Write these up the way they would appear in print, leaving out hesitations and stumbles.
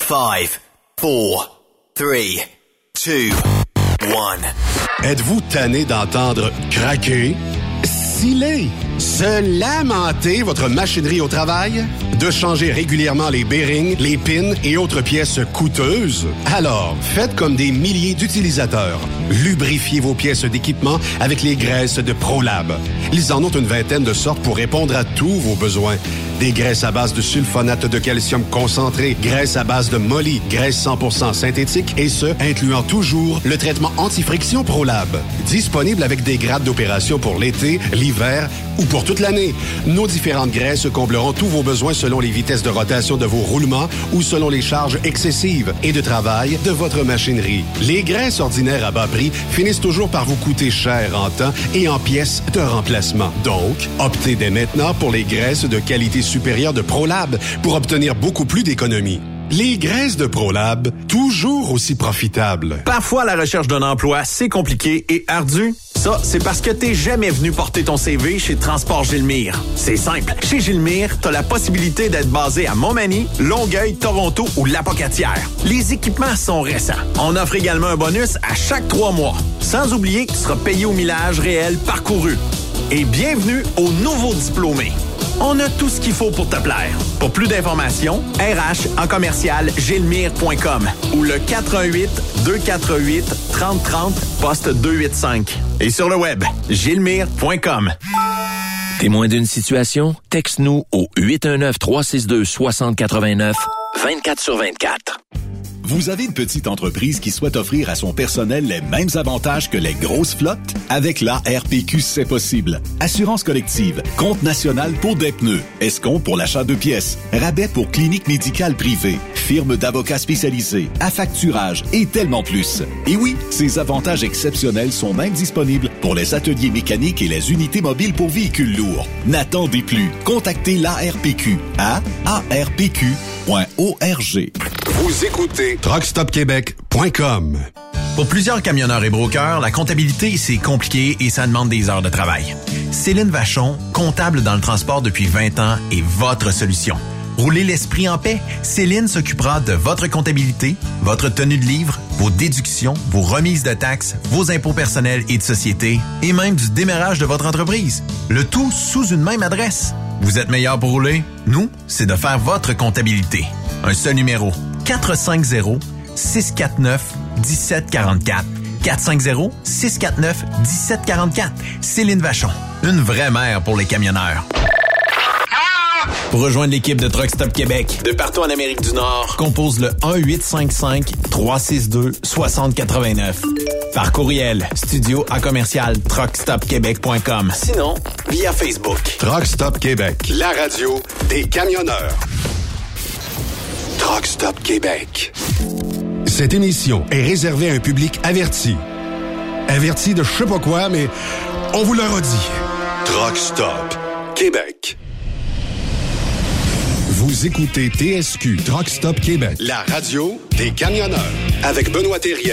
5, 4, 3, 2, 1. Êtes-vous tanné d'entendre craquer, sciller, se lamenter votre machinerie au travail? De changer régulièrement les bearings, les pins et autres pièces coûteuses? Alors, faites comme des milliers d'utilisateurs. Lubrifiez vos pièces d'équipement avec les graisses de ProLab. Ils en ont une vingtaine de sortes pour répondre à tous vos besoins. Des graisses à base de sulfonate de calcium concentré, graisses à base de molly, graisse 100% synthétique et ce, incluant toujours le traitement anti-friction ProLab. Disponible avec des grades d'opération pour l'été, l'hiver ou pour toute l'année. Nos différentes graisses combleront tous vos besoins selon les vitesses de rotation de vos roulements ou selon les charges excessives et de travail de votre machinerie. Les graisses ordinaires à bas prix finissent toujours par vous coûter cher en temps et en pièces de remplacement. Donc, optez dès maintenant pour les graisses de qualité supérieure de ProLab pour obtenir beaucoup plus d'économies. Les graisses de ProLab, toujours aussi profitables. Parfois, la recherche d'un emploi, c'est compliqué et ardu. Ça, c'est parce que t'es jamais venu porter ton CV chez Transport Gilmire. C'est simple. Chez Gilmire, t'as la possibilité d'être basé à Montmagny, Longueuil, Toronto ou Lapocatière. Les équipements sont récents. On offre également un bonus à chaque 3 mois. Sans oublier que tu seras payé au millage réel parcouru. Et bienvenue aux nouveaux diplômés. On a tout ce qu'il faut pour te plaire. Pour plus d'informations, RH en commercial gilmire.com ou le 418-248-3030 poste 285. Et sur le web, gilmire.com. Témoin d'une situation? Texte-nous au 819-362-6089, 24/24. Vous avez une petite entreprise qui souhaite offrir à son personnel les mêmes avantages que les grosses flottes? Avec la RPQ, c'est possible. Assurance collective, compte national pour des pneus, escompte pour l'achat de pièces, rabais pour clinique médicale privée, firme d'avocats spécialisés, affacturage et tellement plus. Et oui, ces avantages exceptionnels sont même disponibles pour les ateliers mécaniques et les unités mobiles pour véhicules lourds. N'attendez plus. Contactez l'ARPQ à arpq.org. Vous écoutez truckstopquebec.com. Pour plusieurs camionneurs et brokers, la comptabilité, c'est compliqué et ça demande des heures de travail. Céline Vachon, comptable dans le transport depuis 20 ans, est votre solution. Roulez l'esprit en paix. Céline s'occupera de votre comptabilité, votre tenue de livre, vos déductions, vos remises de taxes, vos impôts personnels et de société, et même du démarrage de votre entreprise. Le tout sous une même adresse. Vous êtes meilleur pour rouler? Nous, c'est de faire votre comptabilité. Un seul numéro. 450-649-1744. 450-649-1744. Céline Vachon. Une vraie mère pour les camionneurs. Pour rejoindre l'équipe de Truck Stop Québec, de partout en Amérique du Nord, compose le 1-855-362-6089. Par courriel, studio@truckstopquebec.com. Sinon, via Facebook. Truck Stop Québec, la radio des camionneurs. Truck Stop Québec. Cette émission est réservée à un public averti. Averti de je sais pas quoi, mais on vous le redit. Truck Stop Québec. Vous écoutez TSQ Truck Stop Québec, la radio des camionneurs, avec Benoît Thérien.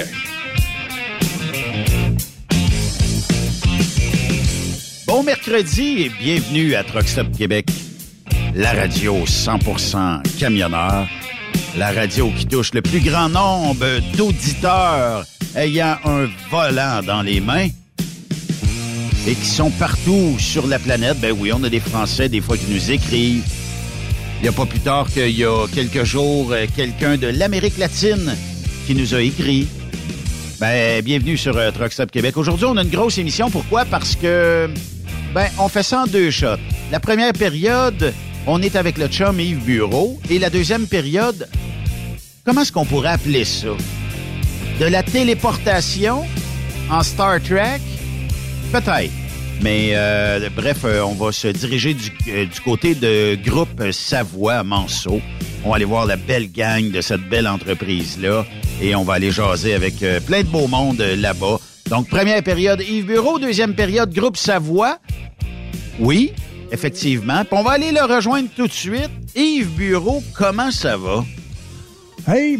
Bon mercredi et bienvenue à Truck Stop Québec, la radio 100% camionneur, la radio qui touche le plus grand nombre d'auditeurs ayant un volant dans les mains et qui sont partout sur la planète. Ben oui, on a des Français des fois qui nous écrivent. Il n'y a pas plus tard qu'il y a quelques jours, quelqu'un de l'Amérique latine qui nous a écrit. Ben, bienvenue sur Truck Stop Québec. Aujourd'hui, on a une grosse émission. Pourquoi? Parce que, on fait ça en 2 shots. La première période, on est avec le chum Yves Bureau. Et la deuxième période, comment est-ce qu'on pourrait appeler ça? De la téléportation en Star Trek? Peut-être. Mais bref, on va se diriger du côté de Groupe Savoie à Manceau. On va aller voir la belle gang de cette belle entreprise-là et on va aller jaser avec plein de beau monde là-bas. Donc, première période, Yves Bureau. Deuxième période, Groupe Savoie. Oui, effectivement. Puis on va aller le rejoindre tout de suite. Yves Bureau, comment ça va? Hey,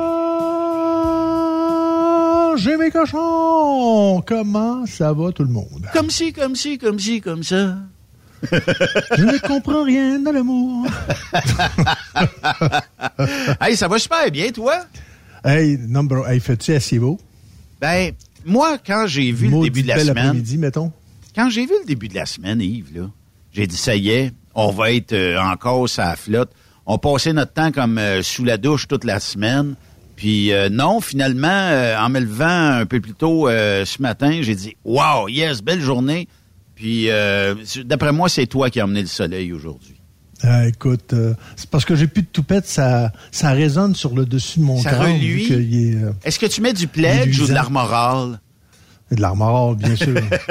mangez mes cochons! Comment ça va tout le monde? Comme ça. Je ne comprends rien dans l'amour. Hey, ça va super bien, toi? Hey, fais-tu assez beau? Ben, moi, quand j'ai vu le début de la semaine... après-midi, mettons. Quand j'ai vu le début de la semaine, Yves, là, j'ai dit, ça y est, on va être encore sur la flotte. On passait notre temps comme sous la douche toute la semaine. Puis non, finalement, en me levant un peu plus tôt ce matin, j'ai dit, wow, yes, belle journée. Puis d'après moi, c'est toi qui as emmené le soleil aujourd'hui. Écoute, c'est parce que j'ai plus de toupette, ça résonne sur le dessus de mon crâne. Ça reluit. Est-ce que tu mets du pledge ou de l'Armoral? De l'Armoral, bien sûr.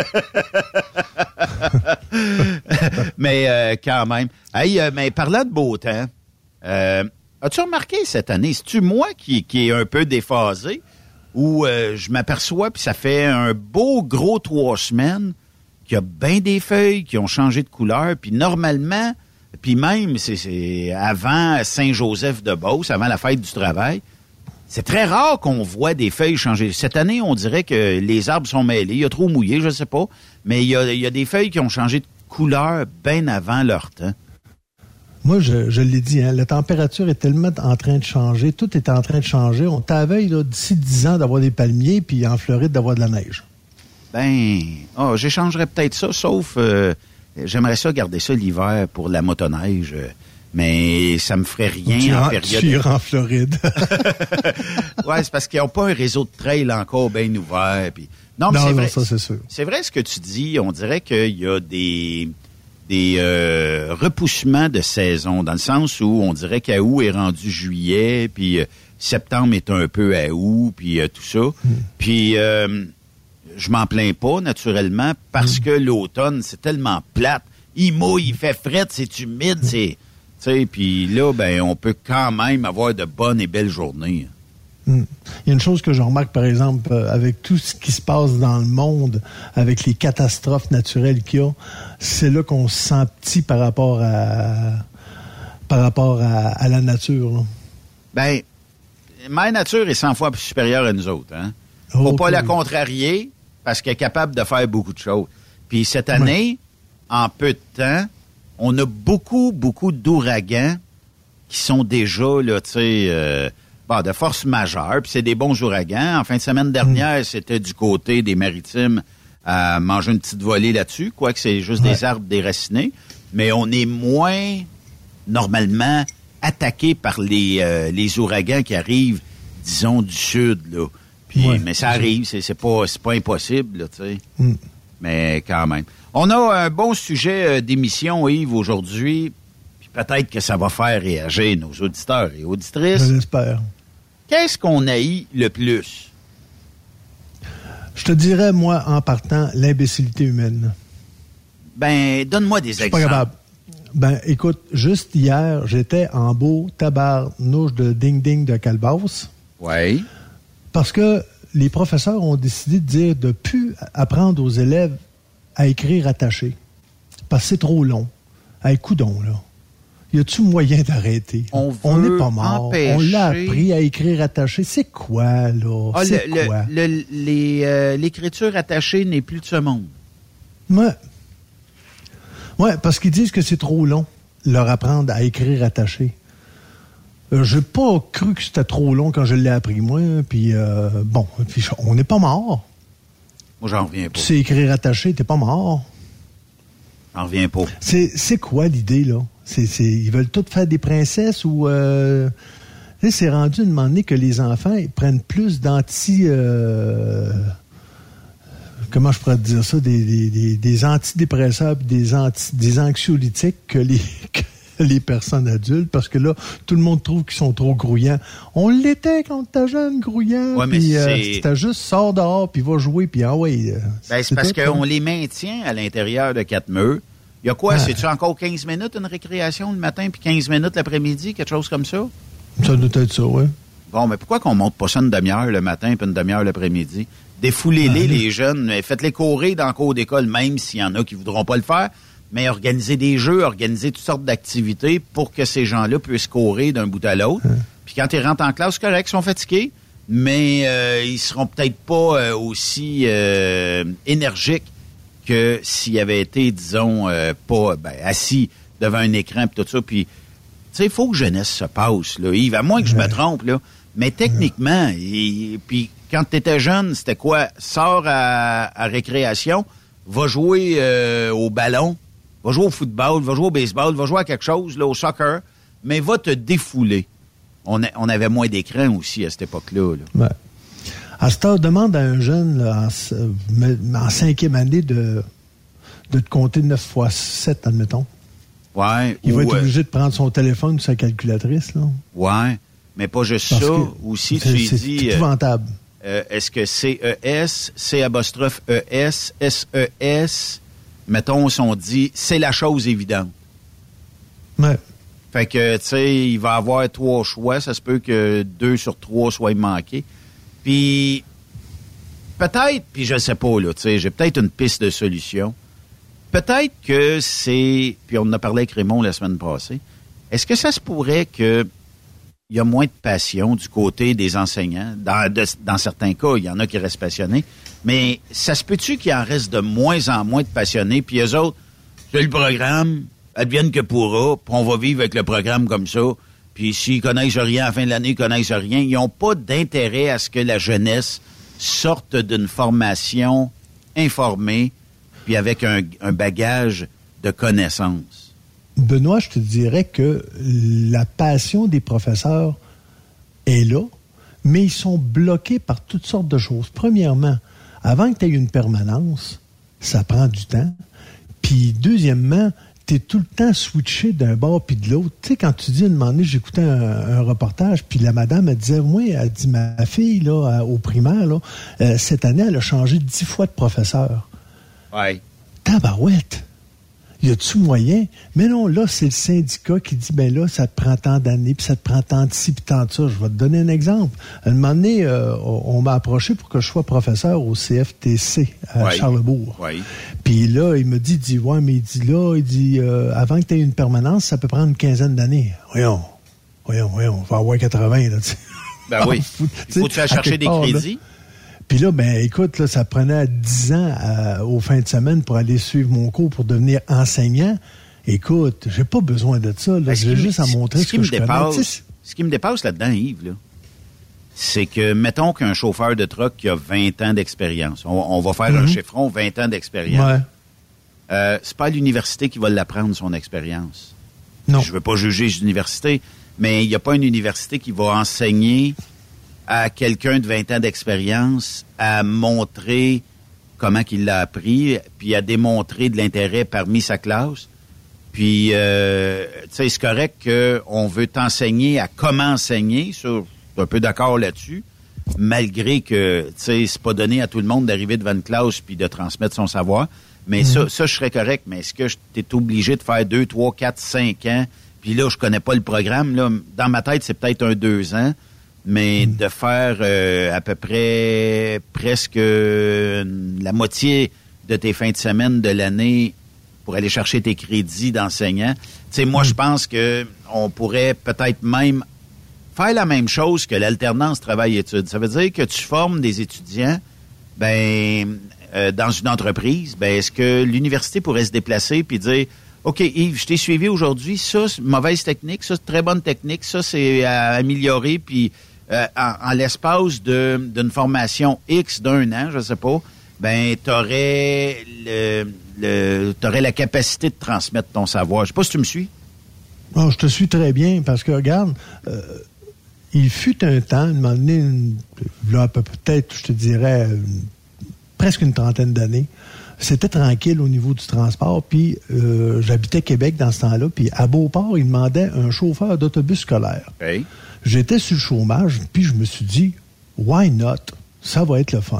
Mais quand même. Hey, mais parlant de beau temps, as-tu remarqué cette année, c'est-tu moi qui est un peu déphasé ou je m'aperçois, puis ça fait un beau gros 3 semaines qu'il y a bien des feuilles qui ont changé de couleur, puis normalement, puis même, c'est avant Saint-Joseph-de-Beauce, avant la fête du travail, c'est très rare qu'on voit des feuilles changer. Cette année, on dirait que les arbres sont mêlés, il y a trop mouillé, je sais pas, mais il y a des feuilles qui ont changé de couleur bien avant leur temps. Moi, je l'ai dit, hein, la température est tellement en train de changer, tout est en train de changer. On t'avait d'ici 10 ans d'avoir des palmiers, puis en Floride d'avoir de la neige. J'échangerais peut-être ça, sauf j'aimerais ça garder ça l'hiver pour la motoneige, mais ça me ferait rien en période... Tu iras en Floride. Ouais, c'est parce qu'ils n'ont pas un réseau de trail encore bien ouvert. Puis... Non, mais ça, c'est sûr. C'est vrai ce que tu dis. On dirait qu'il y a des repoussements de saison, dans le sens où on dirait qu'août est rendu juillet, puis septembre est un peu à août, puis tout ça. Puis je m'en plains pas, naturellement, parce que l'automne, c'est tellement plate. Il mouille, il fait fret, c'est humide, c'est... Tu sais, puis là, ben, on peut quand même avoir de bonnes et belles journées. Il y a une chose que je remarque, par exemple, avec tout ce qui se passe dans le monde, avec les catastrophes naturelles qu'il y a, c'est là qu'on se sent petit par rapport à la nature. Là. Ben, Mère Nature est 100 fois plus supérieure à nous autres. Hein? Faut pas la contrarier parce qu'elle est capable de faire beaucoup de choses. Puis cette année, en peu de temps, on a beaucoup d'ouragans qui sont déjà, là, tu sais... de force majeure, puis c'est des bons ouragans. En fin de semaine dernière, c'était du côté des Maritimes à manger une petite volée là-dessus, quoique c'est juste des arbres déracinés. Mais on est moins, normalement, attaqué par les ouragans qui arrivent, disons, du sud, là. Puis, mais ça arrive, c'est pas impossible, là, tu sais. Mais quand même. On a un bon sujet d'émission, Yves, aujourd'hui. Puis peut-être que ça va faire réagir nos auditeurs et auditrices. Je l'espère. Qu'est-ce qu'on haït le plus? Je te dirais, moi, en partant, l'imbécilité humaine. Ben, donne-moi des exemples. Pas capable. Ben, écoute, juste hier, j'étais en beau tabarnouche de ding-ding de Calvasse. Oui. Parce que les professeurs ont décidé de dire de plus apprendre aux élèves à écrire attaché. Parce que c'est trop long. Hey, coudon, là. Y a-tu moyen d'arrêter? On n'est pas mort. On l'a appris à écrire attaché. C'est quoi, là? C'est quoi? L'écriture attachée n'est plus de ce monde. Ouais, parce qu'ils disent que c'est trop long, leur apprendre à écrire attaché. J'ai pas cru que c'était trop long quand je l'ai appris, moi. Puis, on n'est pas mort. Moi, j'en reviens pas. Tu sais écrire attaché, t'es pas mort. J'en reviens pas. C'est quoi l'idée, là? Ils veulent tous faire des princesses ou... c'est rendu une moment donné que les enfants ils prennent plus comment je pourrais te dire ça? Des antidépresseurs et des anxiolytiques que les personnes adultes, parce que là, tout le monde trouve qu'ils sont trop grouillants. On l'était quand t'es jeune, grouillant. Ouais, mais c'était juste sors dehors, puis va jouer, puis c'est parce qu'on les maintient à l'intérieur de 4 murs. Il y a quoi? C'est-tu encore 15 minutes une récréation le matin, puis 15 minutes l'après-midi, quelque chose comme ça? Ça doit être ça, oui. Bon, mais pourquoi qu'on monte pas ça une demi-heure le matin, puis une demi-heure l'après-midi? Défoulez-les, les jeunes, faites-les courir dans le cours d'école, même s'il y en a qui voudront pas le faire. Mais organiser des jeux, organiser toutes sortes d'activités pour que ces gens-là puissent courir d'un bout à l'autre. Puis quand ils rentrent en classe, c'est correct, ils sont fatigués, mais ils seront peut-être pas aussi énergiques que s'ils avaient été, disons, pas assis devant un écran puis tout ça. Puis, tu il faut que jeunesse se passe, là, Yves, à moins que je me trompe, là. Mais techniquement, puis quand tu étais jeune, c'était quoi? Sors à récréation, va jouer au ballon, va jouer au football, va jouer au baseball, va jouer à quelque chose, là, au soccer, mais va te défouler. On avait moins d'écran aussi à cette époque-là. Là. Ouais. À cette heure, demande à un jeune là, en 5e année de te compter 9 fois 7, admettons. Ouais. Il va être obligé de prendre son téléphone ou sa calculatrice. Là. Ouais, mais pas juste parce ça. Aussi, tu lui dis... C'est épouvantable. Est-ce que C-E-S, C'-E-S, S-E-S, mettons, si on dit, c'est la chose évidente. Ouais. Fait que, tu sais, il va avoir 3 choix. Ça se peut que 2 sur 3 soient manqués. Puis, peut-être, puis je sais pas, là, tu sais, j'ai peut-être une piste de solution. Peut-être que c'est, puis on en a parlé avec Raymond la semaine passée, est-ce que ça se pourrait que il y a moins de passion du côté des enseignants? Dans certains cas, il y en a qui restent passionnés, mais ça se peut-tu qu'il en reste de moins en moins de passionnés, puis eux autres, c'est le programme, advienne que pourra, puis on va vivre avec le programme comme ça, puis s'ils connaissent rien à la fin de l'année, ils connaissent rien. Ils n'ont pas d'intérêt à ce que la jeunesse sorte d'une formation informée, puis avec un bagage de connaissances. Benoît, je te dirais que la passion des professeurs est là, mais ils sont bloqués par toutes sortes de choses. Premièrement, avant que tu aies une permanence, ça prend du temps. Puis deuxièmement, tu es tout le temps switché d'un bord puis de l'autre. Tu sais, quand tu dis, à un moment donné, j'écoutais un reportage, puis la madame, elle disait, oui, elle dit, ma fille, là, au primaire, là, cette année, elle a changé 10 fois de professeur. Ouais. Tabarouette! Y a-tu moyen? Mais non, là, c'est le syndicat qui dit, ben là, ça te prend tant d'années, puis ça te prend tant de ci, puis tant de ça. Je vais te donner un exemple. À un moment donné, on m'a approché pour que je sois professeur au CFTC à Charlebourg. Oui. Puis là, il me dit, ouais, mais il dit, avant que tu aies une permanence, ça peut prendre une quinzaine d'années. Voyons, on va avoir 80, là, tu sais. Ben oui. Il faut te faire chercher des crédits. Là. Puis là, ben écoute, là, ça prenait 10 ans aux fins de semaine pour aller suivre mon cours pour devenir enseignant. Écoute, j'ai pas besoin de ça. Là. J'ai juste à montrer ce que je connais. Ce qui me dépasse là-dedans, Yves, là, c'est que, mettons qu'un chauffeur de truck qui a 20 ans d'expérience, on va faire un chiffron, 20 ans d'expérience. Ouais. C'est pas à l'université qui va l'apprendre, son expérience. Non. Je veux pas juger l'université, mais il n'y a pas une université qui va enseigner à quelqu'un de 20 ans d'expérience à montrer comment qu'il l'a appris, puis à démontrer de l'intérêt parmi sa classe. Puis, tu sais, c'est correct qu'on veut t'enseigner à comment enseigner, ça, je suis un peu d'accord là-dessus, malgré que, tu sais, c'est pas donné à tout le monde d'arriver devant une classe puis de transmettre son savoir. Mais ça, je serais correct. Mais est-ce que t'es obligé de faire 2, 3, 4, 5 ans? Puis là, je connais pas le programme. Là, dans ma tête, c'est peut-être 2 ans. Mais de faire à peu près presque la moitié de tes fins de semaine de l'année pour aller chercher tes crédits d'enseignant. Tu sais, moi, je pense que on pourrait peut-être même faire la même chose que l'alternance travail-études. Ça veut dire que tu formes des étudiants, dans une entreprise. Ben, est-ce que l'université pourrait se déplacer puis dire, OK, Yves, je t'ai suivi aujourd'hui. Ça, c'est mauvaise technique. Ça, c'est très bonne technique. Ça, c'est à améliorer. Puis, en l'espace d'une formation X d'1 an, je sais pas, ben, t'aurais la capacité de transmettre ton savoir. Je sais pas si tu me suis. Oh, je te suis très bien parce que, regarde, il fut un temps, un moment donné, là, peut-être, je te dirais, presque une trentaine d'années, c'était tranquille au niveau du transport, puis j'habitais Québec dans ce temps-là, puis à Beauport, ils demandaient un chauffeur d'autobus scolaire. Hey. J'étais sur le chômage, puis je me suis dit, why not? Ça va être le fun.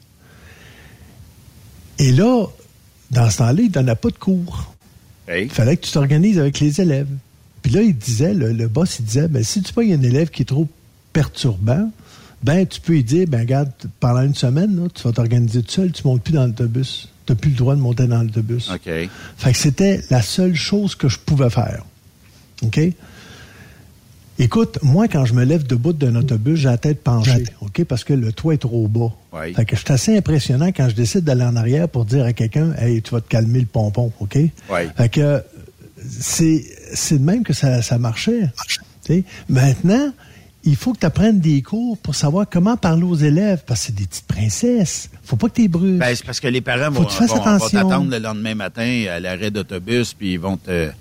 Et là, dans ce temps-là, ils ne donnaient pas de cours. Hey. Il fallait que tu t'organises avec les élèves. Puis là, il disait, le boss, il disait, ben, si tu vois, il y a un élève qui est trop perturbant, ben, tu peux lui dire, ben, regarde, pendant une semaine, là, tu vas t'organiser tout seul, tu ne montes plus dans l'autobus. Tu n'as plus le droit de monter dans l'autobus. OK. Fait que c'était la seule chose que je pouvais faire. OK? Écoute, moi, quand je me lève debout d'un autobus, j'ai la tête penchée, OK? Parce que le toit est trop bas. Oui. Fait que c'est assez impressionnant quand je décide d'aller en arrière pour dire à quelqu'un, hey, tu vas te calmer le pompon, OK? Oui. Fait que c'est de même que ça marchait. T'sais. Maintenant, il faut que tu apprennes des cours pour savoir comment parler aux élèves, parce que c'est des petites princesses. Faut pas que tu les brûles. Ben, c'est parce que les parents vont t'attendre le lendemain matin à l'arrêt d'autobus, puis ils vont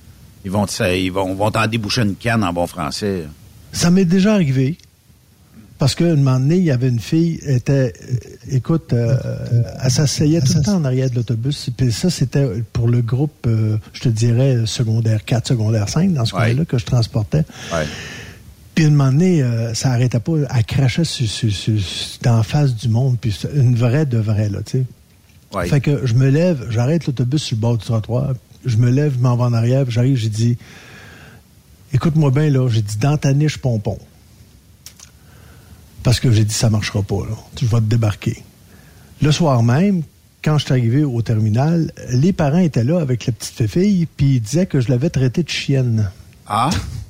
t'en déboucher une canne en bon français. Ça m'est déjà arrivé. Parce qu'à un moment donné, il y avait une fille, elle s'asseyait tout le temps en arrière de l'autobus. Puis ça, c'était pour le groupe, je te dirais, secondaire 4, secondaire 5, dans ce cas-là, que je transportais. Ouais. Puis à un moment donné, ça arrêtait pas. Elle crachait en face du monde. Puis une vraie de vraie, là, tu sais. Ouais. Fait que je me lève, j'arrête l'autobus sur le bord du trottoir. Je me lève, je m'en vais en arrière, puis j'arrive, j'ai dit, écoute-moi bien, là, j'ai dit, dans ta niche pompon. Parce que j'ai dit, ça marchera pas, là. Je vais te débarquer. Le soir même, quand je suis arrivé au terminal, les parents étaient là avec la petite fille, puis ils disaient que je l'avais traitée de chienne. Ah!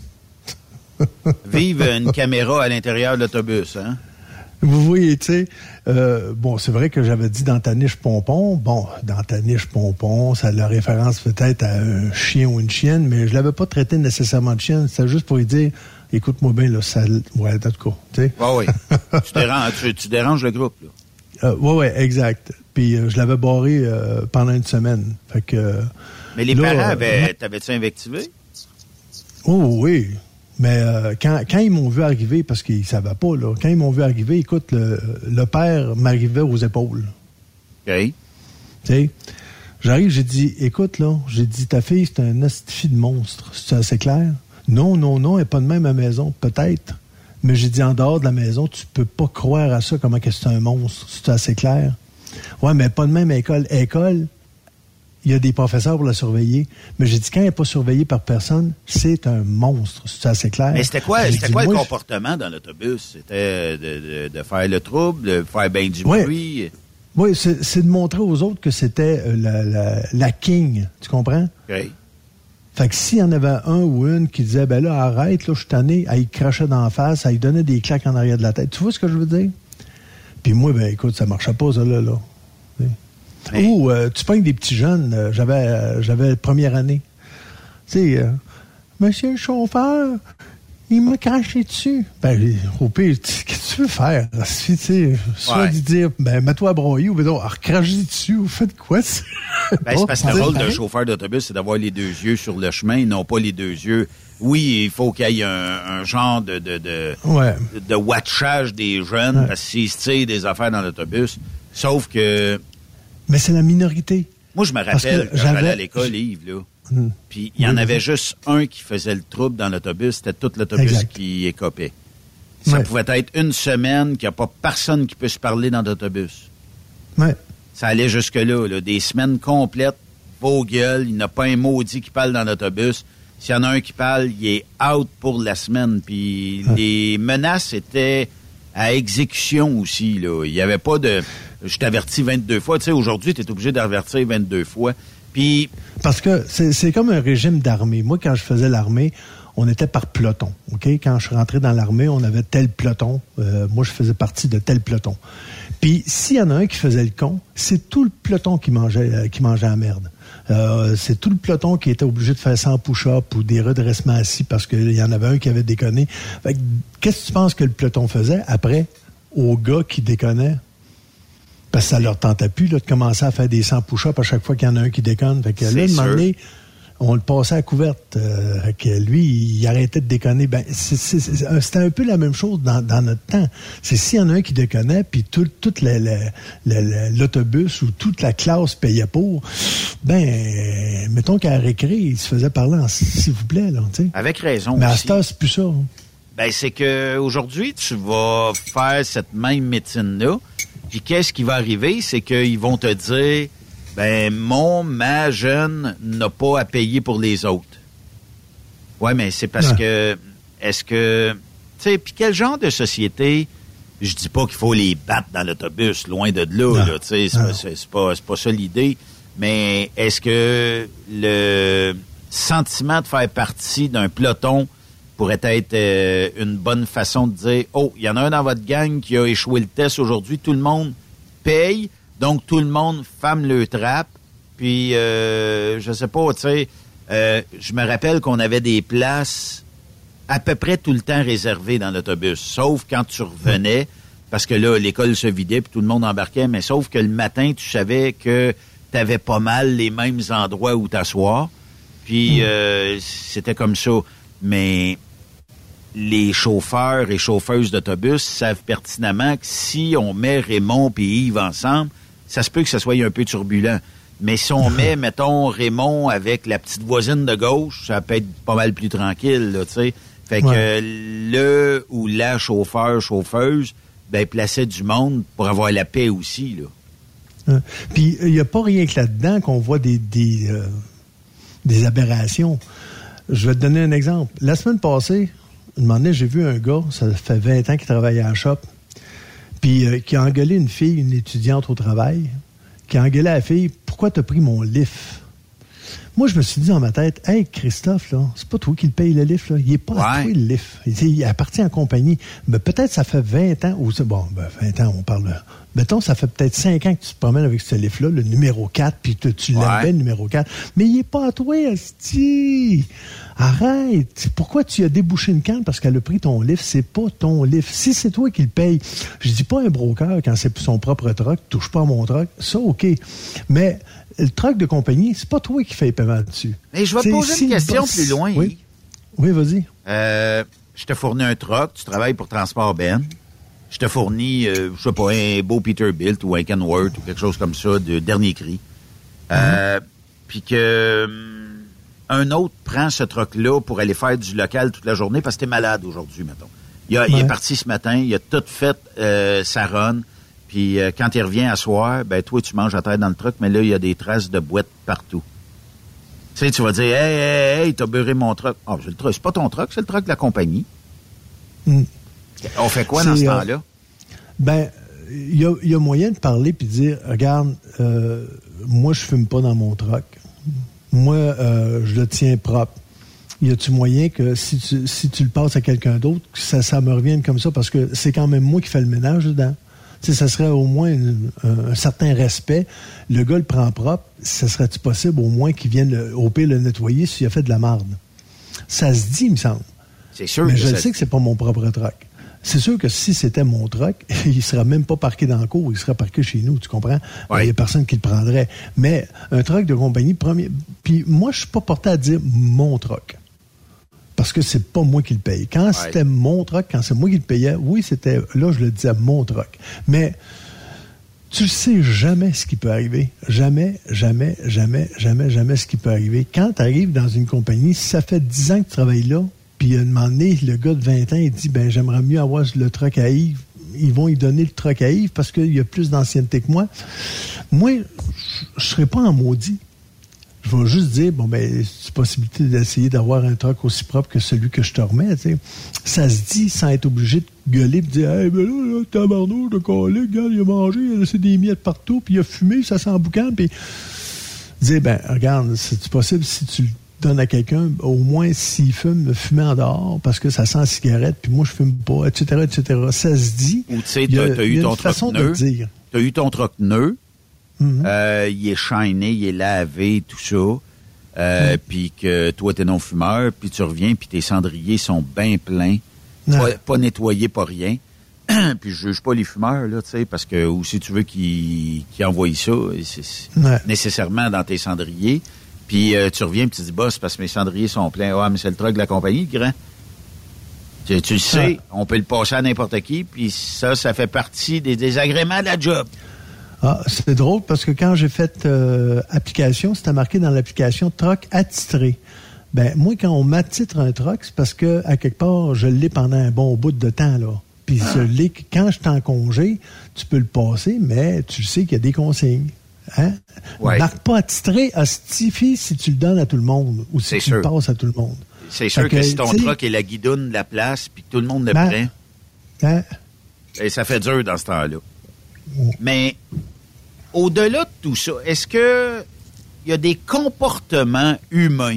Vive une caméra à l'intérieur de l'autobus, hein? Vous voyez, tu sais, bon, c'est vrai que j'avais dit dans ta niche pompon. Bon, dans ta niche pompon, ça a la référence peut-être à un chien ou une chienne, mais je l'avais pas traité nécessairement de chienne. C'était juste pour lui dire, écoute-moi bien, là, ça... Ouais, en tout cas, tu sais. Oui. Tu déranges le groupe, là. Oui, exact. Puis je l'avais barré pendant une semaine. Fait que... Mais les parents t'avais-tu invectivé? Oh oui. Mais quand ils m'ont vu arriver, parce qu'ils ne savaient pas, là, quand ils m'ont vu arriver, écoute, le père m'arrivait aux épaules. OK. Tu sais, j'arrive, j'ai dit, écoute, là, j'ai dit, ta fille, c'est un astifi de monstre. C'est assez clair? Non, elle n'est pas de même à la maison, peut-être. Mais j'ai dit, en dehors de la maison, tu peux pas croire à ça, comment que c'est un monstre. C'est assez clair? Ouais, mais pas de même à l'école. École, il y a des professeurs pour la surveiller. Mais j'ai dit, quand elle n'est pas surveillée par personne, c'est un monstre. C'est assez clair? Mais c'était quoi le comportement dans l'autobus? C'était de faire le trouble, de faire bien du bruit? Oui, c'est de montrer aux autres que c'était la king. Tu comprends? OK. Fait que s'il y en avait un ou une qui disait, ben là, arrête, là, je suis tanné, elle crachait d'en face, elle donnait des claques en arrière de la tête. Tu vois ce que je veux dire? Puis moi, ben écoute, ça marchait pas, ça, là. Mais... Ou tu pognes des petits jeunes, j'avais première année. Tu sais, monsieur le chauffeur, il m'a craché dessus. Ben, au pire, qu'est-ce que tu veux faire? Tu sais, soit de dire, ben, mets-toi à broyer, ou ben non, cracher dessus, ou faites quoi? Ben, c'est parce que le rôle d'un chauffeur d'autobus, c'est d'avoir les deux yeux sur le chemin, non pas les deux yeux. Oui, il faut qu'il y ait un genre de watchage des jeunes, parce qu'ils se tirent des affaires dans l'autobus. Sauf que... Mais c'est la minorité. Moi, je me rappelle, quand j'allais à l'école, Yves, là, puis il y en avait juste un qui faisait le trouble dans l'autobus, c'était tout l'autobus qui écopait. Ça pouvait être une semaine qu'il n'y a pas personne qui peut se parler dans l'autobus. Ouais. Ça allait jusque-là, là, des semaines complètes, vos gueules, il n'y a pas un maudit qui parle dans l'autobus. S'il y en a un qui parle, il est out pour la semaine. Puis les menaces étaient à exécution aussi, là. Il n'y avait pas de... Je t'avertis 22 fois. Tu sais, aujourd'hui, tu es obligé d'avertir 22 fois. Puis... Parce que c'est comme un régime d'armée. Moi, quand je faisais l'armée, on était par peloton. OK? Quand je suis rentré dans l'armée, on avait tel peloton. Moi, je faisais partie de tel peloton. Puis, s'il y en a un qui faisait le con, c'est tout le peloton qui mangeait la merde. C'est tout le peloton qui était obligé de faire 100 push-ups ou des redressements assis parce qu'il y en avait un qui avait déconné. Fait que, qu'est-ce que tu penses que le peloton faisait après aux gars qui déconnaient? Parce que ça leur tentait plus là, de commencer à faire des 100 push-ups à chaque fois qu'il y en a un qui déconne. Fait que là, à un moment donné, on le passait à la couverte. Que lui, il arrêtait de déconner. Ben, c'était un peu la même chose dans notre temps. C'est s'il y en a un qui déconnait, puis toute l'autobus ou toute la classe payait pour, ben, mettons qu'à la récré, il se faisait parler en s'il vous plaît. Là, t'sais. Avec raison. Mais à cette heure, c'est plus ça. Hein. Ben, c'est que aujourd'hui, tu vas faire cette même médecine-là. Puis qu'est-ce qui va arriver? C'est qu'ils vont te dire, ben, ma jeune n'a pas à payer pour les autres. Ouais, mais c'est parce que, est-ce que, tu sais, puis quel genre de société, je dis pas qu'il faut les battre dans l'autobus, loin de là, tu sais, c'est pas ça l'idée, mais est-ce que le sentiment de faire partie d'un peloton pourrait être une bonne façon de dire, oh, il y en a un dans votre gang qui a échoué le test aujourd'hui, tout le monde paye, donc tout le monde ferme le trap, puis je sais pas, tu sais, je me rappelle qu'on avait des places à peu près tout le temps réservées dans l'autobus, sauf quand tu revenais, parce que là, l'école se vidait puis tout le monde embarquait, mais sauf que le matin, tu savais que tu avais pas mal les mêmes endroits où t'asseoir, puis c'était comme ça. Mais les chauffeurs et chauffeuses d'autobus savent pertinemment que si on met Raymond et Yves ensemble, ça se peut que ça soit un peu turbulent. Mais si on met, mettons, Raymond avec la petite voisine de gauche, ça peut être pas mal plus tranquille, là, tu sais. Fait que le ou la chauffeur, chauffeuse, ben, plaçait du monde pour avoir la paix aussi, là. Puis, il n'y a pas rien que là-dedans qu'on voit des aberrations. Je vais te donner un exemple. La semaine passée, un moment donné, j'ai vu un gars, ça fait 20 ans qu'il travaille à la shop, puis qui a engueulé une fille, une étudiante au travail, qui a engueulé la fille, « Pourquoi t'as pris mon lift? » Moi, je me suis dit dans ma tête, « Hey, Christophe, là, c'est pas toi qui le paye le lift, là. Il est pas à toi le lift. Il appartient en compagnie. Mais peut-être ça fait 20 ans, ou bon, 20 ans, on parle... Mettons, ça fait peut-être 5 ans que tu te promènes avec ce lift-là, le numéro 4, puis tu l'aimes bien, le numéro 4. Mais il est pas à toi, asti! Arrête! Pourquoi tu as débouché une canne parce qu'elle a pris ton lift? C'est pas ton lift. Si c'est toi qui le paye, je dis pas un broker quand c'est son propre truck, touche pas à mon truck, ça, OK. Mais le truck de compagnie, c'est pas toi qui fais le paiement dessus. Mais je vais te poser une question plus loin. Oui, vas-y. Je te fournis un truck, tu travailles pour Transport Ben. Je te fournis, je sais pas, un beau Peterbilt ou un Kenworth ou quelque chose comme ça de dernier cri. Puis que un autre prend ce truck-là pour aller faire du local toute la journée parce que t'es malade aujourd'hui, mettons. Il est parti ce matin, il a tout fait sa run. Puis quand il revient à soir, ben toi, tu manges à terre dans le truck, mais là, il y a des traces de boîtes partout. Tu sais, tu vas dire, hey, t'as beurré mon truck. Ah, c'est pas ton truck, c'est le truck de la compagnie. On fait quoi dans ce temps-là? Ben, il y a moyen de parler puis de dire, regarde, moi, je fume pas dans mon truck. Moi, je le tiens propre. Y a-tu moyen que si tu le passes à quelqu'un d'autre, que ça me revienne comme ça? Parce que c'est quand même moi qui fais le ménage dedans. Tu sais, ça serait au moins un certain respect. Le gars le prend propre. Ça serait-tu possible au moins qu'il vienne au pire le nettoyer s'il a fait de la marde? Ça se dit, il me semble. C'est sûr. Mais je sais que c'est pas mon propre truck. C'est sûr que si c'était mon truck, il ne serait même pas parqué dans le cour, il serait parqué chez nous, tu comprends? Il n'y a personne qui le prendrait. Mais un truck de compagnie, puis moi, je suis pas porté à dire mon truck. Parce que c'est pas moi qui le paye. Quand c'était mon truck, quand c'est moi qui le payais, oui, c'était, là, je le disais mon truck. Mais tu sais jamais ce qui peut arriver. Jamais ce qui peut arriver. Quand tu arrives dans une compagnie, si ça fait 10 ans que tu travailles là, puis à un moment donné, le gars de 20 ans, il dit, ben j'aimerais mieux avoir le truck à Yves. Ils vont lui donner le truck à Yves parce qu'il y a plus d'ancienneté que moi. Moi, je serais pas en maudit. Je vais juste dire, bon, ben, c'est possibilité d'essayer d'avoir un truck aussi propre que celui que je te remets, tu sais. Ça se dit sans être obligé de gueuler et de dire, hey, ben là, tabarnouche de collègue, regarde, il a mangé, il a laissé des miettes partout, puis il a fumé, ça sent boucan, puis dire, ben, regarde, c'est possible si tu le donnes à quelqu'un, au moins s'il fume, fumer en dehors, parce que ça sent la cigarette, puis moi, je fume pas, etc., etc. Ça se dit. Ou tu sais, t'as eu ton truck neuf. T'as eu ton truck neuf. Il est shiné, il est lavé, tout ça. Puis que toi, t'es non-fumeur, puis tu reviens, puis tes cendriers sont bien pleins. Pas nettoyés, pas rien. Puis je juge pas les fumeurs, là, tu sais, parce que, ou si tu veux qu'ils envoient ça, c'est nécessairement dans tes cendriers. Puis tu reviens, puis tu dis, boss, parce que mes cendriers sont pleins. Ah, mais c'est le truck de la compagnie, le grand. Tu le sais, on peut le passer à n'importe qui, puis ça fait partie des désagréments de la job. Ah, c'est drôle parce que quand j'ai fait application, c'était marqué dans l'application truck attitré. Ben moi, quand on m'attitre un truck, c'est parce que à quelque part, je l'ai pendant un bon bout de temps, là. Puis je l'ai, quand je suis en congé, tu peux le passer, mais tu sais qu'il y a des consignes. Hein? Marque pas attitré, hostifie si tu le donnes à tout le monde ou si tu le passes à tout le monde. C'est sûr que si ton truck est la guidoune de la place puis que tout le monde le prend, et ça fait dur dans ce temps-là. Mais au-delà de tout ça, est-ce que il y a des comportements humains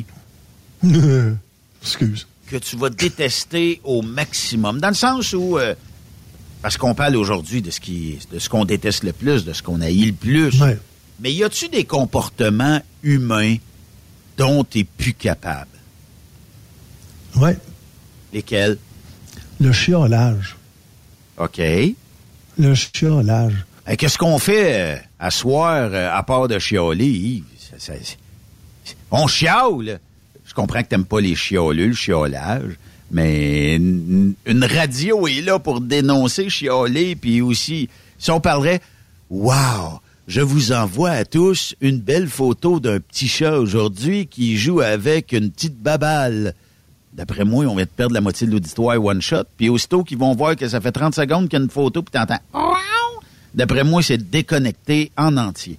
Excuse. que tu vas détester au maximum? Dans le sens où, parce qu'on parle aujourd'hui de ce qu'on déteste le plus, de ce qu'on haït le plus. Ouais. Mais y a-tu des comportements humains dont tu n'es plus capable. Oui. Lesquels? Le chiolage. OK. Le chiolage. Qu'est-ce qu'on fait à soir, à part de chialer, Yves? On chiale. Je comprends que t'aimes pas les chioleux, le chiolage, mais une radio est là pour dénoncer, chialer, puis aussi, si on parlerait, wow, je vous envoie à tous une belle photo d'un petit chat aujourd'hui qui joue avec une petite babale. D'après moi, on va te perdre la moitié de l'auditoire one shot, puis aussitôt qu'ils vont voir que ça fait 30 secondes qu'il y a une photo, puis t'entends, d'après moi, c'est déconnecté en entier.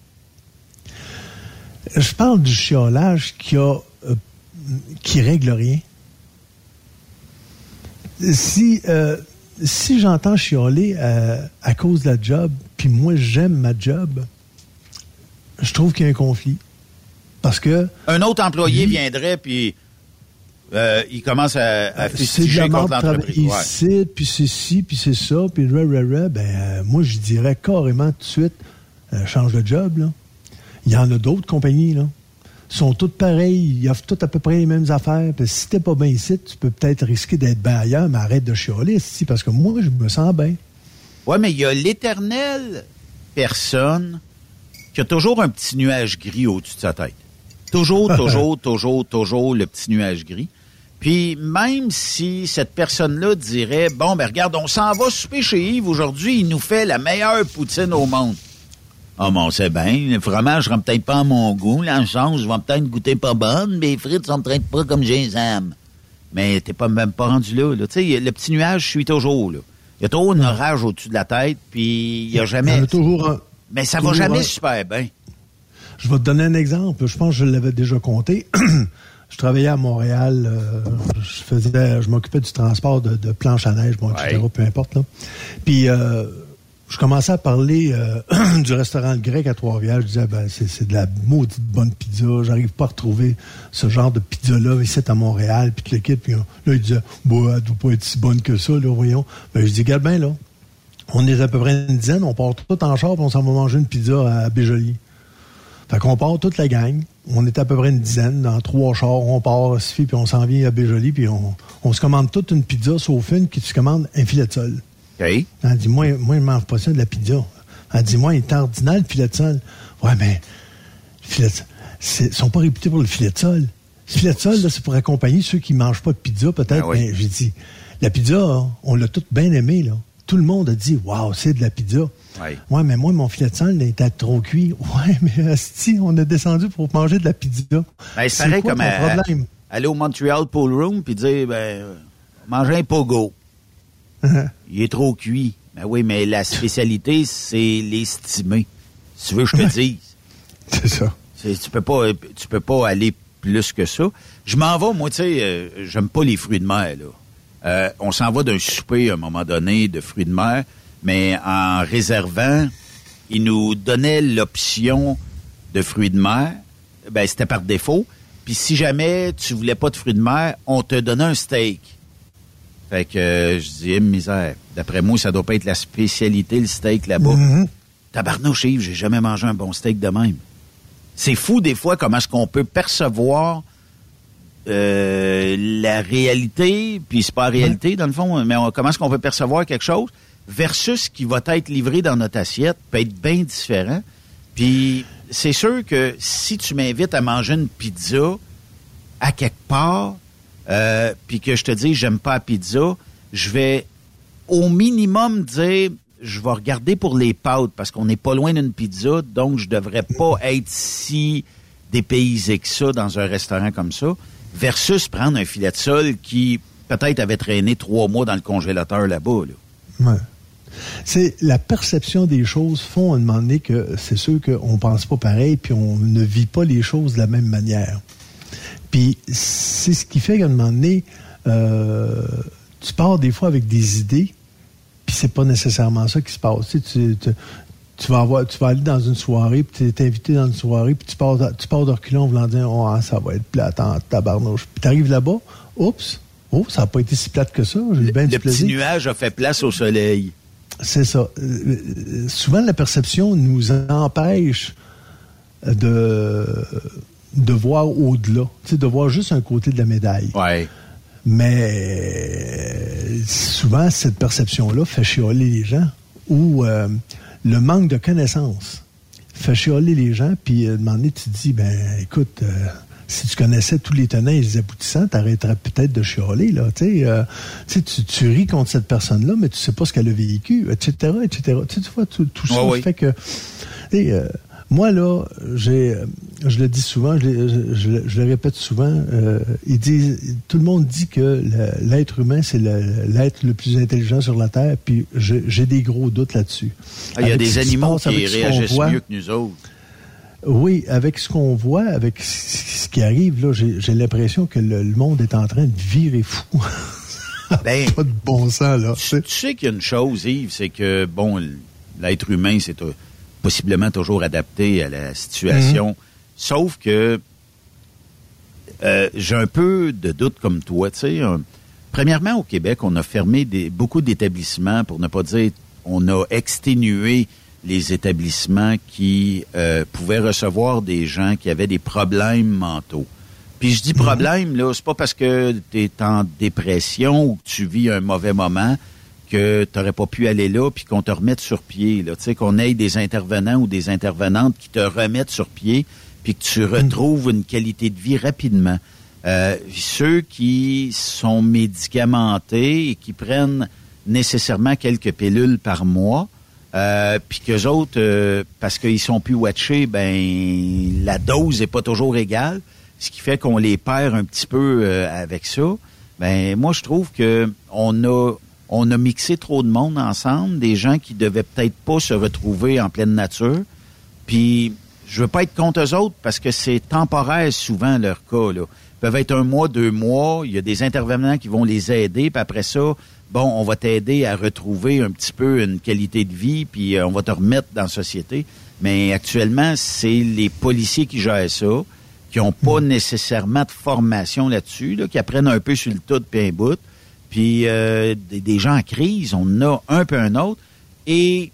Je parle du chiolage qui règle rien. Si j'entends chioler à cause de la job, puis moi j'aime ma job, je trouve qu'il y a un conflit. Parce que un autre employé viendrait, puis il commence à fustiger contre l'entreprise. Ici, puis c'est ci, puis c'est ça, puis moi je dirais carrément tout de suite, change de job, là. Il y en a d'autres compagnies, là. Ils sont toutes pareilles, ils offrent toutes à peu près les mêmes affaires. Puis si t'es pas bien ici, tu peux peut-être risquer d'être bien ailleurs, mais arrête de chialer ici, parce que moi, je me sens bien. Ouais, mais il y a l'éternelle personne qui a toujours un petit nuage gris au-dessus de sa tête. Toujours le petit nuage gris. Puis même si cette personne-là dirait, bon, ben regarde, on s'en va souper chez Yves aujourd'hui, il nous fait la meilleure poutine au monde. Ah, bon, c'est bien. Le fromage sera peut-être pas à mon goût. La sauce va peut-être goûter pas bonne, mais les frites sont peut-être pas comme je les aime. Mais t'es même pas rendu là. Tu sais, le petit nuage, je suis toujours là. Il y a toujours un orage au-dessus de la tête, puis il y a jamais... Mais ça va jamais super bien. Je vais te donner un exemple. Je pense que je l'avais déjà compté. Je travaillais à Montréal. Je m'occupais du transport de planches à neige, etc., peu importe. Là. Puis... je commençais à parler du restaurant Le Grec à Trois-Rivières. Je disais, c'est de la maudite bonne pizza. J'arrive pas à retrouver ce genre de pizza-là ici à Montréal. Puis toute l'équipe, puis là, il disait, elle doit pas être si bonne que ça, là, voyons. Je dis, regarde bien, là. On est à peu près une dizaine. On part tout en char, puis on s'en va manger une pizza à Béjoli. Fait qu'on part toute la gang. On est à peu près une dizaine. Dans 3 chars, on part, puis on s'en vient à Béjoli, puis on se commande toute une pizza, sauf une qui se commande un filet de sol. Okay. Elle dit, moi, je mange pas ça de la pizza. Elle dit, moi, il est ordinaire, le filet de sol. Ouais, mais, le filet de sol, ils sont pas réputés pour le filet de sol. Le filet de sol, là, c'est pour accompagner ceux qui mangent pas de pizza, peut-être. Ben oui. Mais j'ai dit, la pizza, hein, on l'a toute bien aimée, là. Tout le monde a dit, waouh, c'est de la pizza. Oui. Ouais, mais moi, mon filet de sol, il était trop cuit. Ouais, mais, asti, on a descendu pour manger de la pizza. Ben, c'est pareil comme aller au Montreal Pool Room puis dire, manger un pogo. Il est trop cuit. Ben oui, mais la spécialité, c'est l'estimé. Si tu veux que je te dise. C'est ça. Tu peux pas aller plus que ça. Je m'en vais, moi, tu sais, j'aime pas les fruits de mer, là. On s'en va d'un souper, à un moment donné, de fruits de mer, mais en réservant, ils nous donnaient l'option de fruits de mer. Ben, c'était par défaut. Puis si jamais tu voulais pas de fruits de mer, on te donnait un steak. Fait que je dis, misère. D'après moi, ça doit pas être la spécialité, le steak là-bas. Mm-hmm. Tabarnouche, Yves, j'ai jamais mangé un bon steak de même. C'est fou, des fois, comment est-ce qu'on peut percevoir la réalité, puis c'est pas la réalité, dans le fond, mais comment est-ce qu'on peut percevoir quelque chose versus ce qui va être livré dans notre assiette peut être bien différent. Puis c'est sûr que si tu m'invites à manger une pizza à quelque part, puis que je te dis j'aime pas la pizza, je vais au minimum dire je vais regarder pour les pâtes parce qu'on n'est pas loin d'une pizza, donc je devrais pas être si dépaysé que ça dans un restaurant comme ça, versus prendre un filet de sol qui peut-être avait traîné 3 mois dans le congélateur là-bas. Là. Ouais. C'est la perception des choses font à un moment donné que c'est sûr qu'on pense pas pareil puis on ne vit pas les choses de la même manière. Puis c'est ce qui fait qu'à un moment donné, tu pars des fois avec des idées, puis c'est pas nécessairement ça qui se passe. Tu vas aller dans une soirée, puis tu es invité dans une soirée, puis tu pars de reculons en voulant dire oh, ça va être plate en tabarnouche. Puis tu arrives là-bas, oups, ça n'a pas été si plate que ça. J'ai bien du plaisir. Le petit nuage a fait place au soleil. C'est ça. Souvent, la perception nous empêche de de voir au-delà, de voir juste un côté de la médaille. Ouais. Mais souvent, cette perception-là fait chialer les gens ou le manque de connaissances fait chialer les gens, puis à un moment donné, tu te dis, écoute, si tu connaissais tous les tenants et les aboutissants, t'arrêterais peut-être de chialer, là, tu ris contre cette personne-là, mais tu sais pas ce qu'elle a vécu, etc., etc. Tu vois, tout ça fait que... moi, là, je le dis souvent, je le répète souvent, tout le monde dit que l'être humain, c'est l'être le plus intelligent sur la Terre, puis j'ai des gros doutes là-dessus. Il y a des animaux qui réagissent mieux que nous autres. Oui, avec ce qu'on voit, avec ce qui arrive, là, j'ai l'impression que le monde est en train de virer fou. Pas de bon sens, là. Tu sais qu'il y a une chose, Yves, c'est que, l'être humain, c'est possiblement toujours adapté à la situation. Sauf que j'ai un peu de doute comme toi. Premièrement, au Québec, on a fermé beaucoup d'établissements, pour ne pas dire on a exténué les établissements qui pouvaient recevoir des gens qui avaient des problèmes mentaux. Puis je dis problème, là, c'est pas parce que tu es en dépression ou que tu vis un mauvais moment que tu n'aurais pas pu aller là puis qu'on te remette sur pied, là, qu'on ait des intervenants ou des intervenantes qui te remettent sur pied puis que tu retrouves une qualité de vie rapidement. Ceux qui sont médicamentés et qui prennent nécessairement quelques pilules par mois, puis qu'eux autres, parce qu'ils sont plus watchés, la dose est pas toujours égale, ce qui fait qu'on les perd un petit peu avec ça. Moi, je trouve que on a mixé trop de monde ensemble, des gens qui devaient peut-être pas se retrouver en pleine nature. Puis, je veux pas être contre eux autres parce que c'est temporaire souvent leur cas, là. Ils peuvent être 1 mois, 2 mois, il y a des intervenants qui vont les aider, puis après ça, on va t'aider à retrouver un petit peu une qualité de vie, puis on va te remettre dans la société. Mais actuellement, c'est les policiers qui gèrent ça, qui ont pas nécessairement de formation là-dessus, là, qui apprennent un peu sur le tas depuis un bout. Puis des gens en crise, on en a un peu un autre. Et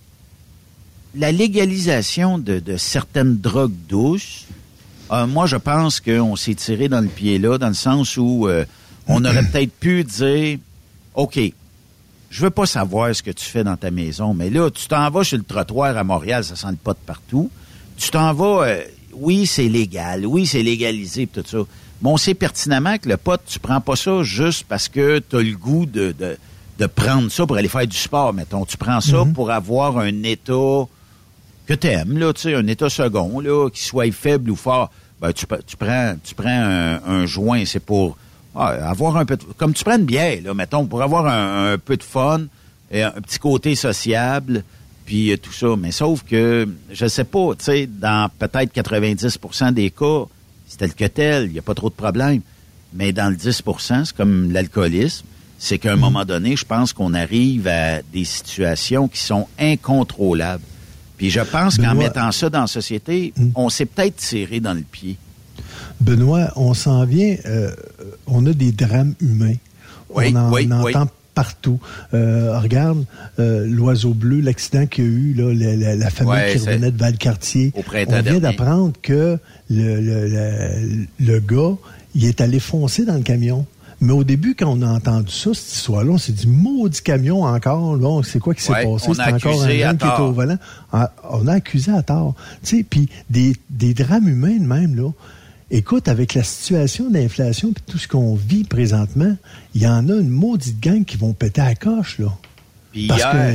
la légalisation de certaines drogues douces, moi, je pense qu'on s'est tiré dans le pied là, dans le sens où on aurait peut-être pu dire, OK, je veux pas savoir ce que tu fais dans ta maison, mais là, tu t'en vas sur le trottoir à Montréal, ça sent le pot de partout. Tu t'en vas, oui, c'est légal, oui, c'est légalisé, tout ça. Mais on sait pertinemment que le pot, tu prends pas ça juste parce que tu as le goût de prendre ça pour aller faire du sport, mettons. Tu prends ça pour avoir un état que tu aimes, là, tu sais, un état second, là, qui soit faible ou fort. Tu prends un joint, c'est pour avoir un peu de... Comme tu prends une bière, là, mettons, pour avoir un peu de fun, et un petit côté sociable, puis tout ça. Mais sauf que, je sais pas, tu sais, dans peut-être 90% des cas, c'est tel que tel, il n'y a pas trop de problème. Mais dans le 10%, c'est comme l'alcoolisme, c'est qu'à un moment donné, je pense qu'on arrive à des situations qui sont incontrôlables. Puis je pense qu'en mettant ça dans la société, on s'est peut-être tiré dans le pied. Benoît, on s'en vient, on a des drames humains. Oui, on entend partout. Regarde, l'oiseau bleu, l'accident qu'il y a eu, là, la famille qui revenait de Valcartier. Au printemps on vient dernier. d'apprendre que le gars, il est allé foncer dans le camion. Mais au début, quand on a entendu ça, cette histoire-là, on s'est dit, maudit camion encore, là, c'est quoi qui s'est passé? C'est encore un homme qui était au volant. On a accusé à tort. Tu sais, puis des drames humains de même, là. Écoute, avec la situation d'inflation et tout ce qu'on vit présentement, il y en a une maudite gang qui vont péter à la coche, là. Puis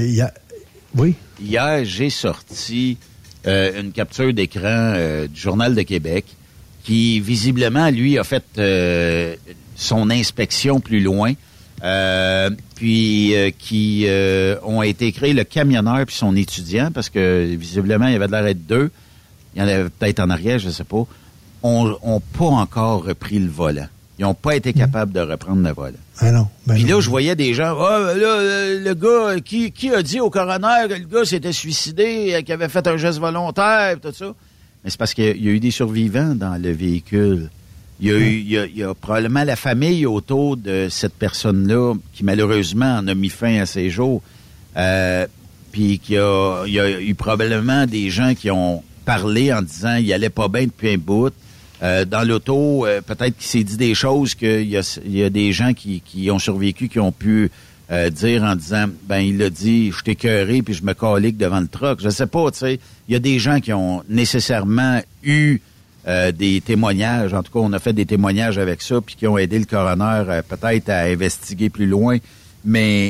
hier, j'ai sorti une capture d'écran du Journal de Québec qui, visiblement, lui, a fait son inspection plus loin, qui ont été créés le camionneur puis son étudiant, parce que, visiblement, il y avait de l'air d'être 2. Il y en avait peut-être en arrière, je sais pas. Ont pas encore repris le volant. Ils n'ont pas été capables de reprendre le volant. Ah non. Puis là, je voyais des gens, le gars, qui a dit au coroner que le gars s'était suicidé, qu'il avait fait un geste volontaire, tout ça. Mais c'est parce qu'il y a eu des survivants dans le véhicule. Il y a probablement la famille autour de cette personne-là qui, malheureusement, en a mis fin à ses jours. Puis il y a eu probablement des gens qui ont parlé en disant il allait pas bien depuis un bout. dans l'auto, peut-être qu'il s'est dit des choses qu'il y a des gens qui ont survécu, qui ont pu dire en disant, ben il a dit, je t'ai écœuré puis je me calique devant le truck. Je sais pas, tu sais. Il y a des gens qui ont nécessairement eu des témoignages. En tout cas, on a fait des témoignages avec ça puis qui ont aidé le coroner peut-être à investiguer plus loin. Mais,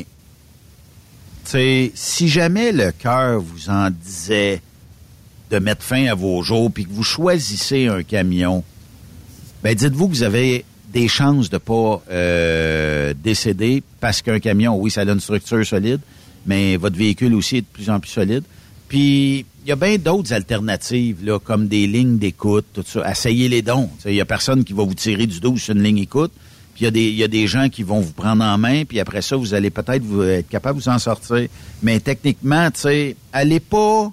tu sais, si jamais le cœur vous en disait de mettre fin à vos jours puis que vous choisissez un camion, ben dites-vous que vous avez des chances de pas décéder parce qu'un camion, oui, ça a une structure solide, mais votre véhicule aussi est de plus en plus solide. Puis, il y a bien d'autres alternatives, là, comme des lignes d'écoute, tout ça. Essayez les dons. Il y a personne qui va vous tirer du dos sur une ligne écoute. Puis, il y a des gens qui vont vous prendre en main, puis après ça, vous allez peut-être être capable de vous en sortir. Mais techniquement, tu sais, allez pas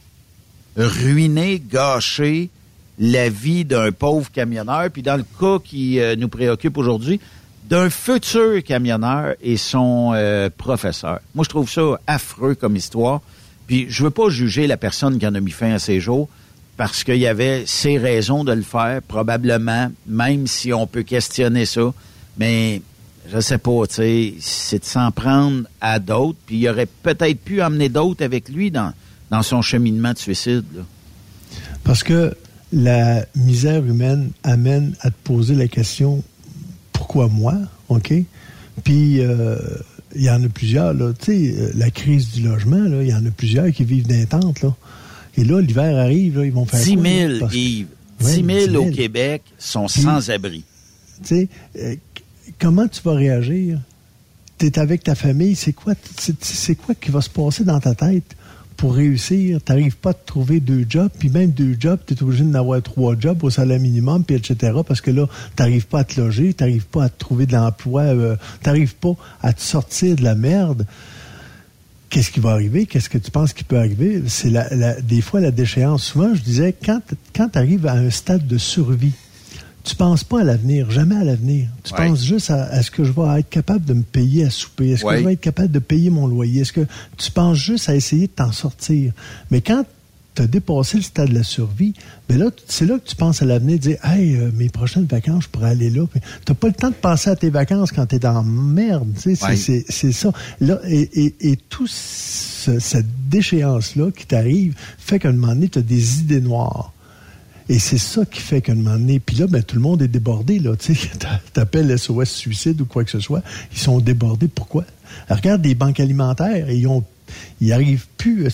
ruiner, gâcher la vie d'un pauvre camionneur, puis dans le cas qui nous préoccupe aujourd'hui, d'un futur camionneur et son professeur. Moi, je trouve ça affreux comme histoire, puis je veux pas juger la personne qui en a mis fin à ses jours, parce qu'il y avait ses raisons de le faire, probablement, même si on peut questionner ça, mais je sais pas, tu sais, c'est de s'en prendre à d'autres, puis il aurait peut-être pu emmener d'autres avec lui dans son cheminement de suicide, là. Parce que la misère humaine amène à te poser la question « Pourquoi moi? » OK? Puis, il y en a plusieurs, là. Tu sais, la crise du logement, là, il y en a plusieurs qui vivent dans les tentes, là. Et là, l'hiver arrive, là, ils vont faire 10 000, quoi, Yves. 10 000 au Québec sont sans abri. Tu sais, comment tu vas réagir? Tu es avec ta famille, c'est quoi qui va se passer dans ta tête? Pour réussir, tu n'arrives pas à te trouver 2 jobs, puis même 2 jobs, tu es obligé d'en avoir 3 jobs au salaire minimum, puis etc., parce que là, tu n'arrives pas à te loger, tu n'arrives pas à te trouver de l'emploi, tu n'arrives pas à te sortir de la merde. Qu'est-ce qui va arriver? Qu'est-ce que tu penses qui peut arriver? C'est des fois la déchéance. Souvent, je disais, quand tu arrives à un stade de survie, tu penses pas à l'avenir, jamais à l'avenir. Tu penses juste à est-ce que je vais être capable de me payer à souper? Est-ce que je vais être capable de payer mon loyer? Est-ce que tu penses juste à essayer de t'en sortir? Mais quand tu as dépassé le stade de la survie, ben là, c'est là que tu penses à l'avenir, dire « Hey, mes prochaines vacances, je pourrais aller là. » Tu n'as pas le temps de penser à tes vacances quand tu es dans la merde. Tu sais, c'est ça. Là, et tout cette déchéance-là qui t'arrive fait qu'à un moment donné, tu as des idées noires. Et c'est ça qui fait qu'à un moment donné, puis là, ben, tout le monde est débordé, là, tu sais, t'appelles SOS Suicide ou quoi que ce soit, ils sont débordés. Pourquoi? Alors, regarde des banques alimentaires, ils n'arrivent plus,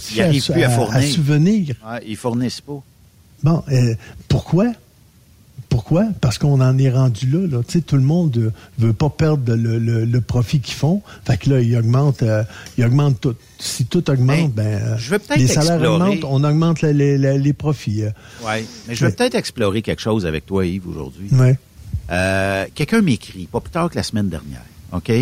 à subvenir. Ouais, ils fournissent pas. Bon, pourquoi? Pourquoi? Parce qu'on en est rendu là. Tu sais, tout le monde veut pas perdre le profit qu'ils font. Fait que là, ils augmentent tout. Si tout augmente, les salaires augmentent, on augmente les profits. Oui, mais je vais peut-être explorer quelque chose avec toi, Yves, aujourd'hui. Oui. Quelqu'un m'écrit, pas plus tard que la semaine dernière, OK?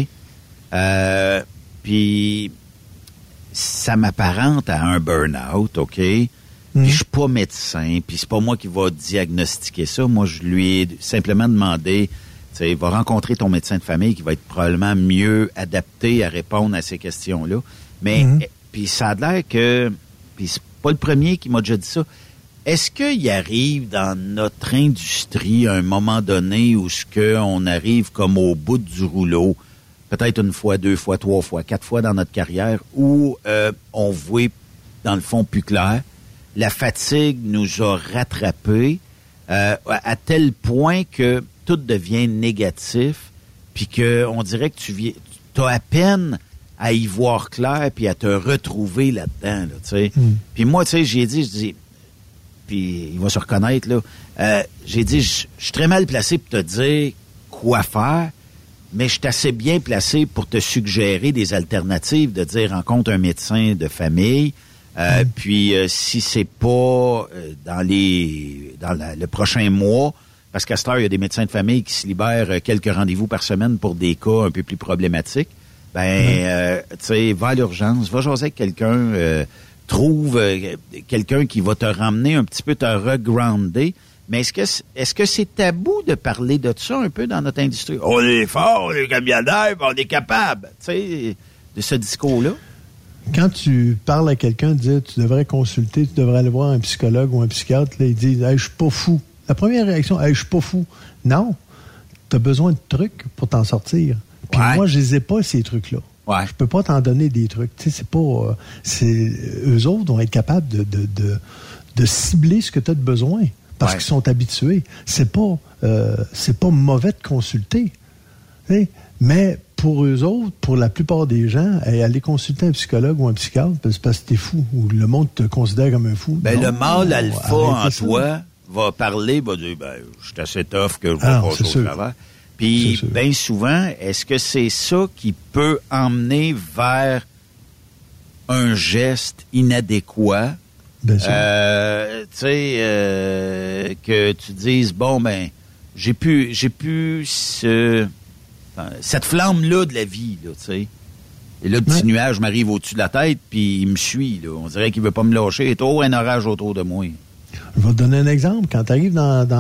Puis, ça m'apparente à un burn-out, OK? Puis je suis pas médecin, puis c'est pas moi qui va diagnostiquer ça. Moi, je lui ai simplement demandé, tu sais, va rencontrer ton médecin de famille qui va être probablement mieux adapté à répondre à ces questions-là. Mais, puis ça a l'air que, puis c'est pas le premier qui m'a déjà dit ça. Est-ce qu'il arrive dans notre industrie à un moment donné où on arrive comme au bout du rouleau, peut-être 1 fois, 2 fois, 3 fois, 4 fois dans notre carrière, où on voit dans le fond plus clair? La fatigue nous a rattrapés à tel point que tout devient négatif, puis que on dirait que tu as à peine à y voir clair, puis à te retrouver là-dedans, là, tu sais. Puis moi, tu sais, j'ai dit, puis il va se reconnaître, là, j'ai dit, je suis très mal placé pour te dire quoi faire, mais je suis assez bien placé pour te suggérer des alternatives, de dire rencontre un médecin de famille. Puis si c'est pas dans le prochain mois, parce qu'à cette heure, il y a des médecins de famille qui se libèrent quelques rendez-vous par semaine pour des cas un peu plus problématiques, tu sais, va à l'urgence, va jaser avec quelqu'un, trouve quelqu'un qui va te ramener un petit peu, te regrounder. Mais est-ce que c'est tabou de parler de ça un peu dans notre industrie? On est fort, les camionneurs, on est capable, tu sais, de ce discours-là? Quand tu parles à quelqu'un, tu devrais consulter, tu devrais aller voir un psychologue ou un psychiatre, là, il dit hey, « je suis pas fou ». La première réaction, hey, je suis pas fou. Non, tu as besoin de trucs pour t'en sortir. Puis moi, je les ai pas, ces trucs-là. Ouais. Je peux pas t'en donner des trucs. Tu sais, c'est pas... eux autres vont être capables de cibler ce que tu as de besoin parce qu'ils sont habitués. C'est pas mauvais de consulter. Tu sais, mais pour eux autres, pour la plupart des gens, aller consulter un psychologue ou un psychiatre, c'est parce que t'es fou ou le monde te considère comme un fou. Ben, non, le mâle alpha en ça. toi va parler, va dire, je suis assez tough que je vois pas chose au travers. Puis, bien souvent, est-ce que c'est ça qui peut emmener vers un geste inadéquat? Bien sûr. Tu sais, que tu dises, bon, ben, j'ai plus cette flamme-là de la vie, là, tu sais. Et là, le petit nuage m'arrive au-dessus de la tête, puis il me suit, là. On dirait qu'il veut pas me lâcher. Il y a trop un orage autour de moi. Je vais te donner un exemple. Quand tu arrives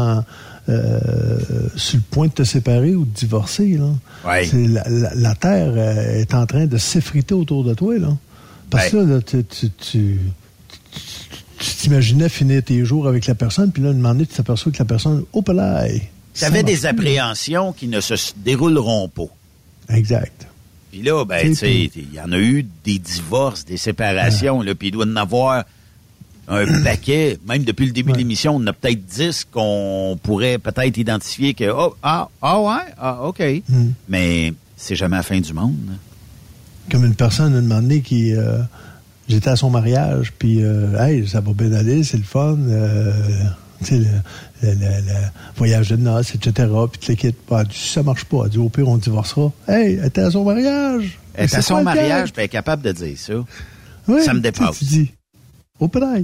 sur le point de te séparer ou de divorcer, là, c'est la terre est en train de s'effriter autour de toi, là. Parce que là, tu t'imaginais finir tes jours avec la personne, puis là, un moment donné, tu t'aperçois que la personne, hop là, tu avais des appréhensions qui ne se dérouleront pas. Exact. Puis là, ben, tu sais, il y en a eu des divorces, des séparations, là, puis il doit y en avoir un paquet. Même depuis le début de l'émission, on en a peut-être 10 qu'on pourrait peut-être identifier que, OK. Mais c'est jamais la fin du monde. Hein. Comme une personne, un moment donné, qui... j'étais à son mariage, puis, hey, ça va bien aller, c'est le fun. Tu sais, le voyage de noces, etc. Puis tu l'équites pas. Si ça marche pas, elle dit, au pire, on divorcera. Hey, elle était à son mariage. Elle était à son mariage, puis elle est capable de dire ça. Oui, ça me dépasse. Tu dis, au pire.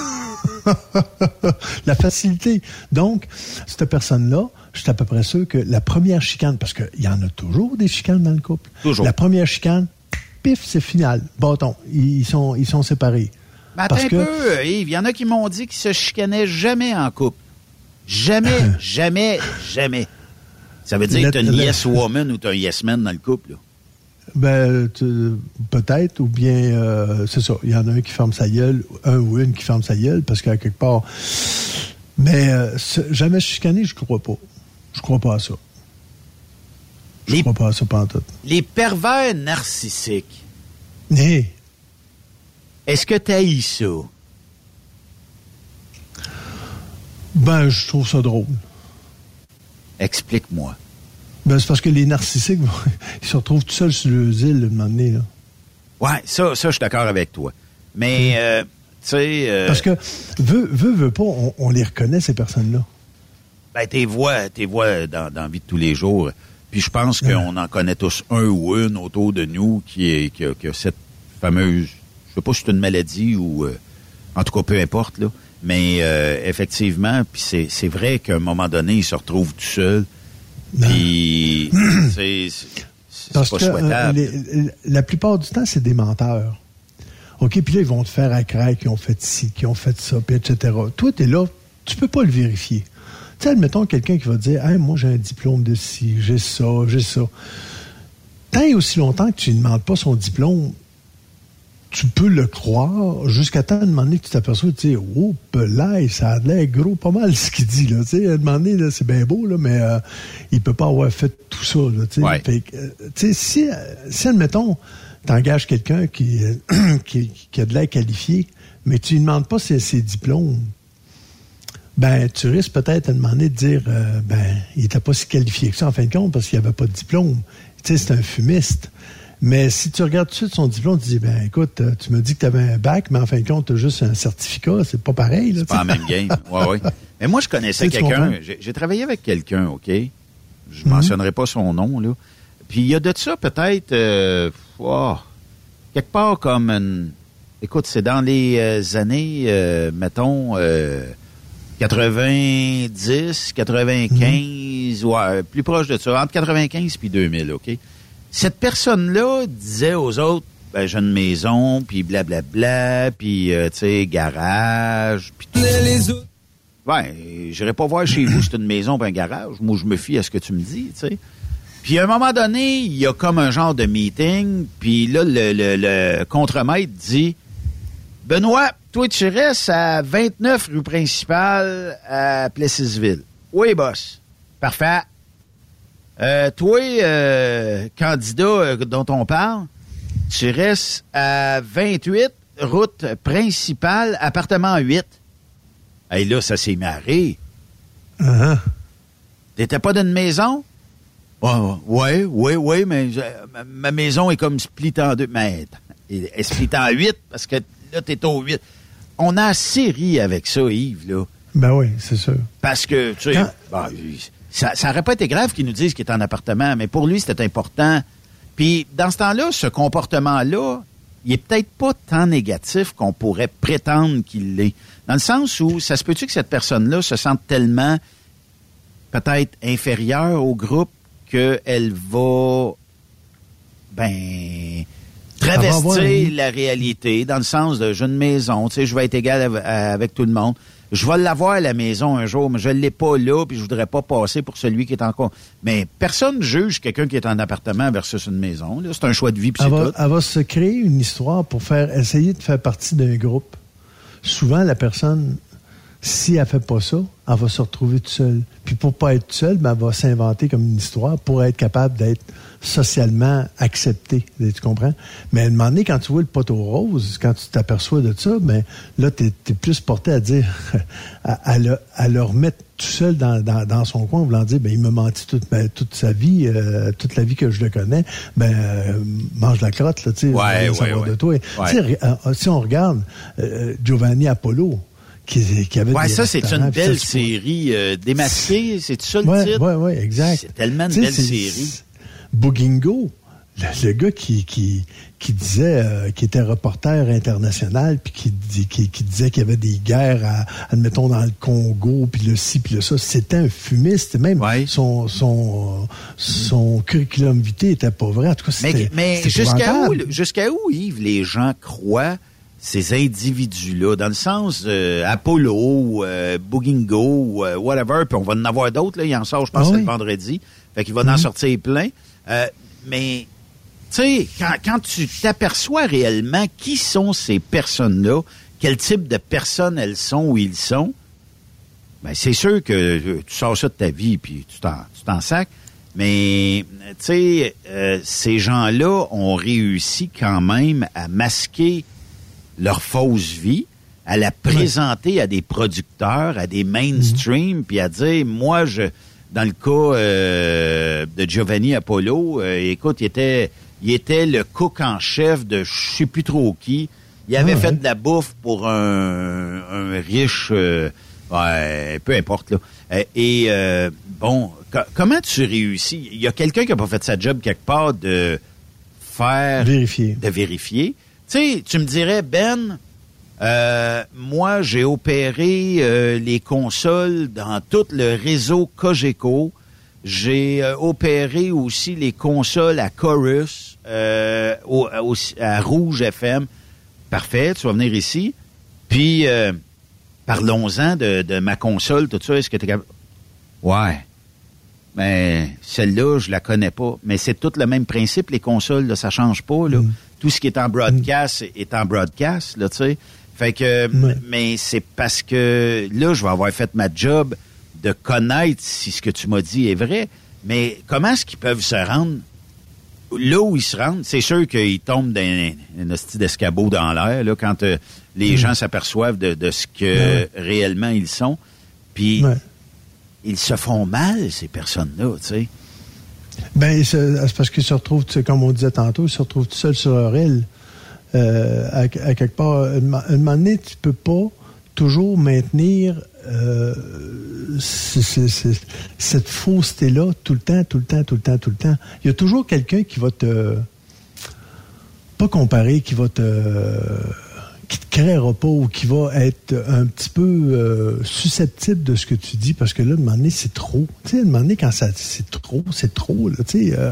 La facilité. Donc, cette personne-là, je suis à peu près sûr que la première chicane, parce qu'il y en a toujours des chicanes dans le couple. Toujours. La première chicane, pif, c'est final. Bâton. Ils sont séparés. Mais attends un peu, Yves. Il y en a qui m'ont dit qu'ils se chicanaient jamais en couple. Jamais, jamais, jamais. Ça veut dire que t'es une yes woman ou t'es un yes man dans le couple, là. Ben, peut-être, ou bien, c'est ça. Il y en a un qui ferme sa gueule, un ou une qui ferme sa gueule, parce qu'à quelque part... Mais jamais chicané, je crois pas. Je crois pas à ça. Je crois pas à ça pantoute. Les pervers narcissiques. Hey. Est-ce que t'haïs ça? Ben, je trouve ça drôle. Explique-moi. Ben, c'est parce que les narcissiques, ils se retrouvent tout seuls sur leurs îles, à un moment donné, là. Ouais, ça, je suis d'accord avec toi. Mais, tu sais... Parce que, veut pas, on les reconnaît, ces personnes-là. Ben, t'es vois dans la vie de tous les jours. Puis je pense qu'on en connaît tous un ou une autour de nous qui a cette fameuse... Je sais pas si c'est une maladie ou... en tout cas, peu importe, là. Mais effectivement, puis c'est vrai qu'à un moment donné, il se retrouve tout seul. Puis c'est pas souhaitable. La plupart du temps, c'est des menteurs. OK, puis là, ils vont te faire à craindre qu'ils ont fait ci, qu'ils ont fait ça, puis etc. Toi, t'es là, tu peux pas le vérifier. Tu sais, admettons quelqu'un qui va te dire « Hey, moi, j'ai un diplôme de ci, j'ai ça, j'ai ça. » Tant et aussi longtemps que tu ne demandes pas son diplôme, tu peux le croire jusqu'à temps de demander que tu t'aperçois et tu dis « Oh, là, ça a l'air gros pas mal ce qu'il dit. » Tu sais, à demander, là, c'est bien beau, là, mais il peut pas avoir fait tout ça. Là, tu sais. Ouais. Fait que, tu sais, si, admettons, t'engages quelqu'un qui a de l'air qualifié, mais tu ne demandes pas ses diplômes, ben, tu risques peut-être à demander de dire il n'était pas si qualifié que ça, en fin de compte, parce qu'il n'y avait pas de diplôme. Tu sais, c'est un fumiste. Mais si tu regardes tout de suite son diplôme, tu dis, ben écoute, tu me dis que tu avais un bac, mais en fin de compte, tu as juste un certificat, c'est pas pareil. Là, c'est pas la même game. Ouais. Mais moi, je connaissais quelqu'un, j'ai travaillé avec quelqu'un, OK? Je mentionnerai pas son nom, là. Puis il y a de ça peut-être, quelque part comme écoute, c'est dans les années, mettons, 90, 95, ouais, plus proche de ça, entre 95 puis 2000, OK? Cette personne-là disait aux autres, ben, j'ai une maison, puis blablabla, puis, tu sais, garage, puis tout les autres. Ouais, j'irai pas voir chez vous, c'est une maison puis un garage. Moi, je me fie à ce que tu me dis, tu sais. Puis, à un moment donné, il y a comme un genre de meeting, puis là, le contremaître dit, Benoît, toi, tu restes à 29 rue principale à Plessisville. Oui, boss. Parfait. Toi, candidat dont on parle, tu restes à 28 route principale, appartement 8. Hey, là, ça s'est marré. Uh-huh. T'étais pas d'une maison? Oui, mais ma maison est comme split en deux. Mais elle est split en 8 parce que là, t'es au 8. On a assez ri avec ça, Yves, là. Ben oui, c'est sûr. Parce que, tu sais, ça n'aurait pas été grave qu'ils nous disent qu'il est en appartement, mais pour lui, c'était important. Puis, dans ce temps-là, ce comportement-là, il est peut-être pas tant négatif qu'on pourrait prétendre qu'il l'est. Dans le sens où, ça se peut-tu que cette personne-là se sente tellement, peut-être, inférieure au groupe qu'elle va, travestir la réalité, dans le sens de j'ai une maison, tu sais, je vais être égal avec tout le monde. Je vais l'avoir à la maison un jour, mais je ne l'ai pas là, puis je voudrais pas passer pour celui qui est encore. Mais personne ne juge quelqu'un qui est en appartement versus une maison. Là. C'est un choix de vie, puis c'est tout. Elle va se créer une histoire pour essayer de faire partie d'un groupe. Souvent, la personne, si elle fait pas ça, elle va se retrouver toute seule. Puis pour pas être seule, elle va s'inventer comme une histoire pour être capable d'être socialement acceptée. Tu comprends? Mais à un moment donné, quand tu vois le poteau rose, quand tu t'aperçois de ça, ben là, t'es plus porté à dire, à le remettre tout seul dans son coin, en voulant dire, il m'a menti toute sa vie, toute la vie que je le connais, mange la crotte, là, tu sais, savoir de toi. Ouais. Si on regarde Giovanni Apollo, qui avait ça, c'est une belle série démasquée, c'est ça le titre? Oui, exact. C'est tellement une belle série. Bougingo, le gars qui disait qu'il était reporter international, puis qui disait qu'il y avait des guerres, admettons, dans le Congo, puis le ci, puis le ça. C'était un fumiste. Même son curriculum vitae était pas vrai. En tout cas, c'était jusqu'à où, Yves, les gens croient ces individus-là, dans le sens Apollo, Bougingo, whatever, puis on va en avoir d'autres, là, il en sort, je pense, le vendredi. Fait qu'il va en sortir plein. Mais, tu sais, quand tu t'aperçois réellement qui sont ces personnes-là, quel type de personnes elles sont ou ils sont, c'est sûr que tu sors ça de ta vie puis tu t'en sacs. Mais, tu sais, ces gens-là ont réussi quand même à masquer leur fausse vie, à la présenter à des producteurs, à des mainstream, puis à dire, moi, dans le cas de Giovanni Apollo, écoute, il était le cook en chef de je sais plus trop qui. Il avait fait de la bouffe pour un riche, peu importe, là. Comment tu réussis? Il y a quelqu'un qui n'a pas fait sa job quelque part de vérifier. Tu sais, tu me dirais, Ben, moi, j'ai opéré les consoles dans tout le réseau Cogeco. J'ai opéré aussi les consoles à Chorus, à Rouge FM. Parfait, tu vas venir ici. Puis, parlons-en de ma console, tout ça. Est-ce que tu es capable? Ouais. Mais celle-là, je la connais pas. Mais c'est tout le même principe, les consoles, là, ça change pas, là. Tout ce qui est en broadcast est en broadcast, là, tu sais. Fait que, mais c'est parce que là, je vais avoir fait ma job de connaître si ce que tu m'as dit est vrai. Mais comment est-ce qu'ils peuvent se rendre là où ils se rendent? C'est sûr qu'ils tombent dans un hostie d'escabeau dans l'air, là, quand les gens s'aperçoivent de ce que réellement ils sont. Puis, ils se font mal, ces personnes-là, tu sais. C'est parce qu'ils se retrouvent, comme on disait tantôt, ils se retrouvent tout seuls sur leur île. À quelque part, un moment donné, tu peux pas toujours maintenir cette fausseté-là tout le temps. Il y a toujours quelqu'un qui va pas comparer, qui te créera pas ou qui va être un petit peu susceptible de ce que tu dis, parce que là, à un moment donné, c'est trop. Tu sais, à un moment donné, quand c'est trop, là, tu sais.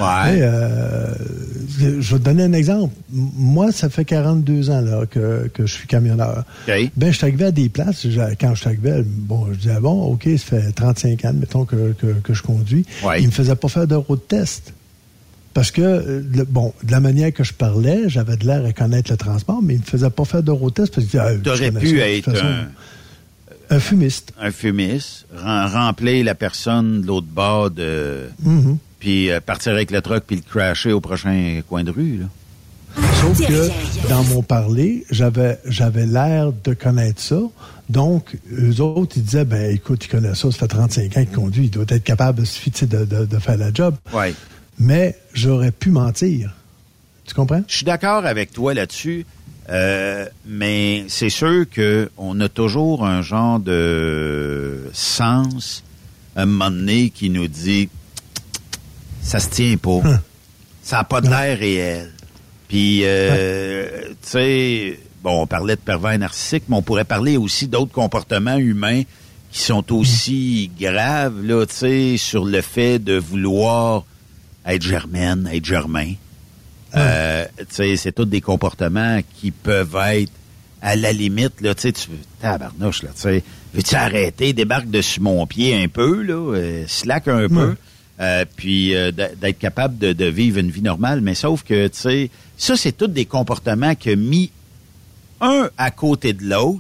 Je vais te donner un exemple. Moi, ça fait 42 ans, là, que je suis camionneur. Okay. Je suis arrivé à des places, quand je suis arrivé, je disais, OK, ça fait 35 ans, mettons, que je conduis. Ouais. Ils me faisaient pas faire de road test. Parce que, de la manière que je parlais, j'avais de l'air à connaître le transport, mais il ne me faisait pas faire d'Eurotest parce qu'il disait... T'aurais pu être un fumiste. Un fumiste, remplir la personne de l'autre bord puis partir avec le truck puis le crasher au prochain coin de rue, là. Sauf que, dans mon parler, j'avais l'air de connaître ça. Donc, eux autres, ils disaient, ben écoute, il connaît ça fait 35 ans qu'il conduit, il doit être capable de faire la job. Ouais. Mais j'aurais pu mentir. Tu comprends? Je suis d'accord avec toi là-dessus, mais c'est sûr qu'on a toujours un genre de sens, un moment donné, qui nous dit ça se tient pas. Ça n'a pas de l'air réel. Puis, tu sais, bon, on parlait de pervers narcissiques, mais on pourrait parler aussi d'autres comportements humains qui sont aussi graves, là, tu sais, sur le fait de vouloir être germaine, être germain. Tu sais, c'est tous des comportements qui peuvent être à la limite, là, tu sais, tabarnouche, là, tu sais, veux-tu arrêter, débarque dessus mon pied un peu, là, slack un peu, puis d'être capable de vivre une vie normale, mais sauf que, tu sais, ça, c'est tous des comportements que mis un à côté de l'autre,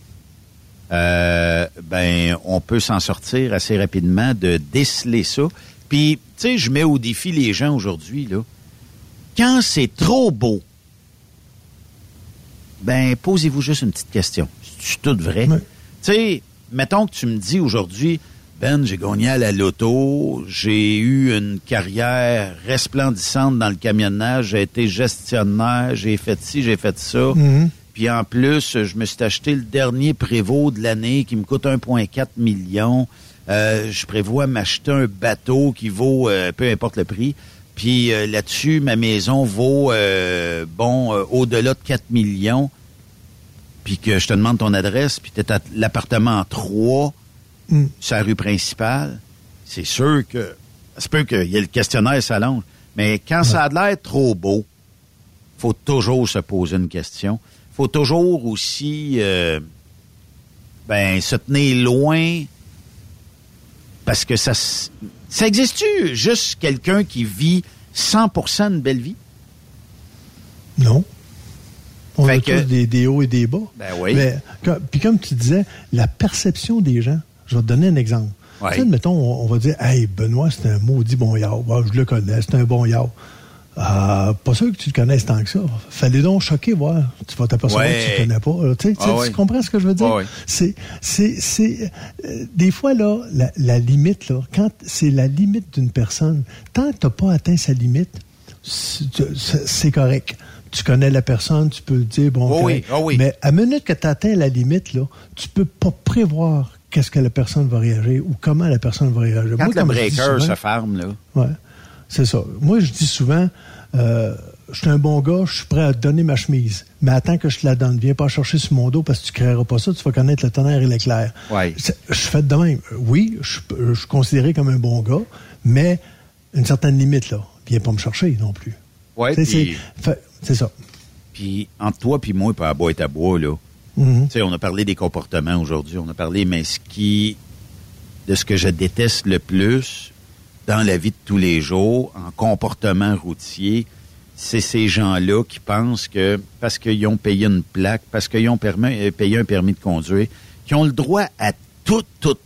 ben, on peut s'en sortir assez rapidement de déceler ça. Puis, tu sais, je mets au défi les gens aujourd'hui, là. Quand c'est trop beau, ben, posez-vous juste une petite question. C'est tout vrai. Tu sais, mettons que tu me dis aujourd'hui, Ben, j'ai gagné à la loto, j'ai eu une carrière resplendissante dans le camionnage, j'ai été gestionnaire, j'ai fait ci, j'ai fait ça. Puis en plus, je me suis acheté le dernier prévôt de l'année qui me coûte 1,4 million. Je prévois m'acheter un bateau qui vaut, peu importe le prix. Puis là-dessus, ma maison vaut, au-delà de 4 millions. Puis que je te demande ton adresse, puis t'es à l'appartement 3 sur la rue principale. C'est sûr que, ça se peut qu'il y ait le questionnaire s'allonge. Mais quand ça a l'air trop beau, faut toujours se poser une question. Faut toujours aussi, se tenir loin, parce que ça existe-tu juste quelqu'un qui vit 100% une belle vie? Non. On a tous des hauts et des bas. Ben oui. Puis comme tu disais, la perception des gens, je vais te donner un exemple. Ouais. Tu sais, admettons, on va dire, « Hey, Benoît, c'est un maudit bon yard. Je le connais, c'est un bon yard. » Pas sûr que tu le connaisses tant que ça. Fallait donc choquer, voir. Tu vas t'apercevoir que tu le connais pas. Tu comprends ce que je veux dire? C'est des fois, là, la limite, là, quand c'est la limite d'une personne, tant que tu n'as pas atteint sa limite, c'est correct. Tu connais la personne, tu peux le dire, mais à minute que tu atteins la limite, là, tu peux pas prévoir qu'est-ce que la personne va réagir ou comment la personne va réagir. Quand le breaker se ferme, là. Ouais. C'est ça. Moi, je dis souvent, je suis un bon gars, je suis prêt à te donner ma chemise. Mais attends que je te la donne. Viens pas chercher sur mon dos parce que tu créeras pas ça. Tu vas connaître le tonnerre et l'éclair. Ouais. Je fais de même. Oui, je suis considéré comme un bon gars, mais une certaine limite, là. Viens pas me chercher non plus. Oui, c'est ça. Puis, entre toi puis moi, pas à bois et à bois, là. Tu sais, on a parlé des comportements aujourd'hui. On a parlé, mais de ce que je déteste le plus dans la vie de tous les jours, en comportement routier, c'est ces gens-là qui pensent que, parce qu'ils ont payé une plaque, parce qu'ils ont payé un permis de conduire, qui ont le droit à tout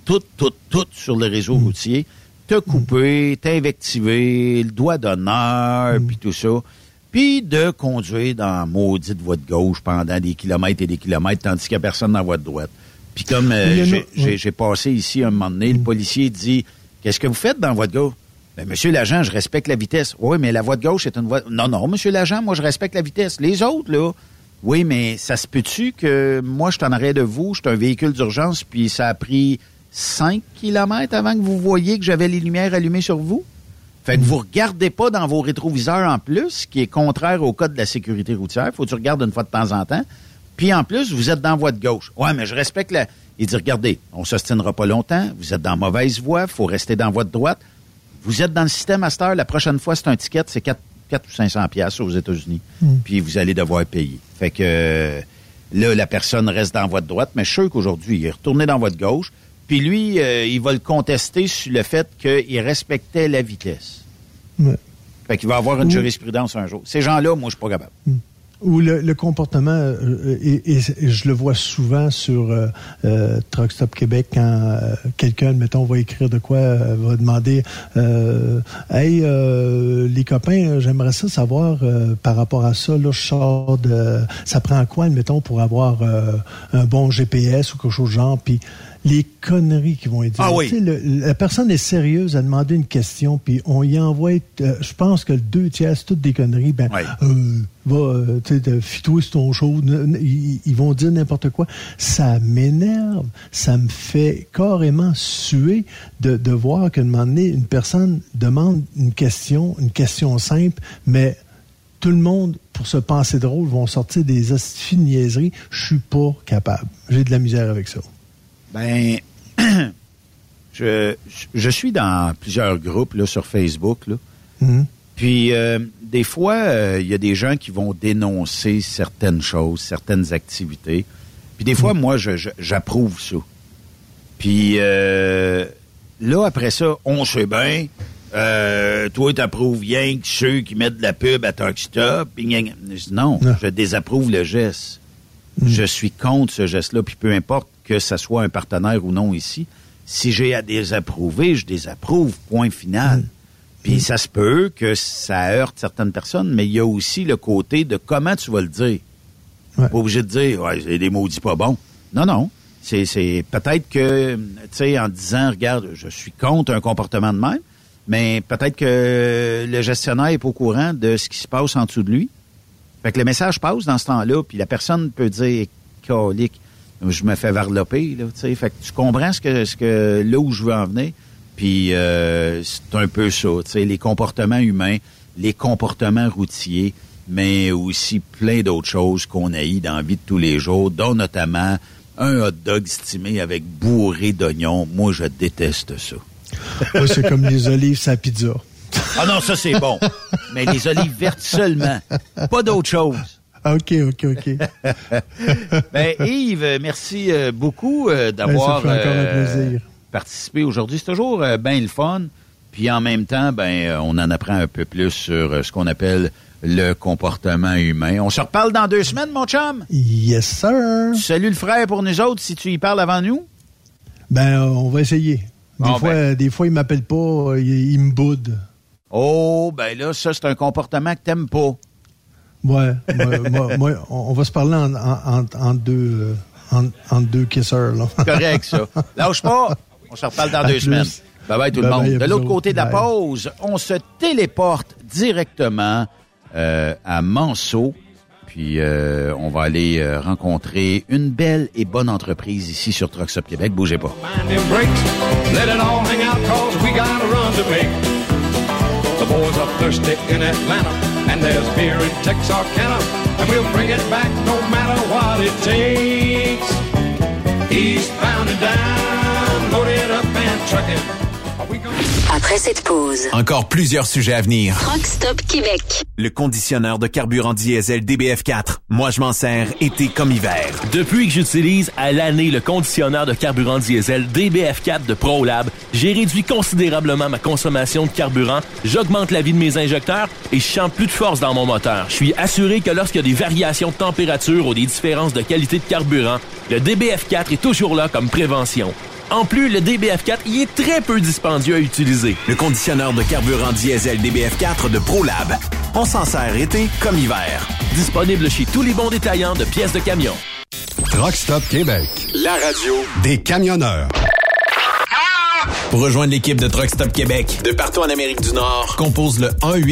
sur le réseau routier, te couper, t'invectiver, le doigt d'honneur, puis tout ça, puis de conduire dans la maudite voie de gauche pendant des kilomètres et des kilomètres, tandis qu'il n'y a personne dans la voie de droite. Puis comme j'ai passé ici un moment donné, le policier dit... Qu'est-ce que vous faites dans la voie de gauche? Ben, monsieur l'agent, je respecte la vitesse. Oui, mais la voie de gauche, c'est une voie... Non, monsieur l'agent, moi, je respecte la vitesse. Les autres, là... Oui, mais ça se peut-tu que moi, je suis en arrêt de vous, je suis un véhicule d'urgence, puis ça a pris 5 kilomètres avant que vous voyiez que j'avais les lumières allumées sur vous? Fait que vous regardez pas dans vos rétroviseurs en plus, ce qui est contraire au code de la sécurité routière. Faut que tu regardes une fois de temps en temps. Puis en plus, vous êtes dans la voie de gauche. Ouais, mais je respecte la... Il dit, regardez, on s'ostinera pas longtemps, vous êtes dans mauvaise voie, faut rester dans la voie de droite. Vous êtes dans le système à cette heure, la prochaine fois, c'est un ticket, c'est 4 ou 500 piastres aux États-Unis. Puis vous allez devoir payer. Fait que là, la personne reste dans la voie de droite, mais je suis sûr qu'aujourd'hui, il est retourné dans la voie de gauche. Puis lui, il va le contester sur le fait qu'il respectait la vitesse. Ouais. Fait qu'il va avoir une jurisprudence un jour. Ces gens-là, moi, je suis pas capable. Ou le comportement, et je le vois souvent sur Truck Stop Québec, quand quelqu'un, admettons, va écrire de quoi, va demander hey, les copains, j'aimerais ça savoir par rapport à ça, là, je sors de... Ça prend quoi, admettons, pour avoir un bon GPS ou quelque chose de genre, puis les conneries qui vont être dites. Ah oui. La personne est sérieuse à demander une question, puis on y envoie, je pense que le 2/3, c'est toutes des conneries. Ben, fis-toi sur ton show. Ils vont dire n'importe quoi. Ça m'énerve. Ça me fait carrément suer de voir qu'à un moment donné, une personne demande une question simple, mais tout le monde, pour se penser drôle, vont sortir des astuces de niaiseries. Je suis pas capable. J'ai de la misère avec ça. Ben, je suis dans plusieurs groupes là, sur Facebook. Là. Mm-hmm. Puis, des fois, il y a des gens qui vont dénoncer certaines choses, certaines activités. Puis, des fois, moi, j'approuve ça. Puis, là, après ça, on sait bien, toi, t'approuves rien que ceux qui mettent de la pub à Truck Stop. Non, je désapprouve le geste. Je suis contre ce geste-là, puis peu importe que ça soit un partenaire ou non ici, si j'ai à désapprouver, je désapprouve, point final. Puis ça se peut que ça heurte certaines personnes, mais il y a aussi le côté de comment tu vas le dire. Pas obligé de dire, ouais, c'est des maudits pas bons. Non. C'est peut-être que, tu sais, en disant, regarde, je suis contre un comportement de même, mais peut-être que le gestionnaire est pas au courant de ce qui se passe en dessous de lui. Fait que le message passe dans ce temps-là, puis la personne peut dire, calique, je me fais varloper, là, tu sais. Fait que tu comprends ce que là où je veux en venir. Puis c'est un peu ça, tu sais, les comportements humains, les comportements routiers, mais aussi plein d'autres choses qu'on haït dans la vie de tous les jours, dont notamment un hot dog estimé avec bourré d'oignons. Moi, je déteste ça. Moi, c'est comme les olives sa pizza. Ah non, ça, c'est bon. Mais les olives vertes seulement. Pas d'autre chose. OK. Ben, Yves, merci beaucoup d'avoir participé aujourd'hui. C'est toujours bien le fun. Puis en même temps, on en apprend un peu plus sur ce qu'on appelle le comportement humain. On se reparle dans 2 semaines, mon chum? Yes, sir. Salut le frère pour nous autres, si tu y parles avant nous? Ben, on va essayer. Des fois, il m'appelle pas, il me boude. Oh, ben là, ça, c'est un comportement que t'aimes pas. Ouais, moi, on va se parler en deux kisseurs, là. Correct, ça. Lâche pas. On se reparle dans 2 semaines. Bye-bye tout le monde. De l'autre côté de la pause, on se téléporte directement à Manceau. Puis on va aller rencontrer une belle et bonne entreprise ici sur Truck Stop Québec. Bougez pas. The boys are thirsty in Atlanta, and there's beer in Texarkana, and we'll bring it back no matter what it takes. Eastbound and down, loaded up and trucking. Après cette pause, encore plusieurs sujets à venir. Truck Stop Québec. Le conditionneur de carburant diesel DBF4. Moi, je m'en sers été comme hiver. Depuis que j'utilise à l'année le conditionneur de carburant diesel DBF4 de ProLab, j'ai réduit considérablement ma consommation de carburant, j'augmente la vie de mes injecteurs et je sens plus de force dans mon moteur. Je suis assuré que lorsqu'il y a des variations de température ou des différences de qualité de carburant, le DBF4 est toujours là comme prévention. En plus, le DBF4 y est très peu dispendieux à utiliser. Le conditionneur de carburant diesel DBF4 de ProLab. On s'en sert été comme hiver. Disponible chez tous les bons détaillants de pièces de camion. Truck Stop Québec. La radio des camionneurs. Pour rejoindre l'équipe de Truck Stop Québec, de partout en Amérique du Nord, compose le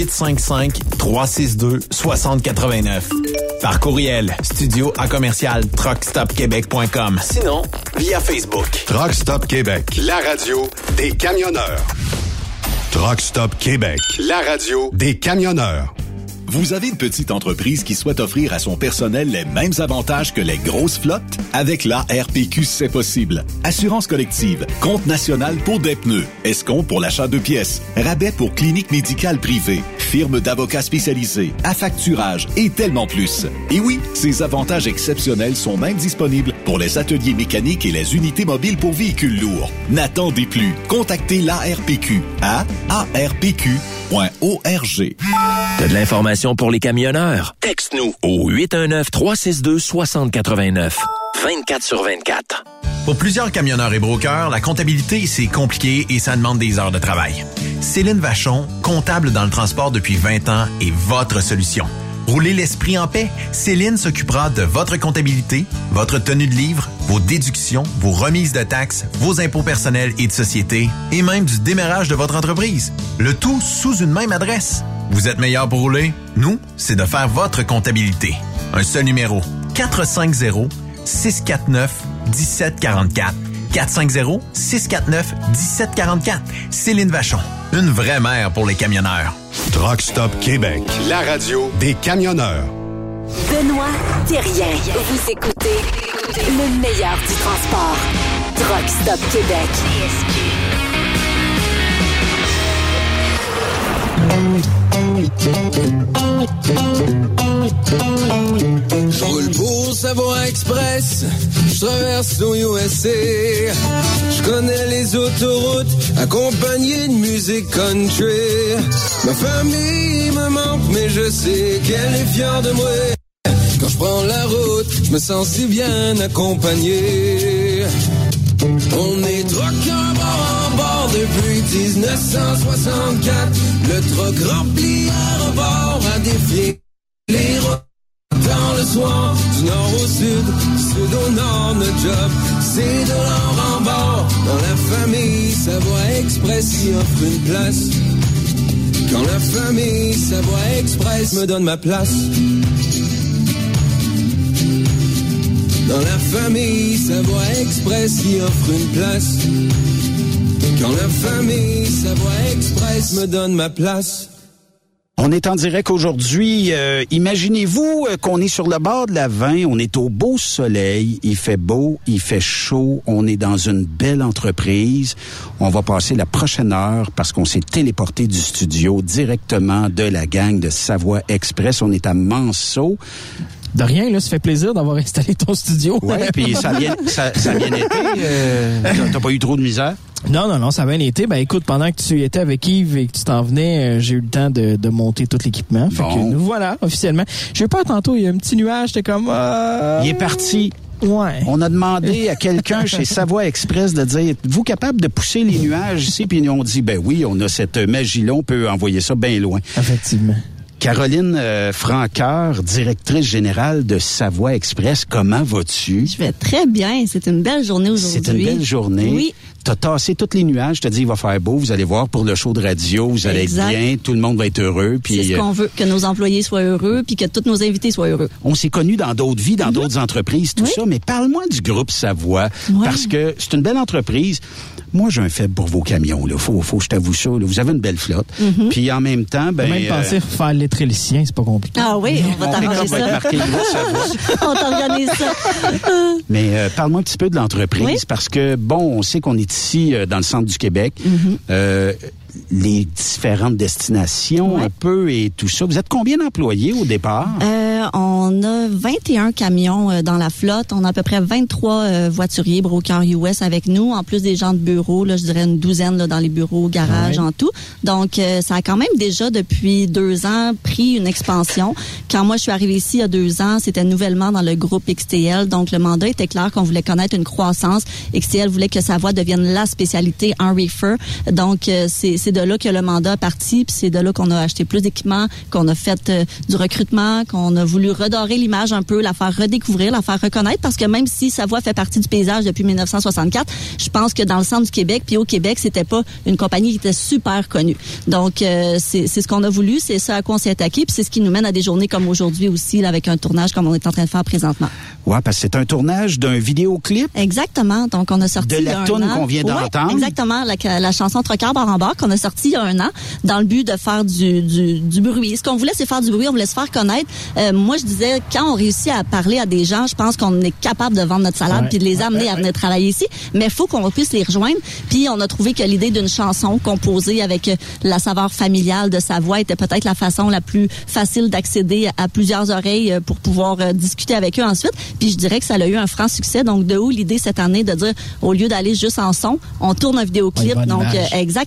1-855-362-6089. Par courriel, studio@truckstopquebec.com. Sinon, via Facebook. Truck Stop Québec, la radio des camionneurs. Truck Stop Québec, la radio des camionneurs. Vous avez une petite entreprise qui souhaite offrir à son personnel les mêmes avantages que les grosses flottes? Avec la RPQ, c'est possible. Assurance collective, compte national pour des pneus, escompte pour l'achat de pièces, rabais pour clinique médicale privée, firme d'avocats spécialisés, affacturage et tellement plus. Et oui, ces avantages exceptionnels sont même disponibles pour les ateliers mécaniques et les unités mobiles pour véhicules lourds. N'attendez plus. Contactez l'ARPQ à arpq.ca. T'as de l'information pour les camionneurs? Texte-nous au 819-362-6089. 24/24. Pour plusieurs camionneurs et brokers, la comptabilité, c'est compliqué et ça demande des heures de travail. Céline Vachon, comptable dans le transport depuis 20 ans, est votre solution. Roulez l'esprit en paix. Céline s'occupera de votre comptabilité, votre tenue de livre, vos déductions, vos remises de taxes, vos impôts personnels et de société, et même du démarrage de votre entreprise. Le tout sous une même adresse. Vous êtes meilleur pour rouler? Nous, c'est de faire votre comptabilité. Un seul numéro. 450-649-1744. 450-649-1744. Céline Vachon. Une vraie mère pour les camionneurs. Truck Stop Québec, la radio des camionneurs. Benoît Thérien. Vous écoutez le meilleur du transport. Truck Stop Québec. Je roule pour Savoie Express, je traverse l'USA. Je connais les autoroutes, accompagné de musique country. Ma famille me manque, mais je sais qu'elle est fière de moi. Quand je prends la route, je me sens si bien accompagné. On est truckers bord en bord depuis 1964. Le truck rempli à rebord a défié les routes dans le soir. Du nord au sud, du sud au nord, notre job, c'est de l'or en bord. Dans la famille Savoie Express y offre une place. Quand la famille Savoie Express me donne ma place. Dans la famille Savoie Express y offre une place. Quand la famille Savoie Express me donne ma place. On est en direct aujourd'hui. Imaginez-vous qu'on est sur le bord de la 20, on est au beau soleil, il fait beau, il fait chaud, on est dans une belle entreprise. On va passer la prochaine heure parce qu'on s'est téléporté du studio directement de la gang de Savoie Express. On est à Manceau. De rien, là, ça fait plaisir d'avoir installé ton studio. Ouais, puis ça a bien été. T'as pas eu trop de misère? Non, ça a bien été. Ben écoute, pendant que tu étais avec Yves et que tu t'en venais, j'ai eu le temps de monter tout l'équipement. Fait que nous voilà, officiellement. Je sais pas, tantôt, il y a un petit nuage, j'étais comme... Il est parti. Ouais. On a demandé à quelqu'un chez Savoie Express de dire, êtes-vous capable de pousser les nuages ici? Puis ils ont dit, ben oui, on a cette magie-là, on peut envoyer ça bien loin. Effectivement. Caroline Francoeur, directrice générale de Savoie Express, comment vas-tu? Je vais très bien. C'est une belle journée aujourd'hui. C'est une belle journée. Oui. T'as tassé tous les nuages. Je te dis, il va faire beau. Vous allez voir pour le show de radio. Vous allez être bien. Tout le monde va être heureux. Puis, c'est ce qu'on veut, que nos employés soient heureux puis que tous nos invités soient heureux. On s'est connus dans d'autres vies, dans d'autres entreprises, tout ça. Mais parle-moi du groupe Savoie. Parce que c'est une belle entreprise. Moi, j'ai un faible pour vos camions. Là. Faut que je t'avoue ça. Là. Vous avez une belle flotte. Puis en même temps, ben... On peut même penser faire lettrer le sien, c'est pas compliqué. Ah oui, on va t'arranger ça. On t'organise ça. Mais parle-moi un petit peu de l'entreprise, parce que, bon, on sait qu'on est ici dans le centre du Québec. Les différentes destinations un peu et tout ça. Vous êtes combien d'employés au départ? On a 21 camions dans la flotte. On a à peu près 23 voituriers brokers US avec nous, en plus des gens de bureau, là, je dirais une douzaine là, dans les bureaux, garages, en tout. Donc, ça a quand même déjà, depuis 2 ans, pris une expansion. Quand moi, je suis arrivée ici il y a 2 ans, c'était nouvellement dans le groupe XTL. Donc, le mandat était clair qu'on voulait connaître une croissance. XTL voulait que Savoie devienne la spécialité en reefer. Donc, c'est de là que le mandat est parti, puis c'est de là qu'on a acheté plus d'équipements, qu'on a fait du recrutement, qu'on a voulu redorer l'image un peu, la faire redécouvrir, la faire reconnaître, parce que même si Savoie fait partie du paysage depuis 1964, je pense que dans le centre du Québec, puis au Québec, c'était pas une compagnie qui était super connue. Donc, c'est ce qu'on a voulu, c'est ça à quoi on s'est attaqué, puis c'est ce qui nous mène à des journées comme aujourd'hui aussi, là, avec un tournage comme on est en train de faire présentement. Ouais, parce que c'est un tournage d'un vidéoclip. Exactement. Donc, on a sorti de la toune qu'on vient d'entendre. Exactement. La chanson Trucker bar en bar qu'on a sorti il y a 1 an, dans le but de faire du bruit. Ce qu'on voulait, c'est faire du bruit, on voulait se faire connaître. Moi, je disais, quand on réussit à parler à des gens, je pense qu'on est capable de vendre notre salade puis de les amener à venir travailler ici, mais il faut qu'on puisse les rejoindre. Puis, on a trouvé que l'idée d'une chanson composée avec la saveur familiale de Savoie était peut-être la façon la plus facile d'accéder à plusieurs oreilles pour pouvoir discuter avec eux ensuite. Puis, je dirais que ça a eu un franc succès. Donc, de où l'idée cette année de dire, au lieu d'aller juste en son, on tourne un vidéoclip. Donc, exactement. Fait qu'aujourd'hui,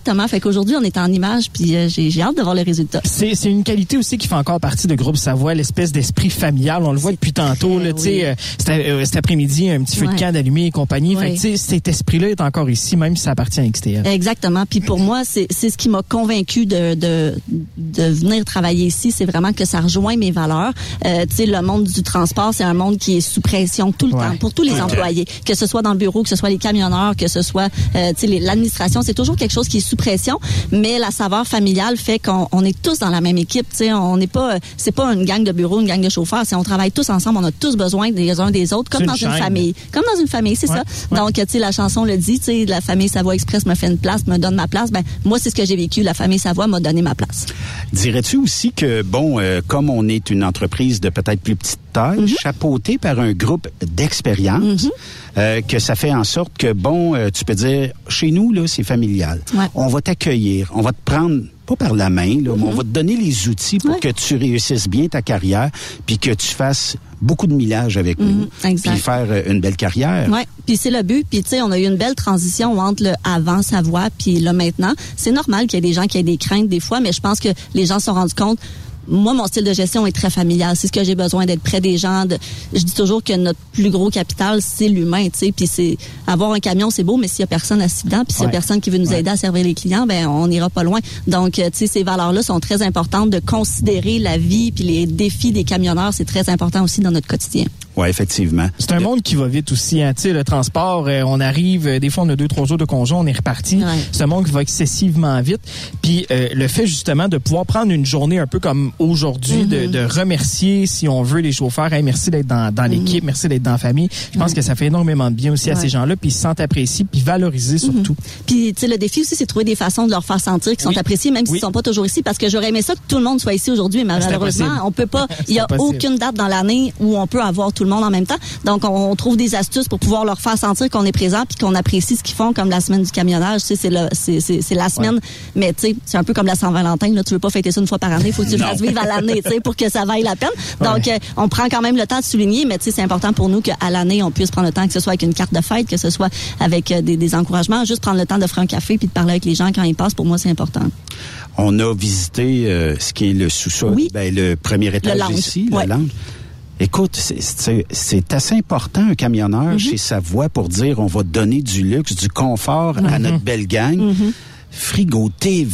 qu'aujourd'hui, on est en image, puis j'ai hâte de voir le résultat. C'est une qualité aussi qui fait encore partie de Groupe Savoie, l'espèce d'esprit familial. On le voit depuis tantôt, là, tu sais, cet après-midi, un petit feu de camp d'allumé et compagnie. Fait que, tu sais, cet esprit-là est encore ici, même si ça appartient à XTL. Exactement. Puis pour moi, c'est ce qui m'a convaincu de venir travailler ici. C'est vraiment que ça rejoint mes valeurs. Tu sais, le monde du transport, c'est un monde qui est sous pression tout le temps pour tous les employés, que ce soit dans le bureau, que ce soit les camionneurs, que ce soit tu sais, l'administration. C'est toujours quelque chose qui est sous pression, mais la saveur familiale fait qu'on est tous dans la même équipe. Tu sais, on n'est pas, c'est pas une gang de bureau, une gang de chauffeurs. On travaille tous ensemble. On a tous besoin des uns des autres, comme dans une famille. Comme dans une famille, c'est ça. Donc, tu sais, la chanson le dit, tu sais, la famille Savoie Express me fait une place, me donne ma place. Ben, moi, c'est ce que j'ai vécu. La famille Savoie m'a donné ma place. Dirais-tu aussi que, bon, comme on est une entreprise de peut-être plus petite taille, chapeautée par un groupe d'expérience, que ça fait en sorte que, bon, tu peux dire, chez nous, là, c'est familial. On va t'accueillir, on va te prendre, pas par la main, là, mais on va te donner les outils pour que tu réussisses bien ta carrière, puis que tu fasses beaucoup de millage avec nous, puis faire une belle carrière. Oui, puis c'est le but. Puis tu sais, on a eu une belle transition entre le avant Savoie puis le maintenant. C'est normal qu'il y ait des gens qui aient des craintes des fois, mais je pense que les gens se sont rendus compte. Moi, mon style de gestion est très familial. C'est ce que j'ai besoin, d'être près des gens. Je dis toujours que notre plus gros capital, c'est l'humain, tu sais. Puis c'est avoir un camion, c'est beau, mais s'il y a personne assis dedans, puis s'il y a personne qui veut nous aider à servir les clients, ben on n'ira pas loin. Donc, tu sais, ces valeurs-là sont très importantes de considérer la vie puis les défis des camionneurs. C'est très important aussi dans notre quotidien. Oui, effectivement. C'est un monde qui va vite aussi. Hein. Tu sais, le transport, on arrive, des fois on a 2-3 jours de congé, on est reparti. C'est un monde qui va excessivement vite. Puis le fait justement de pouvoir prendre une journée un peu comme aujourd'hui, de remercier, si on veut, les chauffeurs. Hey, merci d'être dans l'équipe, merci d'être dans la famille. Je pense que ça fait énormément de bien aussi à ces gens-là, puis ils se sentent appréciés, puis valorisés surtout. Puis tu sais, le défi aussi, c'est de trouver des façons de leur faire sentir qu'ils sont appréciés, même s'ils sont pas toujours ici, parce que j'aurais aimé ça que tout le monde soit ici aujourd'hui, mais malheureusement, on peut pas. Il y a aucune date dans l'année où on peut avoir tout le monde en même temps. Donc, on trouve des astuces pour pouvoir leur faire sentir qu'on est présent puis qu'on apprécie ce qu'ils font, comme la semaine du camionnage. Tu sais, c'est la semaine, mais tu sais, c'est un peu comme la Saint-Valentin. Là, tu veux pas fêter ça une fois par année, il faut que tu le fasses vivre à l'année, tu sais, pour que ça vaille la peine. Donc, on prend quand même le temps de souligner, mais tu sais, c'est important pour nous qu'à l'année, on puisse prendre le temps, que ce soit avec une carte de fête, que ce soit avec des encouragements, juste prendre le temps d'offrir un café puis de parler avec les gens quand ils passent. Pour moi, c'est important. On a visité ce qui est le sous-sol, le premier étage ici, la lounge. Écoute, c'est assez important, un camionneur chez Savoie, pour dire on va donner du luxe, du confort à notre belle gang. Frigo,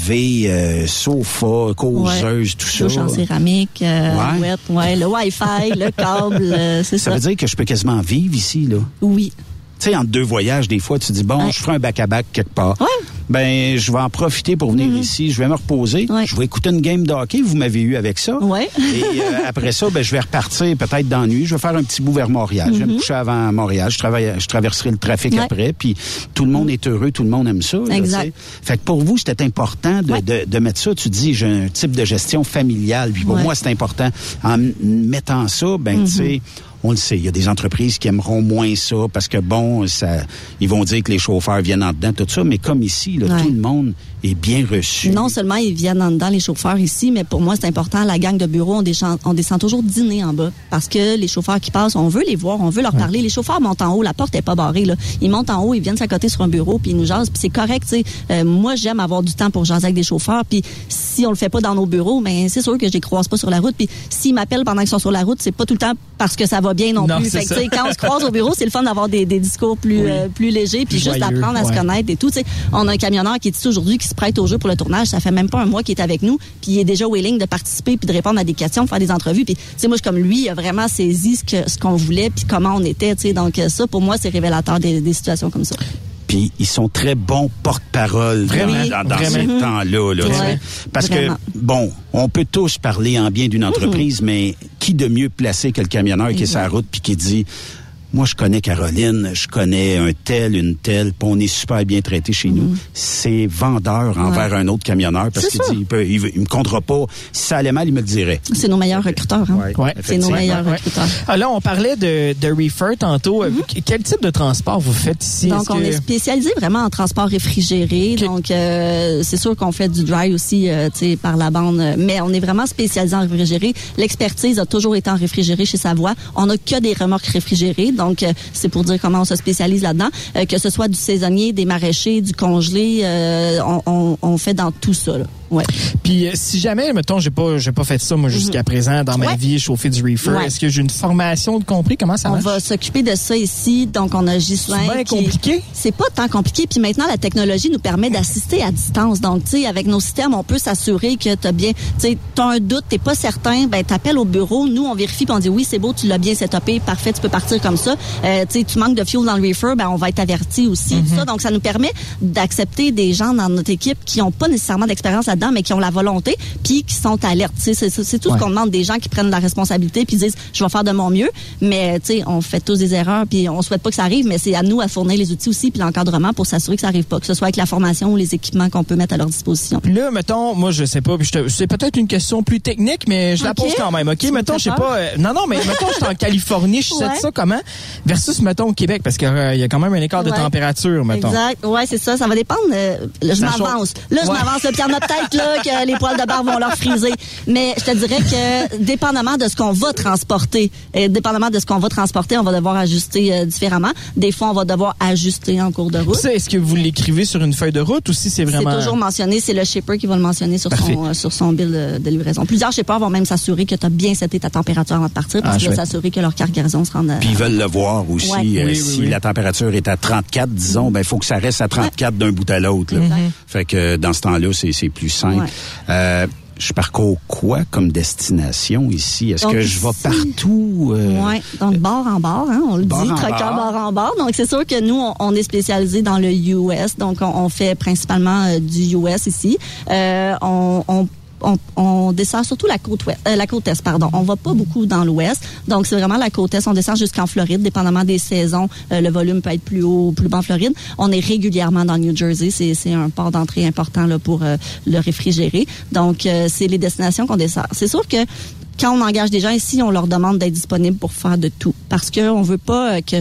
TV, sofa, causeuse, tout ça. Douche en céramique, le Wi-Fi, le câble, c'est ça. Ça veut dire que je peux quasiment vivre ici, là? Oui. Tu sais, entre deux voyages, des fois, tu dis, bon, je ferai un back-à-back quelque part. Ben, je vais en profiter pour venir ici. Je vais me reposer. Je vais écouter une game de hockey. Vous m'avez eu avec ça. Et après ça, ben, je vais repartir peut-être dans la nuit. Je vais faire un petit bout vers Montréal. Je vais me coucher avant Montréal. Je traverserai le trafic après. Puis tout le monde est heureux. Tout le monde aime ça. Exact. Là, fait que pour vous, c'était important de mettre ça. Tu dis, j'ai un type de gestion familiale. Puis pour moi, c'est important. En mettant ça, ben, tu sais, on le sait, il y a des entreprises qui aimeront moins ça parce que, bon, ils vont dire que les chauffeurs viennent en dedans, tout ça, mais comme ici, là, tout le monde est bien reçu. Non seulement ils viennent en dedans, les chauffeurs ici, mais pour moi, c'est important, la gang de bureau, on descend toujours dîner en bas parce que les chauffeurs qui passent, on veut les voir, on veut leur parler. Les chauffeurs montent en haut, la porte est pas barrée, là. Ils montent en haut, ils viennent s'accoter sur un bureau, puis ils nous jasent, puis c'est correct, tu sais. Moi, j'aime avoir du temps pour jaser avec des chauffeurs, puis si on le fait pas dans nos bureaux, ben c'est sûr que je les croise pas sur la route, puis s'ils m'appellent pendant qu'ils sont sur la route, c'est pas tout le temps parce que ça va bien non plus. Fait que, quand on se croise au bureau, c'est le fun d'avoir des discours plus légers, puis juste d'apprendre à se connaître et tout. T'sais, on a un camionneur qui est ici aujourd'hui qui se prête au jeu pour le tournage. Ça fait même pas un mois qu'il est avec nous, puis il est déjà willing de participer puis de répondre à des questions, de faire des entrevues. Puis moi, je comme lui, il a vraiment saisi ce qu'on voulait puis comment on était. T'sais. Donc ça, pour moi, c'est révélateur des situations comme ça. Puis ils sont très bons porte-parole dans ce temps-là. Là, parce que, bon, on peut tous parler en bien d'une entreprise, mais qui de mieux placé que le camionneur qui est sur la route puis qui dit... Moi, je connais Caroline, je connais un tel, une telle, puis on est super bien traité chez nous. C'est vendeur envers un autre camionneur parce qu'il dit, il me comptera pas. Si ça allait mal, il me le dirait. C'est nos meilleurs recruteurs. Hein? C'est nos meilleurs recruteurs. Ah, là, on parlait de reefer tantôt. Quel type de transport vous faites ici? Donc, on est spécialisé vraiment en transport réfrigéré. Donc, c'est sûr qu'on fait du dry aussi par la bande, mais on est vraiment spécialisé en réfrigéré. L'expertise a toujours été en réfrigéré chez Savoie. On n'a que des remorques réfrigérées. Donc, Donc, c'est pour dire comment on se spécialise là-dedans. Que ce soit du saisonnier, des maraîchers, du congelé, on fait dans tout ça, là. Ouais. Puis si jamais, mettons, j'ai pas fait ça moi jusqu'à présent dans ma vie, chauffer du reefer, est-ce que j'ai une formation de compris comment ça marche? On va s'occuper de ça ici. Donc on a Ghislain. C'est bien compliqué? C'est pas tant compliqué. Puis maintenant la technologie nous permet d'assister à distance. Donc tu sais, avec nos systèmes, on peut s'assurer que t'as bien, tu sais, t'as un doute, t'es pas certain, ben t'appelles au bureau. Nous on vérifie puis on dit oui c'est beau, tu l'as bien setupé, parfait, tu peux partir comme ça. Tu sais, tu manques de fuel dans le reefer, ben on va être averti aussi. Tout ça. Donc ça nous permet d'accepter des gens dans notre équipe qui ont pas nécessairement d'expérience là-dedans, mais qui ont la volonté, puis qui sont alertes. C'est tout ce qu'on demande des gens qui prennent la responsabilité, puis disent je vais faire de mon mieux. Mais tu sais, on fait tous des erreurs, puis on souhaite pas que ça arrive, mais c'est à nous à fournir les outils aussi, puis l'encadrement pour s'assurer que ça arrive pas, que ce soit avec la formation ou les équipements qu'on peut mettre à leur disposition. Puis là, mettons, moi je sais pas, puis c'est peut-être une question plus technique, mais je la pose quand même. Ok, mettons, je sais pas. Non, mais mettons, je suis en Californie, je sais ça comment versus mettons au Québec, parce qu'il y a quand même un écart de température, mettons. Exact. Ouais, c'est ça. Ça va dépendre. Je m'avance. Là, je m'avance. Puis il y en a peut-être là que les poils de barbe vont leur friser. Mais je te dirais que dépendamment de ce qu'on va transporter, on va devoir ajuster différemment. Des fois, on va devoir ajuster en cours de route. Ça, est-ce que vous l'écrivez sur une feuille de route ou si c'est vraiment... C'est toujours mentionné. C'est le shipper qui va le mentionner sur son bill de livraison. Plusieurs shippers vont même s'assurer que tu as bien seté ta température avant de partir parce qu'ils veulent s'assurer que leur cargaison se rende... Puis ils veulent le voir aussi. Si la température est à 34, disons, ben il faut que ça reste à 34 d'un bout à l'autre. Fait que dans ce temps-là, c'est plus simple. Je parcours quoi comme destination ici? Est-ce que je vais partout? Oui, donc bord en bord, hein, on le dit, trucker bord en bord. Donc c'est sûr que nous, on est spécialisé dans le US, donc on fait principalement du US ici. On dessert surtout la côte est, pardon. On va pas beaucoup dans l'ouest. Donc, c'est vraiment la côte est. On dessert jusqu'en Floride, dépendamment des saisons. Le volume peut être plus haut ou plus bas en Floride. On est régulièrement dans le New Jersey. C'est un port d'entrée important là pour le réfrigérer. Donc, c'est les destinations qu'on dessert. C'est sûr que quand on engage des gens ici, on leur demande d'être disponibles pour faire de tout. Parce que on veut pas que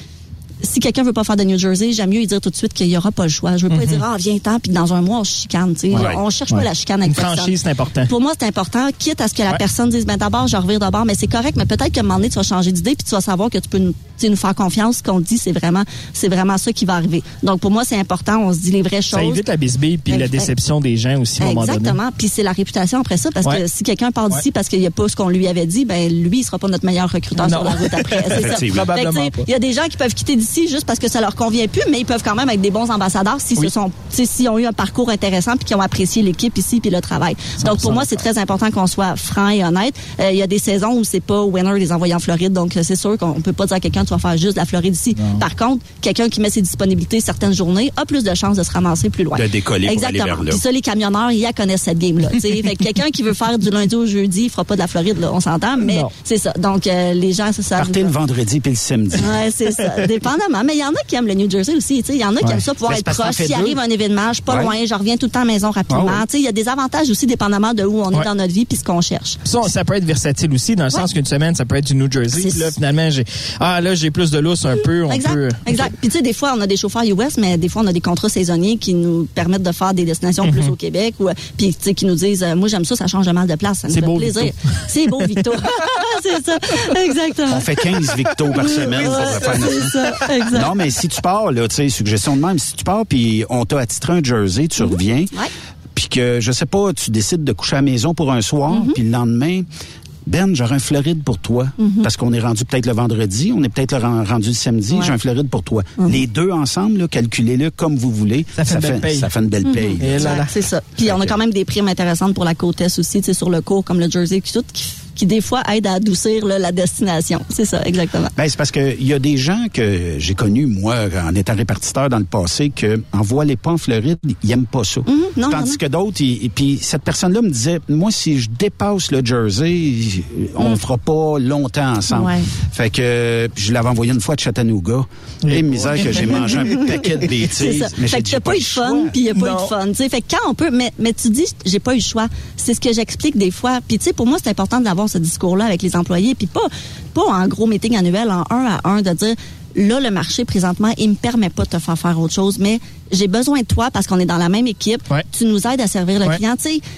si quelqu'un veut pas faire de New Jersey, j'aime mieux lui dire tout de suite qu'il y aura pas le choix. Je veux pas dire viens-t'en puis dans un mois on se chicane, tu sais. On cherche pas la chicane avec personne. Une franchise, c'est important. Pour moi, c'est important, quitte à ce que la personne dise d'abord je revire d'abord, mais c'est correct, mais peut-être qu'à un moment donné tu vas changer d'idée puis tu vas savoir que tu peux nous faire confiance, ce qu'on dit c'est vraiment ça qui va arriver. Donc pour moi, c'est important, on se dit les vraies choses. Ça évite la bisbille puis la déception des gens aussi à un moment donné. Exactement, puis c'est la réputation après ça parce que si quelqu'un part d'ici parce qu'il y a pas ce qu'on lui avait dit, ben lui il sera pas notre meilleur recruteur sur la route après. C'est ça. Probablement. Il y a des gens qui peuvent quitter d'ici juste parce que ça leur convient plus, mais ils peuvent quand même être des bons ambassadeurs s'ils ont eu un parcours intéressant puis qu'ils ont apprécié l'équipe ici puis le travail. Donc pour moi, c'est très important qu'on soit franc et honnête. Il y a des saisons où c'est pas winner les envoyer en Floride, donc c'est sûr qu'on peut pas dire à quelqu'un tu vas faire juste la Floride ici. Non. Par contre, quelqu'un qui met ses disponibilités certaines journées a plus de chances de se ramasser plus loin. De décoller pour aller vers là. Puis ça, les camionneurs, ils connaissent cette game-là. Fait que quelqu'un qui veut faire du lundi au jeudi, il fera pas de la Floride, là, on s'entend, mais c'est ça. Donc les gens, c'est ça. Partez le vendredi puis le samedi. Ouais, c'est ça. Dépendamment. Mais il y en a qui aiment le New Jersey aussi. Il y en a qui aiment ça pouvoir être proche. S'il arrive un événement, je suis pas loin, je reviens tout le temps à la maison rapidement. Il y a des avantages aussi dépendamment de où on est dans notre vie puis ce qu'on cherche. Ça peut être versatile aussi dans le sens qu'une semaine, ça peut être du New Jersey. Là, finalement, j'ai plus de lousse un peu. Exact. Puis tu sais, des fois, on a des chauffeurs US, mais des fois, on a des contrats saisonniers qui nous permettent de faire des destinations plus au Québec. Puis tu sais, qui nous disent, moi, j'aime ça change mal de place. Ça nous fait plaisir. Victo. C'est beau, Victo. C'est ça. Exactement. On fait 15 Victo par semaine. C'est ça. Exact. Non, mais si tu pars, là, tu sais, suggestion de même, si tu pars puis on t'a attitré un jersey, tu reviens, puis que, je sais pas, tu décides de coucher à la maison pour un soir, puis le lendemain, j'aurai un Floride pour toi. Parce qu'on est rendu peut-être le vendredi, on est peut-être rendu le samedi, j'ai un Floride pour toi. Les deux ensemble, là, calculez-le comme vous voulez. Ça fait une belle paye. C'est ça. Puis on a quand même des primes intéressantes pour la côte est aussi, tu sais, sur le cours, comme le Jersey, qui des fois aident à adoucir la destination. C'est ça, exactement. C'est parce que il y a des gens que j'ai connus, moi, en étant répartiteur dans le passé, que envoie-les pas en Floride, ils aiment pas ça. Tandis que d'autres, et puis cette personne-là me disait, moi, si je dépasse le Jersey, on fera pas longtemps ensemble. Fait que je l'avais envoyé une fois de Chattanooga. Et misère que j'ai mangé un paquet de bêtises. Mais fait que t'as pas eu de fun, puis il y a pas eu de fun. T'sais, fait que quand on peut, mais tu dis, j'ai pas eu le choix. C'est ce que j'explique des fois. Puis tu sais, pour moi, c'est important d'avoir ce discours-là avec les employés, puis pas en gros meeting annuel, en 1 à 1, de dire, là, le marché, présentement, il me permet pas de te faire autre chose, mais j'ai besoin de toi parce qu'on est dans la même équipe. Tu nous aides à servir le client. Tu sais,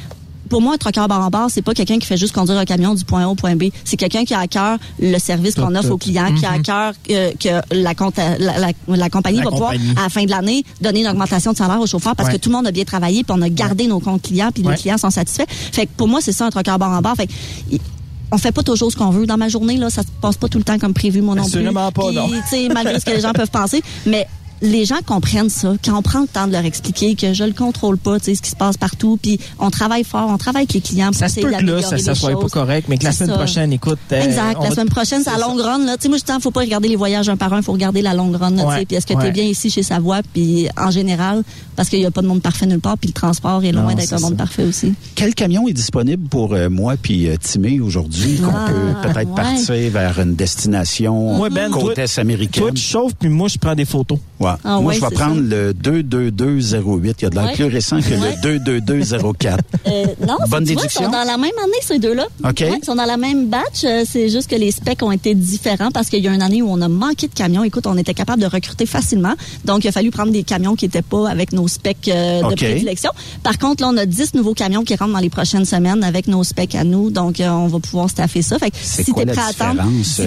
pour moi, un truckeur bar en bar, c'est pas quelqu'un qui fait juste conduire un camion du point A au point B. C'est quelqu'un qui a à cœur le service qu'on offre aux clients, qui a à cœur que la compagnie va pouvoir, à la fin de l'année, donner une augmentation de salaire aux chauffeurs parce que tout le monde a bien travaillé, puis on a gardé nos comptes clients, puis les clients sont satisfaits. Fait que pour moi, c'est ça, un truckeur bar en bar. Fait que, on fait pas toujours ce qu'on veut dans ma journée, là. Ça se passe pas tout le temps comme prévu, moi non plus. Absolument pas, non. Puis, malgré ce que les gens peuvent penser. Mais, les gens comprennent ça, quand on prend le temps de leur expliquer que je le contrôle pas, tu sais, ce qui se passe partout, puis on travaille fort, on travaille avec les clients pour essayer d'améliorer les choses. Ça soit pas correct, mais que la semaine prochaine, écoute... Exact, la semaine prochaine, c'est la longue run, là. Tu sais, moi, je dis, faut pas regarder les voyages un par un, faut regarder la longue run, tu sais, puis est-ce que t'es bien ici chez Savoie, puis en général, parce qu'il y a pas de monde parfait nulle part, puis le transport est loin d'être un monde parfait aussi. Quel camion est disponible pour moi puis Timé aujourd'hui, qu'on peut peut-être partir vers une destination côte est américaine? Toi, tu chauffes, puis moi, je prends des photos. Ouais. Moi, je vais prendre le 22208. Il y a de l'air plus récent que le 22204. Non, bonne déduction. Ils sont dans la même année, ces deux-là. OK. Ouais, ils sont dans la même batch. C'est juste que les specs ont été différents parce qu'il y a une année où on a manqué de camions. Écoute, on était capable de recruter facilement. Donc, il a fallu prendre des camions qui n'étaient pas avec nos specs de prédilection. Par contre, là, on a 10 nouveaux camions qui rentrent dans les prochaines semaines avec nos specs à nous. Donc, on va pouvoir staffer ça. Fait que si t'es prêt à attendre,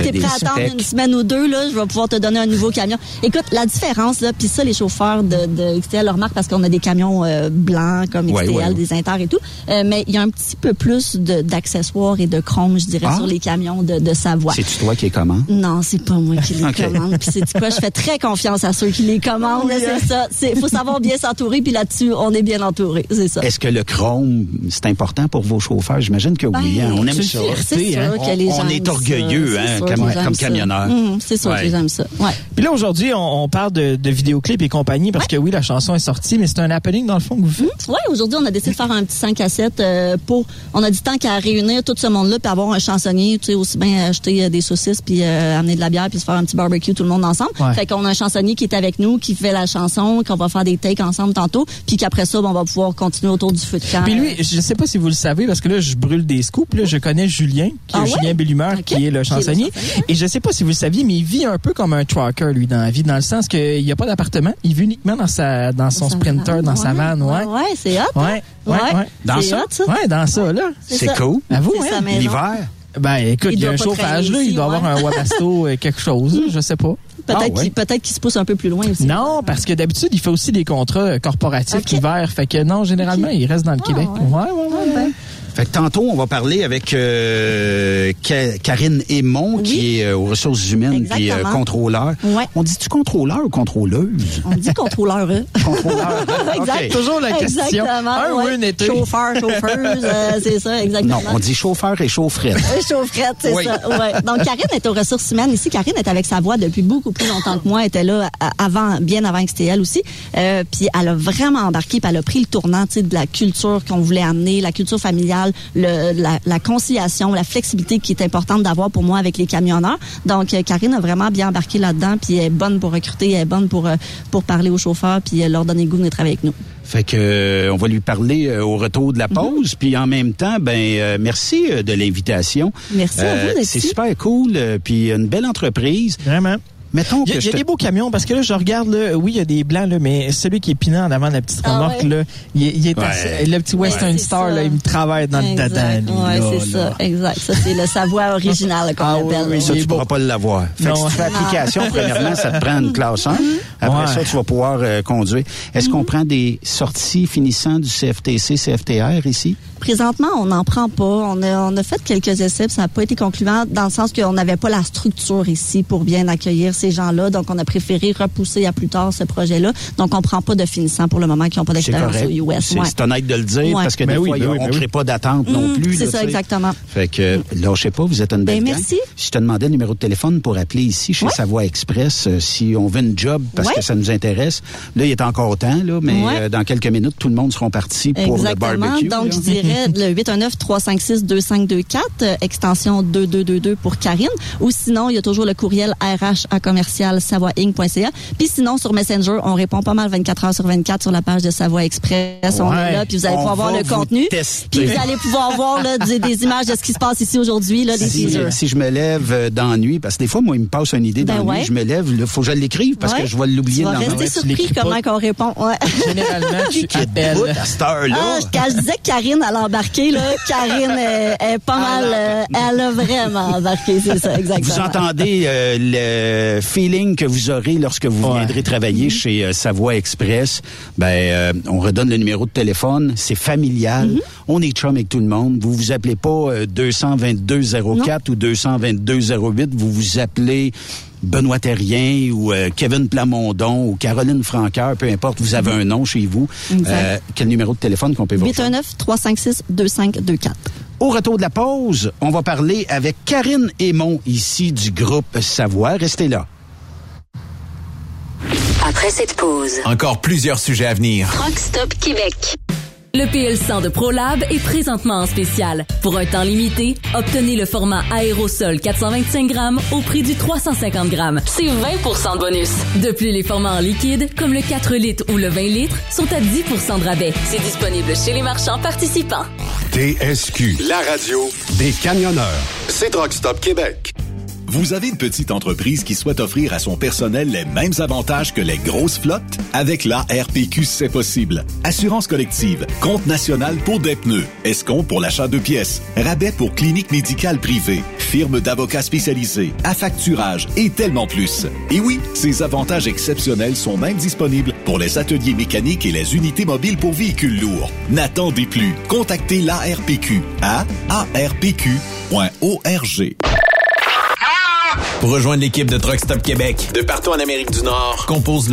une semaine ou deux, là, je vais pouvoir te donner un nouveau camion. Écoute, la différence, là, puis ça, les chauffeurs de XTL le remarquent parce qu'on a des camions blancs comme XTL, des Inter et tout. Mais il y a un petit peu plus d'accessoires et de chrome, je dirais, sur les camions de Savoie. C'est-tu toi qui les commande? Non, c'est pas moi qui les commande. Puis c'est quoi? Je fais très confiance à ceux qui les commandent. C'est ça. Faut savoir bien s'entourer, puis là-dessus, on est bien entouré. C'est ça. Est-ce que le chrome, c'est important pour vos chauffeurs? J'imagine que oui. On aime ça. C'est sûr que les gens on est orgueilleux comme camionneur. C'est sûr que j'aime ça. Ouais. Puis là, aujourd'hui, on parle de vidéoclips et compagnie parce que oui, la chanson est sortie, mais c'est un happening dans le fond que vous faites. Oui, aujourd'hui, on a décidé de faire un petit 5 à 7 on a dit tant qu'à réunir tout ce monde-là puis avoir un chansonnier, tu sais, aussi bien acheter des saucisses puis amener de la bière puis se faire un petit barbecue tout le monde ensemble. Ouais. Fait qu'on a un chansonnier qui est avec nous, qui fait la chanson, qu'on va faire des takes ensemble tantôt, puis qu'après ça, on va pouvoir continuer autour du feu de camp. Puis lui, je sais pas si vous le savez parce que là, je brûle des scoops. Là, je connais Julien, Julien Bellumeur, qui est le chansonnier. Et je sais pas si vous le saviez, mais il vit un peu comme un trucker, lui, dans la vie, dans le sens qu'il n'y a pas d'appartement. Il vit uniquement dans son Sprinter, dans sa van, Ouais, c'est hot. Ouais. Dans ça? Ouais, dans ça, là. C'est cool. À vous, l'hiver? Ben, écoute, il y a un chauffage, là. Il doit avoir un Webasto, quelque chose, je sais pas. Peut-être qu'il se pousse un peu plus loin aussi. Non, parce que d'habitude, il fait aussi des contrats corporatifs l'hiver. Fait que non, généralement, il reste dans le Québec. Ouais. Fait que tantôt, on va parler avec Karine Aymon, qui est aux ressources humaines et contrôleur. Ouais. On dit-tu contrôleur ou contrôleuse? On dit contrôleur. Contrôleur. Exact. Toujours la question. Exactement. Un ou une été. Chauffeur, chauffeuse, c'est ça, exactement. Non, on dit chauffeur et chaufferette. Chaufferette, c'est ça. Ouais. Donc, Karine est aux ressources humaines. Ici, Karine est avec Savoie depuis beaucoup plus longtemps que moi. Elle était là bien avant XTL aussi. Puis elle a vraiment embarqué, puis elle a pris le tournant, tu sais, de la culture qu'on voulait amener, la culture familiale, la conciliation, la flexibilité qui est importante d'avoir pour moi avec les camionneurs. Donc, Karine a vraiment bien embarqué là-dedans, puis elle est bonne pour recruter, elle est bonne pour parler aux chauffeurs, puis leur donner le goût de venir travailler avec nous. Fait que on va lui parler au retour de la pause, puis en même temps, merci de l'invitation. Merci à vous d'être c'est ici. super cool, puis une belle entreprise. Vraiment. Mettons il y a des beaux camions parce que là je regarde là, oui il y a des blancs là, mais celui qui est pinant en avant de la petite remorque là, il est le petit Western Star là, il me travaille dans le dada. Ça, exact. Ça c'est le Savoie original qu'on appelle. Oui, ça tu pourras pas l'avoir. Fait que si tu fais application, premièrement ça te prend une classe 1. Après ça tu vas pouvoir conduire. Est-ce qu'on prend des sorties finissant du CFTC, CFTR ici? Présentement, on n'en prend pas. On a fait quelques essais, ça n'a pas été concluant dans le sens qu'on n'avait pas la structure ici pour bien accueillir ces gens-là. Donc, on a préféré repousser à plus tard ce projet-là. Donc, on prend pas de finissants pour le moment qui n'ont pas d'expérience au US. C'est honnête de le dire parce que des fois, on ne crée pas d'attente non plus. C'est ça, exactement. Fait que, là, je sais pas, vous êtes une belle gang. Merci. Je te demandais le numéro de téléphone pour appeler ici chez Savoie Express si on veut une job parce que ça nous intéresse. Là, il est encore temps, là, mais dans quelques minutes, tout le monde seront partis pour le barbecue. Donc, je dirais le 819-356-2524, extension 2222 pour Karine. Ou sinon, il y a toujours le courriel rh@savoiinc.ca. Puis sinon, sur Messenger, on répond pas mal 24 heures sur 24 sur la page de Savoie Express. On est là, puis vous allez pouvoir voir le contenu. Puis vous allez pouvoir voir là, des images de ce qui se passe ici aujourd'hui, là, des teasers. Si je me lève d'ennui, parce que des fois, moi, il me passe une idée d'ennui, je me lève, il faut que je l'écrive parce que je vais l'oublier. Tu vas rester surpris comment qu'on répond. Ouais. Généralement, tu appelles. À cette heure-là. Quand je disais que Karine allait embarquer, là, Karine est pas mal... elle a vraiment embarqué, c'est ça, exactement. Vous entendez le feeling que vous aurez lorsque vous viendrez travailler chez Savoie Express. On redonne le numéro de téléphone. C'est familial. On est chum avec tout le monde. Vous vous appelez pas 222-04 ou 222-08. Vous vous appelez Benoît Terrien ou Kevin Plamondon ou Caroline Franqueur, peu importe, vous avez un nom chez vous. Quel numéro de téléphone qu'on peut vous faire? 819-356-2524. Au retour de la pause, on va parler avec Karine Aymon, ici du groupe Savoie. Restez là. Après cette pause, Encore plusieurs sujets à venir. Truck Stop Québec. Le PL100 de ProLab est présentement en spécial. Pour un temps limité, obtenez le format aérosol 425 grammes au prix du 350 grammes. C'est 20 % de bonus. De plus, les formats en liquide, comme le 4 litres ou le 20 litres, sont à 10 % de rabais. C'est disponible chez les marchands participants. TSQ, la radio des camionneurs. C'est Truck Stop Québec. Vous avez une petite entreprise qui souhaite offrir à son personnel les mêmes avantages que les grosses flottes? Avec la RPQ, c'est possible. Assurance collective, compte national pour des pneus, escompte pour l'achat de pièces, rabais pour clinique médicale privée, firme d'avocats spécialisés, affacturage et tellement plus. Et oui, ces avantages exceptionnels sont même disponibles pour les ateliers mécaniques et les unités mobiles pour véhicules lourds. N'attendez plus. Contactez l'ARPQ à arpq.org. Pour rejoindre l'équipe de Truck Stop Québec, De partout en Amérique du Nord, compose le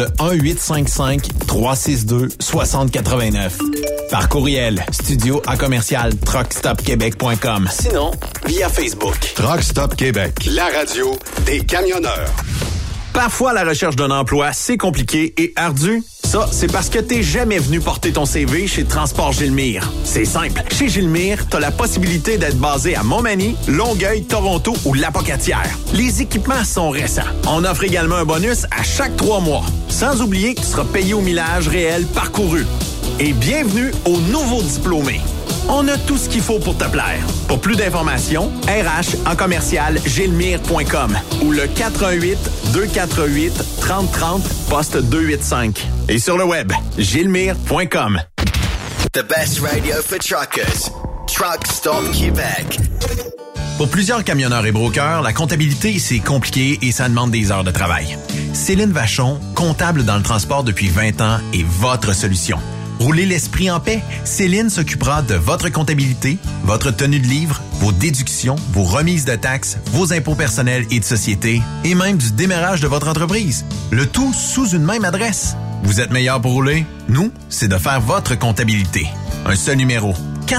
1-855-362-6089. Par courriel, studio@truckstopquebec.com. Sinon, via Facebook. Truck Stop Québec, la radio des camionneurs. Parfois, la recherche d'un emploi, c'est compliqué et ardu. Ça, c'est parce que t'es jamais venu porter ton CV chez Transport Gilmire. C'est simple. Chez Gilmire, t'as la possibilité d'être basé à Montmagny, Longueuil, Toronto ou Lapocatière. Les équipements sont récents. On offre également un bonus à chaque 3 mois. Sans oublier que tu seras payé au millage réel parcouru. Et bienvenue aux nouveaux diplômés. On a tout ce qu'il faut pour te plaire. Pour plus d'informations, RH en commercial gilmire.com ou le 418-248-3030 poste 285. Et sur le web, gilmire.com. The best radio for truckers. Truck Stop Québec. Pour plusieurs camionneurs et brokers, la comptabilité, c'est compliqué et ça demande des heures de travail. Céline Vachon, comptable dans le transport depuis 20 ans, est votre solution. Roulez l'esprit en paix. Céline s'occupera de votre comptabilité, votre tenue de livre, vos déductions, vos remises de taxes, vos impôts personnels et de société, et même du démarrage de votre entreprise. Le tout sous une même adresse. Vous êtes meilleur pour rouler? Nous, c'est de faire votre comptabilité. Un seul numéro.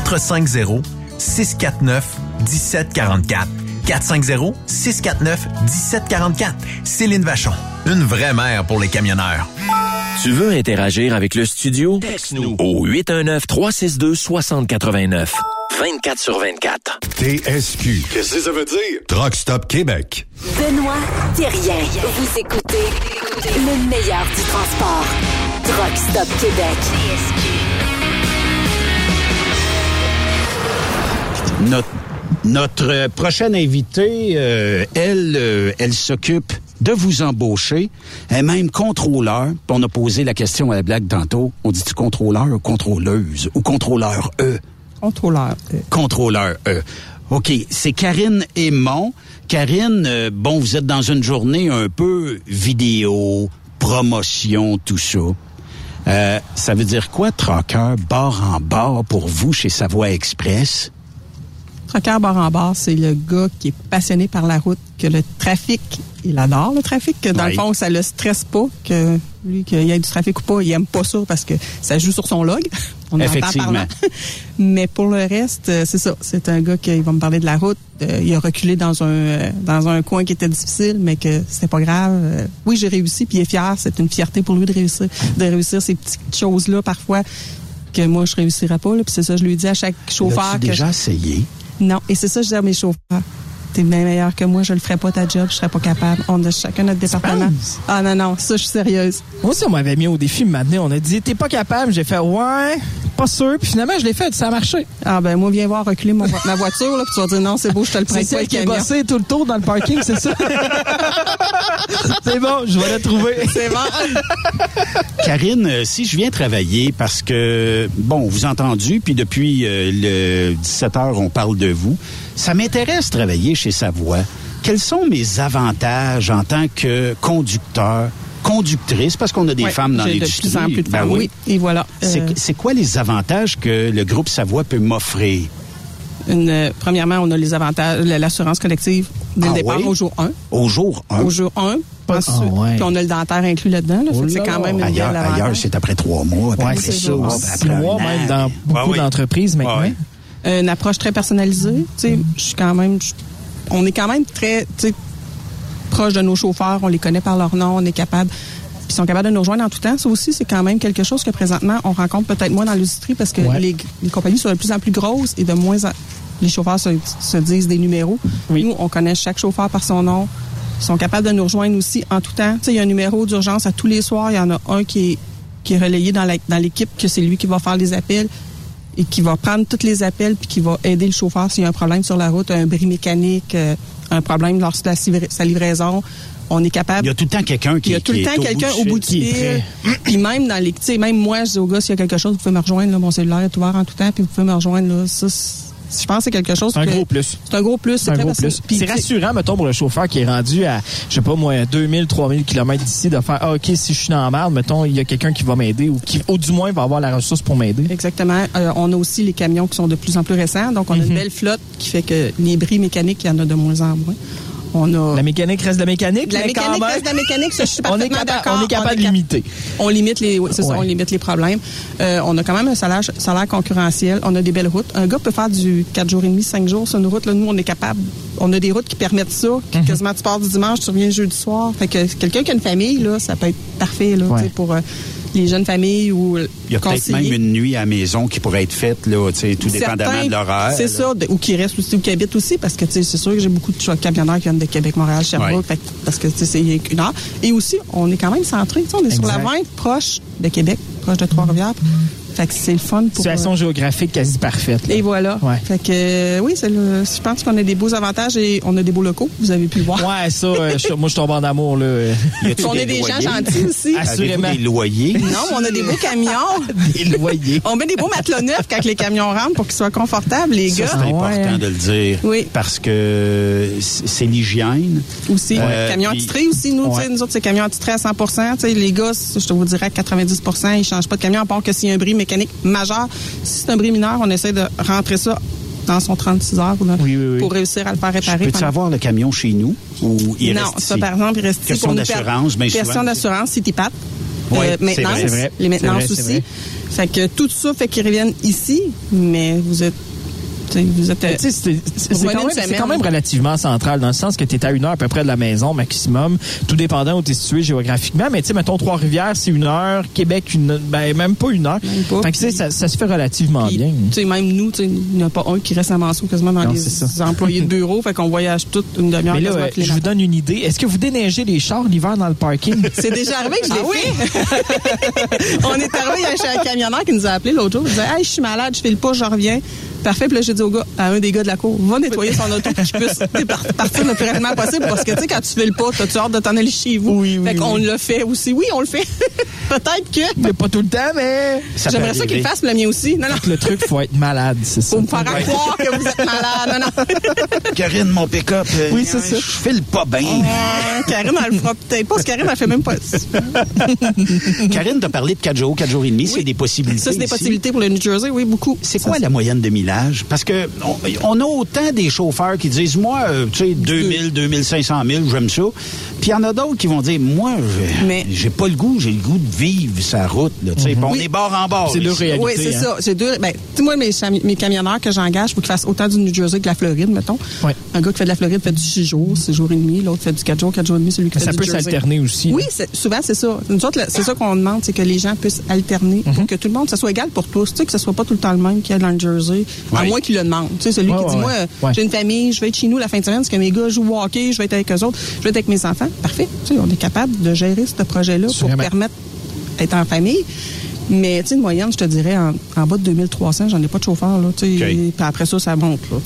450-649-1744. 450-649-1744. Céline Vachon. Une vraie mère pour les camionneurs. Tu veux interagir avec le studio? Texte-nous au 819-362-6089. 24/24. TSQ. Qu'est-ce que ça veut dire? Truck Stop Québec. Benoît Thérien. Vous écoutez le meilleur du transport. Truck Stop Québec. Notre prochaine invitée, elle s'occupe de vous embaucher. Elle est même contrôleur. Puis on a posé la question à la blague tantôt. On dit-tu contrôleur ou contrôleuse? Ou contrôleur E? Contrôleur E. Contrôleur E. OK. C'est Karine Aymon. Karine, vous êtes dans une journée un peu vidéo, promotion, tout ça. Ça veut dire quoi, trucker, bar en bar pour vous chez Savoie Express? Trucker bar en bar, c'est le gars qui est passionné par la route, que le trafic, il adore le trafic, que dans le fond, ça le stresse pas, que lui, qu'il y ait du trafic ou pas, il aime pas ça parce que ça joue sur son log. On entend parlant. Mais pour le reste, c'est ça. C'est un gars qui va me parler de la route. Il a reculé dans un coin qui était difficile, mais que c'était pas grave. Oui, j'ai réussi, puis il est fier. C'est une fierté pour lui de réussir ces petites choses-là, parfois, que moi, je réussirais pas. Puis c'est ça, je lui dis à chaque chauffeur. L'as-tu déjà essayé? Non. Et c'est ça, je dis à mes chauffeurs. T'es bien meilleur que moi, je le ferais pas ta job, je serais pas capable. On a chacun notre département. Non, ça, je suis sérieuse. Moi aussi, on m'avait mis au défi maintenant. On a dit, t'es pas capable. J'ai fait, ouais, pas sûr. Puis finalement, je l'ai fait, ça a marché. Ah ben moi, viens voir reculer ma voiture, là, puis tu vas dire non, c'est beau, je te le prête c'est pas, celle le qui est camion. bossée tout le tour dans le parking, c'est ça? C'est bon, je vais la trouver. C'est bon. Karine, si je viens travailler, parce que, bon, vous avez entendu, puis depuis le 17h, on parle de vous, ça m'intéresse de travailler chez Savoie. Quels sont mes avantages en tant que conducteur, conductrice, parce qu'on a des femmes dans l'industrie? De plus en plus de femmes, oui. Et voilà. C'est quoi les avantages que le groupe Savoie peut m'offrir? Premièrement, on a les avantages, l'assurance collective dès le départ au jour 1. Au jour 1? Au jour 1. Puis on a le dentaire inclus là-dedans. Là, c'est quand même une belle avantage. Ailleurs, c'est après 3 mois. Oui, c'est ça. 6 mois même dans beaucoup d'entreprises maintenant. Ouais. Une approche très personnalisée. On est quand même très proche de nos chauffeurs. On les connaît par leur nom. On est capable... Puis ils sont capables de nous rejoindre en tout temps. Ça aussi, c'est quand même quelque chose que présentement, on rencontre peut-être moins dans l'industrie parce que les compagnies sont de plus en plus grosses et de moins en... Les chauffeurs se disent des numéros. Oui. Nous, on connaît chaque chauffeur par son nom. Ils sont capables de nous rejoindre aussi en tout temps. Il y a un numéro d'urgence à tous les soirs. Il y en a un qui est relayé dans l'équipe, que c'est lui qui va faire les appels et qui va prendre tous les appels puis qui va aider le chauffeur s'il y a un problème sur la route, un bris mécanique, un problème lors de sa livraison. On est capable. Il y a tout le temps quelqu'un qui est Il y a tout le temps quelqu'un au bout du fil. Puis même dans les, même moi, je dis aux gars, s'il y a quelque chose, vous pouvez me rejoindre. Là, mon cellulaire est ouvert en tout temps, puis vous pouvez me rejoindre. Là. Ça, je pense que c'est quelque chose. C'est un gros plus. C'est un gros plus. C'est un gros plus. Puis c'est rassurant, mettons, pour le chauffeur qui est rendu à, je sais pas moi, 2000, 3000 km d'ici, de faire, OK, si je suis dans la merde, mettons, il y a quelqu'un qui va m'aider ou qui, au du moins, va avoir la ressource pour m'aider. Exactement. On a aussi les camions qui sont de plus en plus récents. Donc, on a une belle flotte qui fait que les bris mécaniques, il y en a de moins en moins. La mécanique reste de la mécanique. La mécanique reste de la mécanique, ça, je suis parfaitement d'accord. On est capable de limiter. On limite on limite les problèmes. On a quand même un salaire concurrentiel. On a des belles routes. Un gars peut faire du 4 jours et demi, 5 jours sur une route. Là, nous, on est capable. On a des routes qui permettent ça. Quasiment, tu pars du dimanche, tu reviens jeudi soir. Fait que quelqu'un qui a une famille, là, ça peut être parfait, là, pour les jeunes familles ou il y a peut-être même une nuit à la maison qui pourrait être faite, là, tout dépendamment de l'horaire. C'est ça, ou qui reste aussi, ou qui habite aussi, parce que c'est sûr que j'ai beaucoup de camionneurs qui viennent de Québec, Montréal, Sherbrooke, parce que c'est une heure. Et aussi, on est quand même centré, on est sur la 20, proche de Québec, proche de Trois-Rivières. Fait que c'est le fun pour... Situation géographique quasi parfaite. Là. Et voilà. Ouais. Fait que, oui, je pense qu'on a des beaux avantages et on a des beaux locaux. Vous avez pu le voir. Ouais, ça, moi, je tombe en amour, là. On est des gens gentils aussi. Assurément. Des loyers? Non, mais on a des beaux camions. Des loyers. On met des beaux matelas neufs quand les camions rentrent pour qu'ils soient confortables, les gars. C'est important de le dire. Oui. Parce que c'est l'hygiène. Aussi. Camions attitrés aussi. Nous autres, c'est camions attitrés à 100%. Les gars, je te vous dirais à 90%, ils changent pas de camion, à part que s'il y a un bris mécanique majeur. Si c'est un bris mineur, on essaie de rentrer ça dans son 36 heures pour réussir à le faire réparer. Peux-tu avoir le camion chez nous ou il reste ici? Ça, par exemple, il reste ici. Question d'assurance, bien souvent. Question d'assurance, CityPat. Maintenance, les maintenances aussi. Fait que tout ça fait qu'ils reviennent ici, mais vous êtes... C'est quand même relativement central dans le sens que tu es à 1 heure à peu près de la maison maximum, tout dépendant où tu es situé géographiquement. Mais tu sais, mettons Trois-Rivières, c'est 1 heure, Québec, même pas 1 heure. Fait que tu sais, ça se fait relativement bien. Tu sais, même nous, il n'y en a pas un qui reste à Manceau quasiment dans les employés de bureau. Fait qu'on voyage toute une demi-heure. Mais là, je vous donne une idée. Est-ce que vous déneigez les chars l'hiver dans le parking? C'est déjà arrivé que je l'ai fait. On est arrivé chez un camionneur qui nous a appelé l'autre jour. Il disait, hey, je suis malade, je file pas, je reviens. Parfait. Puis là, j'ai dit au gars, à un des gars de la cour, va nettoyer son auto pour qu'il puisse partir le plus rapidement possible. Parce que, tu sais, quand tu fais le pas, t'as-tu hâte de t'en aller chez vous. Fait qu'on l'a fait aussi. Oui, on le fait. Peut-être que. Mais pas tout le temps, mais. J'aimerais ça qu'il le fasse, le mien aussi. Non. Le truc, faut être malade, c'est ça. Faut me faire croire que vous êtes malade. Non. Karine, mon pick-up. Oui, c'est ça. Je file pas bien. Karine, elle le fera peut-être pas. Parce que Karine, elle fait même pas. Karine, t'as parlé de 4 jours et demi. C'est des possibilités. Ça, c'est des possibilités pour le New Jersey, oui, beaucoup. C'est quoi la moyenne de millage? Parce que on a autant des chauffeurs qui disent, moi, tu sais, 2000, 2500 000, j'aime ça. Puis il y en a d'autres qui vont dire, moi, j'ai pas le goût, j'ai le goût de vivre sa route. Là, on est bord en bord. C'est leur réalité. Oui, c'est ça. J'ai deux. Moi, mes camionneurs que j'engage, il faut qu'ils fassent autant du New Jersey que de la Floride, mettons. Oui. Un gars qui fait de la Floride fait du 6 jours, 6 jours et demi. L'autre fait du 4 jours, 4 jours et demi. Celui qui fait du Jersey. Ça peut s'alterner aussi. Oui, souvent, c'est ça. Nous autres, c'est ça qu'on demande, c'est que les gens puissent alterner pour que tout le monde, ça soit égal pour tous. Tu sais, que ce soit pas tout le temps le même qu'il y a dans le Jersey. À moins qu'il le demande. Tu sais, celui qui dit, moi, j'ai une famille, je vais être chez nous la fin de semaine, parce que mes gars jouent au hockey, je vais être avec eux autres, je vais être avec mes enfants. Parfait. Tu sais, on est capable de gérer ce projet-là pour permettre d'être en famille. Mais, tu sais, une moyenne, je te dirais, en bas de 2300, j'en ai pas de chauffeur, là, tu sais. Puis après ça monte, là.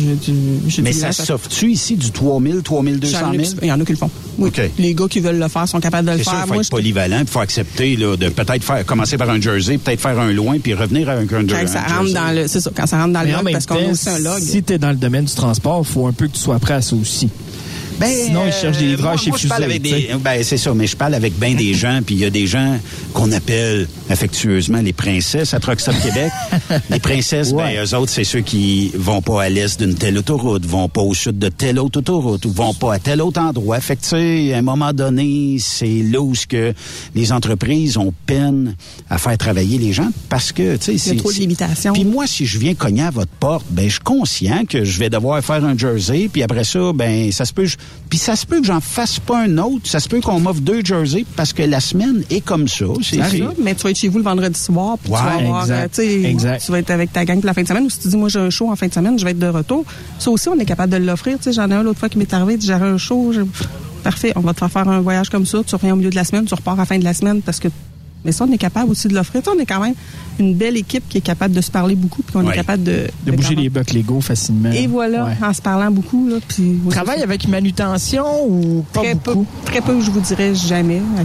Mais ça s'offre-tu ici du 3000, 3200 000? Il y en a qui le font. Oui. Okay. Les gars qui veulent le faire sont capables de le faire. C'est sûr, il faut être polyvalent, il faut accepter, là, de peut-être commencer par un jersey, peut-être faire un loin, puis revenir avec un jersey. Quand ça rentre dans le log, parce qu'on a aussi un log. Si t'es dans le domaine du transport, il faut un peu que tu sois prêt à ça aussi. Sinon, ils cherchent des livreurs chez Fusée. C'est ça, mais je parle avec bien des gens, puis il y a des gens qu'on appelle affectueusement les princesses à Truck Stop Québec. Les princesses, eux autres, c'est ceux qui vont pas à l'est d'une telle autoroute, vont pas au sud de telle autre autoroute, ou vont pas à tel autre endroit. Fait que, tu sais, à un moment donné, c'est là où que les entreprises ont peine à faire travailler les gens, parce que, tu sais, il y a trop de limitations. Puis moi, si je viens cogner à votre porte, je suis conscient que je vais devoir faire un jersey, puis après ça, ça se peut... Puis ça se peut que j'en fasse pas un autre. Ça se peut qu'on m'offre 2 jerseys parce que la semaine est comme ça. C'est ça. Mais tu vas être chez vous le vendredi soir, puis tu vas avoir, tu vas être avec ta gang pour la fin de semaine. Ou si tu dis, moi, j'ai un show en fin de semaine, je vais être de retour. Ça aussi, on est capable de l'offrir. Tu sais, j'en ai un l'autre fois qui m'est arrivé, j'avais un show. Parfait, on va te faire un voyage comme ça. Tu reviens au milieu de la semaine, tu repars à la fin de la semaine parce que... Mais ça, on est capable aussi de l'offrir. On est quand même une belle équipe qui est capable de se parler beaucoup, puis qu'on est capable de bouger les bucks Lego facilement. Et voilà, en se parlant beaucoup. Là, puis travaille avec manutention ou pas beaucoup? Très peu, je vous dirais jamais, à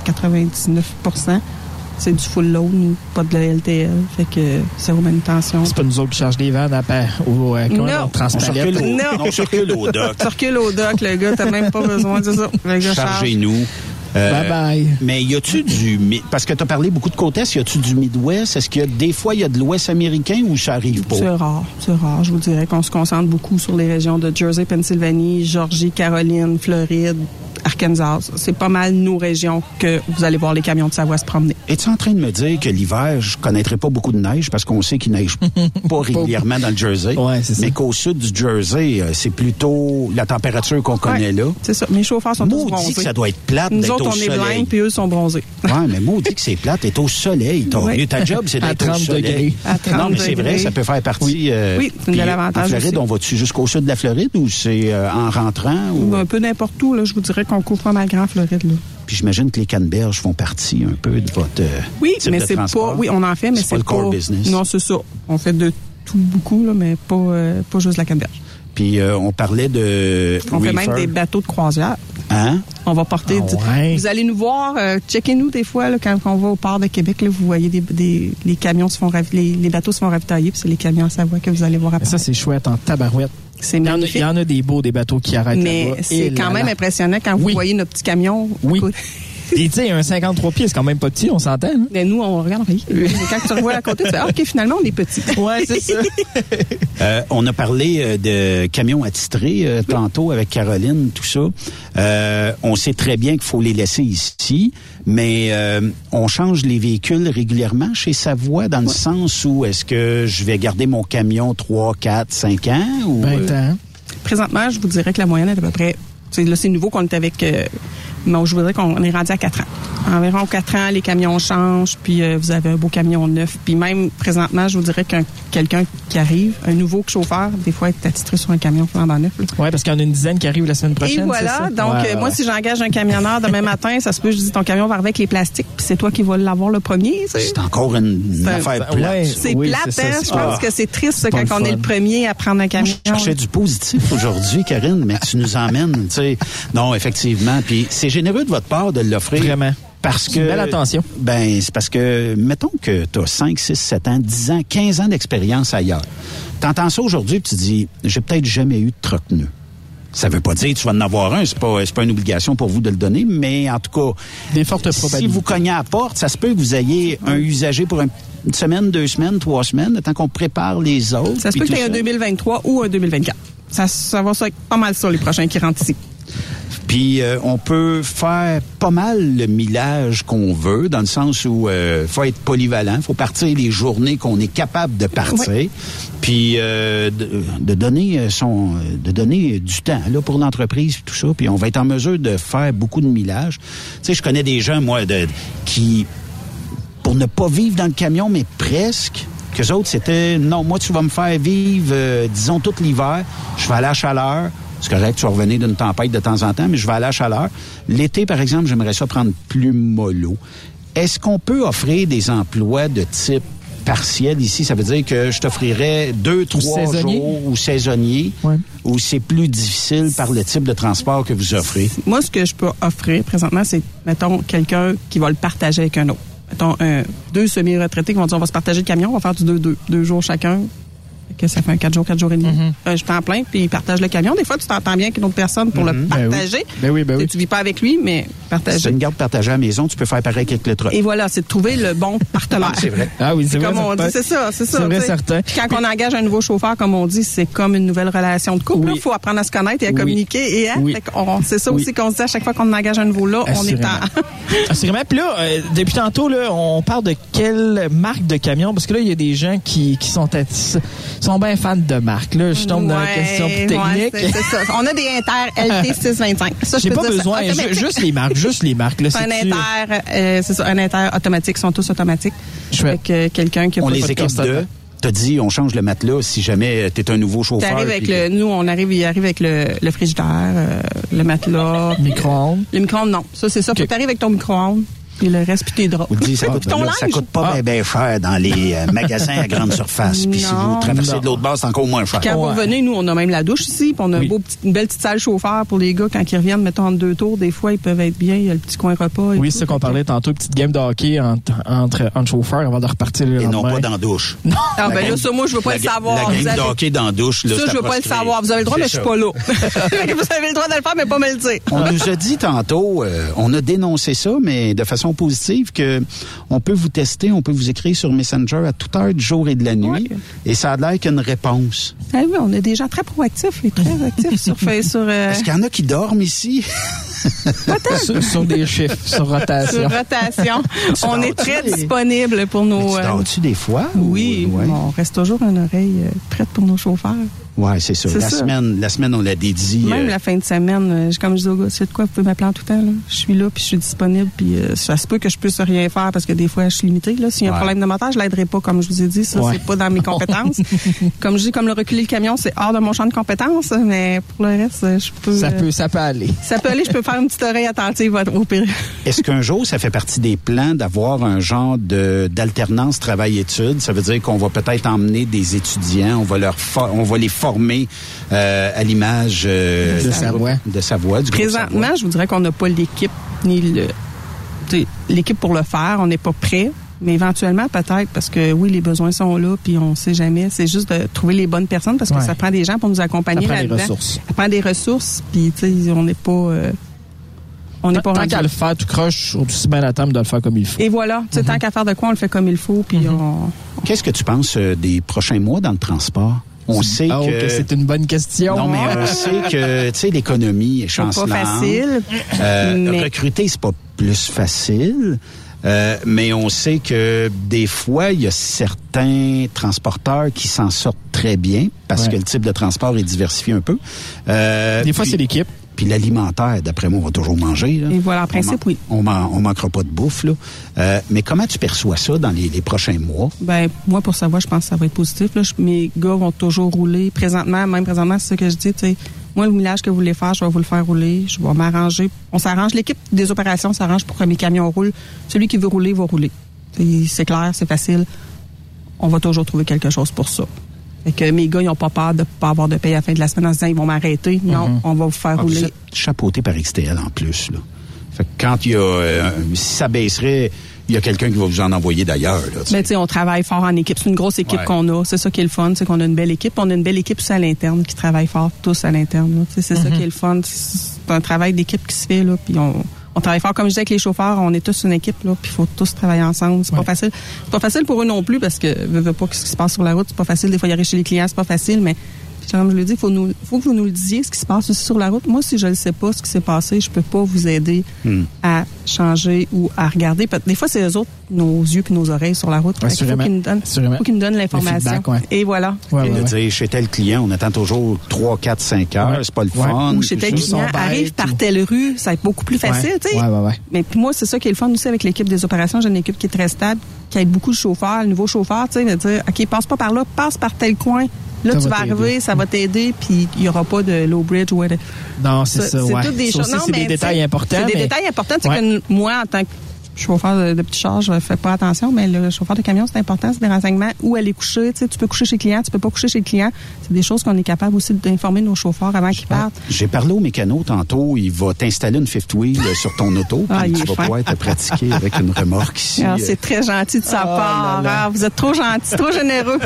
99%. C'est du full load, pas de la LTL. Fait que c'est aux manutentions. C'est pas nous autres qui chargent des vannes au transpalette. On circule au dock. Circule au dock, le gars, t'as même pas besoin de ça. Chargez-nous. Bye bye. Mais y a-tu parce que tu as parlé beaucoup de côte est, y a-tu du Midwest? Est-ce qu'il y a des fois il y a de l'Ouest américain ou ça arrive pas? C'est rare. Je vous dirais qu'on se concentre beaucoup sur les régions de Jersey, Pennsylvanie, Georgie, Caroline, Floride, Arkansas. C'est pas mal nos régions que vous allez voir les camions de Savoie se promener. Es-tu en train de me dire que l'hiver, je connaîtrais pas beaucoup de neige parce qu'on sait qu'il neige pas régulièrement dans le Jersey, mais qu'au sud du Jersey, c'est plutôt la température qu'on connaît là. C'est ça. Mes chauffeurs sont tous bronzés. Que ça doit être plate d'être au soleil. Nous autres, on est blancs, puis eux sont bronzés. Oui, mais maudit que c'est plate d'être au soleil. Ta job, c'est d'être au soleil. À 30 non, mais c'est vrai, ça peut faire partie... Oui, c'est un bel avantage. En Floride, aussi. On va-tu jusqu'au sud de la Floride ou c'est en rentrant? Ou... Un peu n'importe où. Là, je vous dirais qu'on couvre pas mal grand Floride. Là. Puis j'imagine que les canneberges font partie un peu de votre type mais de c'est transport. pas. Oui, on en fait, mais c'est pas le core business. Non, c'est ça. On fait de tout beaucoup, là, mais pas juste la canneberge. Puis on parlait de. On fait même des bateaux de croisière. Hein? On va porter. Vous allez nous voir, checkez-nous des fois là, quand on va au port de Québec. Là, vous voyez les camions les bateaux se font ravitailler, puis c'est les camions à Savoie que vous allez voir après. Ça, c'est chouette en tabarouette. C'est magnifique. Il y en a des beaux, des bateaux qui arrêtent mais là-bas. Mais c'est quand même impressionnant quand vous voyez nos petits camions. Oui. Et tu sais, un 53 pieds, c'est quand même pas petit, on s'entend. Hein? Mais nous, on regarde, quand tu revois à côté, tu fais, OK, finalement, on est petit. Ouais, c'est ça. On a parlé de camions attitrés tantôt avec Caroline, tout ça. On sait très bien qu'il faut les laisser ici, mais on change les véhicules régulièrement chez Savoie dans le sens où est-ce que je vais garder mon camion 3, 4, 5 ans? Ou, 20 ans. Présentement, je vous dirais que la moyenne est à peu près... Là, c'est nouveau qu'on est avec... mais je voudrais qu'on est rendu à 4 ans. Environ 4 ans, les camions changent, puis vous avez un beau camion neuf. Puis même, présentement, je vous dirais qu'un quelqu'un qui arrive, un nouveau chauffeur, des fois, est attitré sur un camion flambant neuf. Oui, parce qu'il y en a une dizaine qui arrivent la semaine prochaine. Et voilà, c'est ça? donc moi, si j'engage un camionneur demain matin, ça se peut, je dis, ton camion va arriver avec les plastiques, puis c'est toi qui vas l'avoir le premier. C'est encore une affaire plate. C'est plate, hein? Je pense que c'est triste quand on est le premier à prendre un camion. Je cherchais du positif aujourd'hui, Karine, mais tu nous emmènes, tu sais. Non, effectivement. Puis c'est généreux de votre part de l'offrir. Vraiment. Parce que, une belle attention. Ben, c'est parce que, mettons que tu as 5, 6, 7 ans, 10 ans, 15 ans d'expérience ailleurs. T'entends ça aujourd'hui et tu te dis, j'ai peut-être jamais eu de troc neuf. Ça veut pas dire que tu vas en avoir un, c'est pas une obligation pour vous de le donner, mais en tout cas, des fortes probabilités. Si vous cognez à la porte, ça se peut que vous ayez un usager pour une semaine, 2 semaines, 3 semaines, tant qu'on prépare les autres. Ça se peut que tu aies un 2023 ou un 2024. Ça va être pas mal ça, les prochains qui rentrent ici. Puis on peut faire pas mal le millage qu'on veut, dans le sens où faut être polyvalent, faut partir les journées qu'on est capable de partir, oui. Puis de donner du temps là pour l'entreprise tout ça, puis on va être en mesure de faire beaucoup de millage. Tu sais, je connais des gens moi qui pour ne pas vivre dans le camion mais presque. Qu'eux autres, c'était non, moi tu vas me faire vivre disons tout l'hiver, je vais aller à la chaleur. C'est correct, tu vas revenir d'une tempête de temps en temps, mais je vais aller à la chaleur. L'été, par exemple, j'aimerais ça prendre plus mollo. Est-ce qu'on peut offrir des emplois de type partiel ici? Ça veut dire que je t'offrirais 2-3 jours ou saisonniers, ou c'est plus difficile par le type de transport que vous offrez? Moi, ce que je peux offrir présentement, c'est, mettons, quelqu'un qui va le partager avec un autre. Mettons, 2 semi-retraités qui vont dire on va se partager le camion, on va faire du 2 jours chacun. Que ça fait un 4 jours et demi. Je t'en plains, puis il partage le camion. Des fois, tu t'entends bien avec une autre personne pour le partager. Ben oui. Tu vis pas avec lui, mais partager. C'est une garde partagée à la maison, tu peux faire pareil avec le truck. Et voilà, c'est de trouver le bon partenaire. C'est vrai. Ah oui, c'est vrai. Comme on dit, c'est ça. C'est vrai, certain. Quand on engage un nouveau chauffeur, comme on dit, c'est comme une nouvelle relation de couple. Il faut apprendre à se connaître et à communiquer. C'est ça aussi qu'on se dit à chaque fois qu'on engage un nouveau là, on est en... Assurément. Puis là, depuis tantôt, là, on parle de quelle marque de camion? Parce que là, il y a des gens qui sont bien fans de marque. Là, je tombe dans la question plus technique. C'est ça. On a des Inter LT 625. Ça, j'ai pas besoin. Juste les marques. Là, un Inter automatique. Ils sont tous automatiques. Avec quelqu'un qui a on pas les équipe de... T'as dit, on change le matelas si jamais t'es un nouveau chauffeur. Nous, il arrive avec le frigidaire, le matelas. Micro-ondes. Le micro-ondes, non. Ça, c'est ça. Faut que t'arrives avec ton micro-ondes. Puis le reste, puis tes draps. Vous le dites, ça coûte pas bien cher dans les magasins à grande surface. Puis si vous traversez de l'autre base, c'est encore moins cher. Puis quand vous revenez, nous, on a même la douche ici. Puis on a une belle petite salle chauffeur pour les gars. Quand ils reviennent, mettons, entre 2 tours, des fois, ils peuvent être bien. Il y a le petit coin repas. Oui, c'est ça qu'on parlait tantôt. Petite game de hockey entre chauffeurs avant de repartir le lendemain. Et non pas dans la douche. Non. Ah, ben là, ça, moi, je veux pas le savoir. La game de hockey dans la douche, là, ça, je veux pas le savoir. Vous avez le droit, mais je suis pas là. Vous avez le droit de le faire, mais pas me le dire. On nous a dit tantôt, on a dénoncé ça, mais de façon positive, que on peut vous tester, on peut vous écrire sur Messenger à toute heure du jour et de la nuit, et ça a l'air qu'il y a une réponse. Ah oui, on a des gens très proactifs et très actifs sur Facebook. Est-ce qu'il y en a qui dorment ici? sur des chiffres, sur rotation. Sur rotation. On est très disponible pour nos... Tu dors-tu des fois? Oui, on reste toujours une oreille prête pour nos chauffeurs. Oui, c'est ça. La semaine, on la dédie. Même la fin de semaine, comme je dis aux gars, c'est de quoi, vous pouvez m'appeler en tout temps. Là. Je suis là, puis je suis disponible, puis ça se peut que je puisse rien faire parce que des fois, je suis limitée. Là. S'il y a un problème de moteur, je l'aiderai pas, comme je vous ai dit. Ça, c'est pas dans mes compétences. Comme je dis, comme le reculer le camion, c'est hors de mon champ de compétences, mais pour le reste, je peux... Ça peut aller. Ça peut aller, je peux faire une petite oreille attentive au pire. Est-ce qu'un jour, ça fait partie des plans d'avoir un genre d'alternance travail-études? Ça veut dire qu'on va peut-être emmener des étudiants, on va les former à l'image de Savoie. Présentement, je vous dirais qu'on n'a pas l'équipe ni l'équipe pour le faire. On n'est pas prêt, mais éventuellement peut-être parce que oui, les besoins sont là, puis on sait jamais. C'est juste de trouver les bonnes personnes parce que ça prend des gens pour nous accompagner là-dedans. Ça prend des ressources, puis tu sais, on n'est pas. Tant qu'à le faire tout croche, aussi bien la table de le faire comme il faut. Et voilà, tant qu'à faire de quoi, on le fait comme il faut, puis Qu'est-ce que tu penses des prochains mois dans le transport? On sait que c'est une bonne question. Non, mais on sait que tu sais l'économie est chancelante. C'est pas facile. Recruter, c'est pas plus facile. Mais on sait que des fois, il y a certains transporteurs qui s'en sortent très bien parce que le type de transport est diversifié un peu. Des fois, c'est l'équipe. Puis l'alimentaire, d'après moi, on va toujours manger. Là. Et voilà, en principe, oui. On manquera pas de bouffe, là. Mais comment tu perçois ça dans les prochains mois? Ben, moi, pour savoir, je pense que ça va être positif. Là. Mes gars vont toujours rouler. Présentement, c'est ce que je dis, tu sais. Moi, le millage que vous voulez faire, je vais vous le faire rouler. Je vais m'arranger. On s'arrange. L'équipe des opérations s'arrange pour que mes camions roulent. Celui qui veut rouler, va rouler. C'est clair, c'est facile. On va toujours trouver quelque chose pour ça. Fait que mes gars, ils n'ont pas peur de ne pas avoir de paye à la fin de la semaine en se disant ils vont m'arrêter. Non, on va vous faire rouler. Vous êtes chapeauté par XTL en plus, là. Fait que quand il y a... si ça baisserait, il y a quelqu'un qui va vous en envoyer d'ailleurs. Mais tu sais, on travaille fort en équipe. C'est une grosse équipe qu'on a. C'est ça qui est le fun, c'est qu'on a une belle équipe. On a une belle équipe aussi à l'interne qui travaille fort, tous à l'interne. C'est ça qui est le fun. C'est un travail d'équipe qui se fait, là, puis on travaille fort. Comme je disais avec les chauffeurs, on est tous une équipe, là, puis il faut tous travailler ensemble. C'est pas facile. C'est pas facile pour eux non plus parce que veux pas ce qui se passe sur la route, c'est pas facile. Des fois, y aller chez les clients, c'est pas facile, mais comme je le dis, il faut que vous nous le disiez, ce qui se passe aussi sur la route. Moi, si je ne sais pas ce qui s'est passé, je peux pas vous aider à changer ou à regarder. Des fois, c'est eux autres, nos yeux puis nos oreilles sur la route. Il faut qu'ils nous donnent l'information. Et voilà. De dire, chez tel client, on attend toujours 3, 4, 5 heures. C'est pas le fun. Ou chez tel client, arrive par telle rue, ça va être beaucoup plus facile. Mais puis moi, c'est ça qui est le fun aussi avec l'équipe des opérations. J'ai une équipe qui est très stable, qui a beaucoup de chauffeurs. Le nouveau chauffeur, tu sais, de dire, OK, passe pas par là, passe par tel coin. Là, tu vas arriver, ça va t'aider, puis il n'y aura pas de low bridge. Non, c'est ça. C'est toutes des choses. C'est des détails importants. C'est des détails importants. C'est que moi, en tant chauffeur de petit char, je fais pas attention, mais le chauffeur de camion, c'est important, c'est des renseignements. Où aller coucher, tu sais, tu peux coucher chez le client, tu peux pas coucher chez le client. C'est des choses qu'on est capable aussi d'informer nos chauffeurs avant qu'ils partent. J'ai parlé au mécano tantôt, il va t'installer une fifth wheel sur ton auto, puis tu vas pouvoir te pratiquer avec une remorque ici. Alors, c'est très gentil de sa part. Ah, vous êtes trop gentil, trop généreux.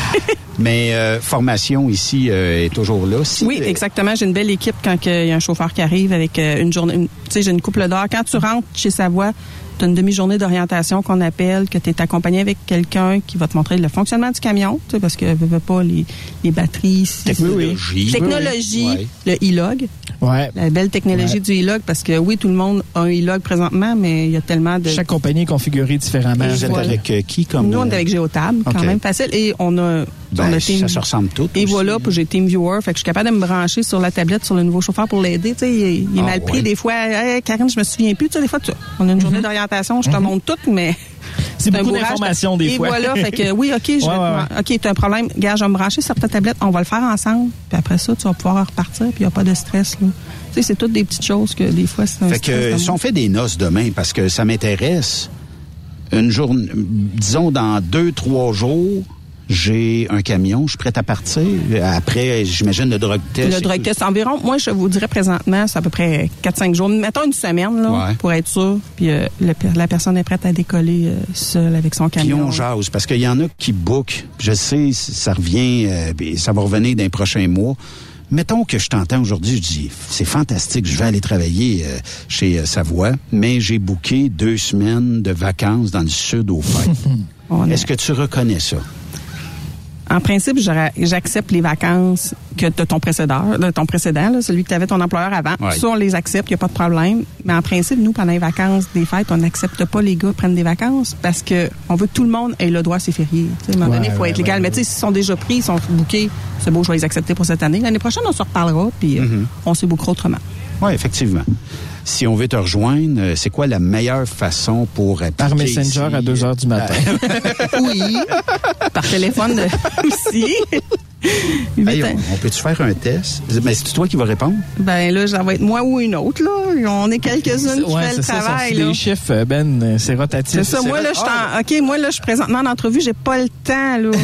Mais formation ici est toujours là. Oui, exactement. J'ai une belle équipe quand il y a un chauffeur qui arrive avec une journée. Tu sais, j'ai une couple d'heures. Quand tu rentres chez Savoie, tu as une demi-journée d'orientation qu'on appelle, que tu es accompagné avec quelqu'un qui va te montrer le fonctionnement du camion, tu sais, parce que veut pas les batteries. Technologie, ouais. Le e-log. Ouais. La belle technologie du e-log, parce que oui, tout le monde a un e-log présentement, mais il y a tellement de... Chaque compagnie est configurée différemment. Vous êtes avec qui comme... Nous, on est avec Géotable, quand même facile. Et on a... ça se ressemble tout. Et aussi, voilà, puis j'ai TeamViewer, fait que je suis capable de me brancher sur la tablette sur le nouveau chauffeur pour l'aider. Tu sais, il est mal pris des fois. Hey, Karine, je me souviens plus. Tu sais, des fois, on a une journée d'orientation, je te montre tout, mais... C'est beaucoup d'informations des fois. Et voilà, fait que oui, OK, OK, t'as un problème. Regarde, je vais me brancher sur ta tablette, on va le faire ensemble. Puis après ça, tu vas pouvoir repartir, puis il n'y a pas de stress, là. Tu sais, c'est toutes des petites choses que des fois, c'est un stress. Fait que si on fait des noces demain, parce que ça m'intéresse, une journée, disons dans 2-3 jours, j'ai un camion, je suis prête à partir. Après, j'imagine le drug test. Le drug test, environ, moi, je vous dirais présentement, c'est à peu près 4-5 jours. Mettons une semaine, là, pour être sûr. Puis la personne est prête à décoller seule avec son camion. Puis on jase, parce qu'il y en a qui bookent. Je sais, ça revient, ça va revenir dans les prochains mois. Mettons que je t'entends aujourd'hui, je dis, c'est fantastique, je vais aller travailler chez Savoie, mais j'ai booké 2 semaines de vacances dans le sud au fêtes. Est-ce que tu reconnais ça? En principe, j'accepte les vacances que de ton précédent, là, celui que tu avais ton employeur avant. Ouais. Ça, on les accepte, il n'y a pas de problème. Mais en principe, nous, pendant les vacances des fêtes, on n'accepte pas les gars prennent des vacances parce que on veut que tout le monde ait le droit à ses fériés. À un moment donné, il faut être légal. Mais tu sais, s'ils sont déjà pris, ils sont bookés, c'est beau, je vais les accepter pour cette année. L'année prochaine, on se reparlera, puis on se bookera autrement. Oui, effectivement. Si on veut te rejoindre, c'est quoi la meilleure façon pour appliquer Par Messenger ici? À 2h du matin. Oui. Par téléphone aussi. Hey, on peut-tu faire un test? Mais c'est toi qui vas répondre? Ben là, ça va être moi ou une autre, là. On est quelques-unes qui fait le travail. C'est des chiffres, Ben, c'est rotatif. C'est ça. Moi, là, je suis présentement en entrevue, j'ai pas le temps, là.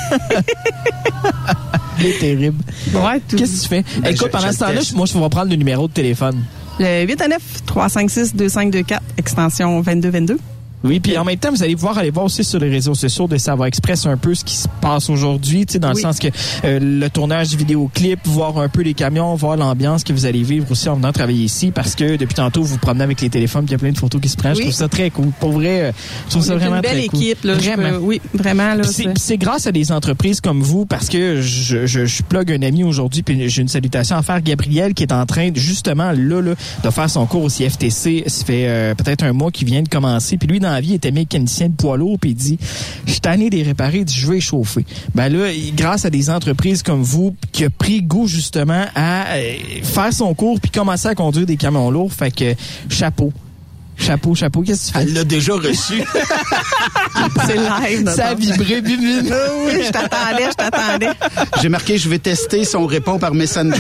C'est terrible. Ouais, qu'est-ce que tu fais? Ben, écoute, pendant ce temps-là, moi, je vais prendre le numéro de téléphone. Le 819-356-2524, extension 2222. Oui, puis en même temps, vous allez pouvoir aller voir aussi sur les réseaux sociaux de Savoie Express un peu ce qui se passe aujourd'hui, tu sais, dans le sens que le tournage du vidéoclip, voir un peu les camions, voir l'ambiance que vous allez vivre aussi en venant travailler ici, parce que depuis tantôt, vous vous promenez avec les téléphones, puis il y a plein de photos qui se prennent. Je trouve ça très cool. Pour vrai, je trouve ça vraiment très cool. C'est une belle équipe, là. Vraiment. Oui, vraiment, là. C'est grâce à des entreprises comme vous, parce que je plug un ami aujourd'hui, puis j'ai une salutation à faire, Gabriel, qui est en train, justement, là, de faire son cours au CFTC. Ça fait peut-être un mois qu'il vient de commencer, puis lui, dans la vie, il était mécanicien de poids lourd, puis il dit, je suis tanné des réparer, il dit, je vais échauffer. Ben là, grâce à des entreprises comme vous, qui a pris goût justement à faire son cours puis commencer à conduire des camions lourds, fait que chapeau. Chapeau, qu'est-ce que tu fais? Elle l'a déjà reçu. C'est live. Ça a vibré, bibine. Oui, je t'attendais. J'ai marqué, je vais tester son répond par Messenger.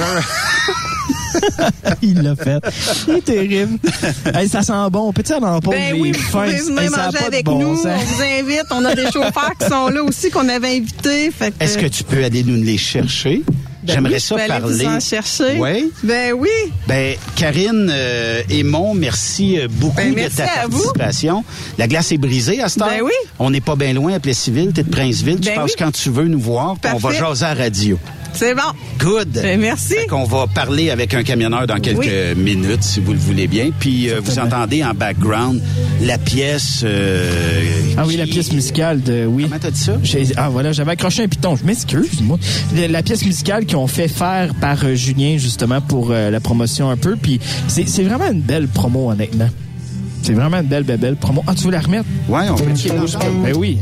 Il l'a fait. C'est terrible. Hey, ça sent bon. Peux-tu aller en pause? Ben oui, vous pouvez venir manger avec nous. On vous invite. On a des chauffeurs qui sont là aussi qu'on avait invités. Est-ce que tu peux aller nous les chercher? J'aimerais ça parler. Aller vous en chercher. Oui. Ben oui. Ben Karine Aymon, merci beaucoup de ta participation. La glace est brisée à cette heure. Ben oui. On n'est pas bien loin à Plessisville, t'es de Princeville. Tu passes quand tu veux nous voir, puis on va jaser à la radio. C'est bon. Good. Ben, merci. On va parler avec un camionneur dans quelques minutes, si vous le voulez bien. Puis vous entendez en background la pièce... la pièce musicale de... Oui. Comment t'as dit ça? Voilà, j'avais accroché un piton. Je m'excuse, moi. La pièce musicale qu'ils ont fait faire par Julien, justement, pour la promotion un peu. Puis c'est vraiment une belle promo, honnêtement. C'est vraiment une belle promo. Ah, tu veux la remettre? Oui, on peut le Ben oui.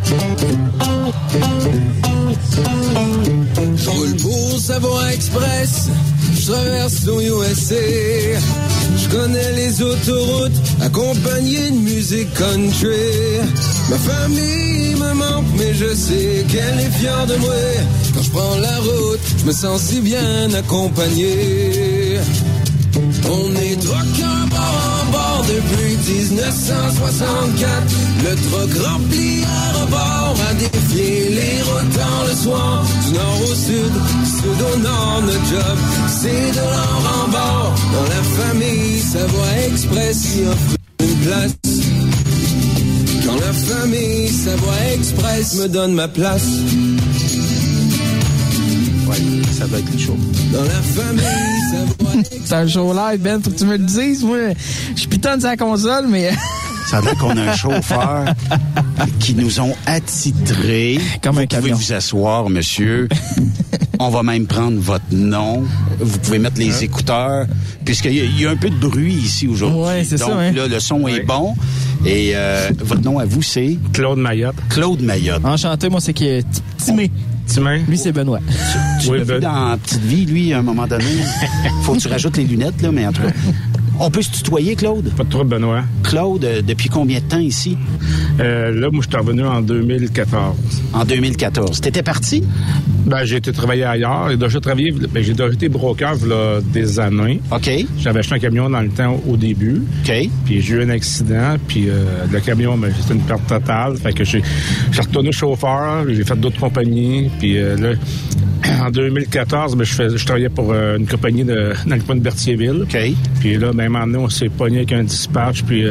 Je roule pour Savoie Express, je traverse l'USA. Je connais les autoroutes, accompagné de musique country. Ma famille me manque, mais je sais qu'elle est fière de moi. Quand je prends la route, je me sens si bien accompagné. On est truckers bord en bord depuis 1964. Le truck rempli à rebord a défié les routes dans le soir. Du nord au sud, du sud au nord, notre job, c'est de l'or en bord. Dans la famille Savoie Express y offre une place. Quand la famille Savoie Express me donne ma place. Ouais, ça doit être le show. Dans la famille Savoie Express. C'est un show live, Ben, faut que tu me le dises. Moi, je pitonne sur la console, mais... Ça veut dire qu'on a un chauffeur qui nous ont attitrés. Comme un camion. Vous pouvez vous asseoir, monsieur. On va même prendre votre nom. Vous pouvez mettre les écouteurs, puisqu'il y a un peu de bruit ici aujourd'hui. Ouais, c'est donc, ça, hein? Là, le son est bon. Et votre nom à vous, c'est? Claude Mayotte. Claude Mayotte. Enchanté, moi, c'est qui est Timé. Timé. Lui, c'est Benoît. Tu l'as vu dans Petite Vie, lui, à un moment donné. Faut que tu rajoutes les lunettes, là, mais en tout cas... On peut se tutoyer, Claude? Pas de trouble, Benoît. Claude, depuis combien de temps ici? Là, moi, je suis revenu en 2014. En 2014. T'étais parti? Ben, j'ai été travailler ailleurs. J'ai déjà été broker il y a des années. OK. J'avais acheté un camion dans le temps au début. OK. Puis j'ai eu un accident, puis le camion, c'était une perte totale. Fait que j'ai retourné chauffeur, j'ai fait d'autres compagnies, puis là... En 2014, je travaillais pour une compagnie dans le coin de Berthierville. OK. Puis là, même en on s'est pogné avec un dispatch, puis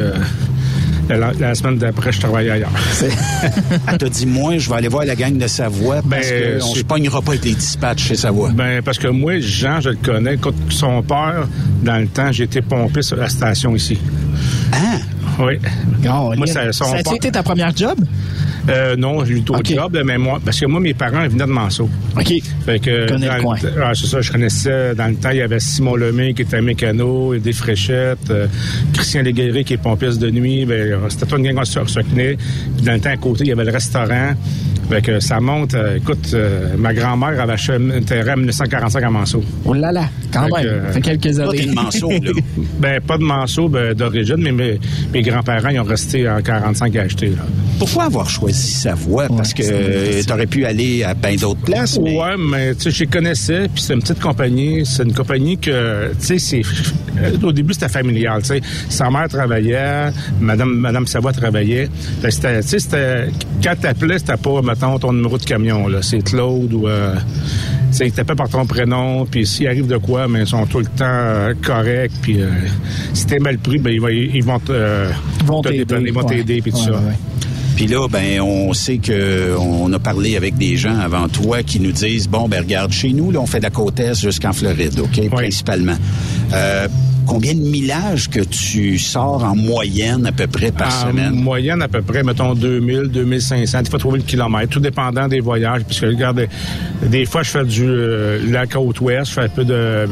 la semaine d'après, je travaillais ailleurs. Elle t'a dit, moi, je vais aller voir la gang de Savoie parce qu'on se pognera pas avec les dispatchs chez Savoie. Ben, parce que moi, Jean, je le connais. Quand son père, dans le temps, j'ai été pompé sur la station ici. Ah! Oui. Oh, moi, ça a-tu été ta première job? Non, j'ai eu d'autres jobs, mais moi, parce que moi, mes parents venaient de Manceau. OK. Fait que, connais le coin. C'est ça, je connaissais, dans le temps, il y avait Simon Lemay qui était mécano, des Fréchettes, Christian Léguéré qui est pompiste de nuit, c'était toute une gang qui se tenait. Puis dans le temps, à côté, il y avait le restaurant. Fait que ça monte, écoute, ma grand-mère avait acheté un terrain en 1945 à Manceau. Oh là là, quand même, ça fait quelques années. T'es de Manceau, là. Pas de Manceau d'origine, mais mes grands-parents, ils ont resté en 45 à acheter, là. Pourquoi avoir choisi Savoie? Parce que t'aurais pu aller à bien d'autres places. Mais... Ouais, mais tu sais, je les connaissais, puis c'est une petite compagnie. C'est une compagnie que, tu sais, au début, c'était familial, tu sais. Sa mère travaillait, Madame Savoie travaillait. Tu sais, quand t'appelais, c'était pas, mettons, ton numéro de camion, là. C'est Claude ou... ils t'appellent par ton prénom, puis s'il arrive de quoi, mais ils sont tout le temps corrects, puis si t'es mal pris, ils vont t'aider, puis tout ça. Ouais. Puis là, on sait qu'on a parlé avec des gens avant toi qui nous disent, regarde, chez nous, là, on fait de la côte est jusqu'en Floride, OK, oui. Principalement. Combien de millages que tu sors en moyenne à peu près par semaine? En moyenne, à peu près, mettons 2000, 2500, des fois 3000 km, tout dépendant des voyages. Puisque, regarde, des fois, je fais la côte ouest, je fais un peu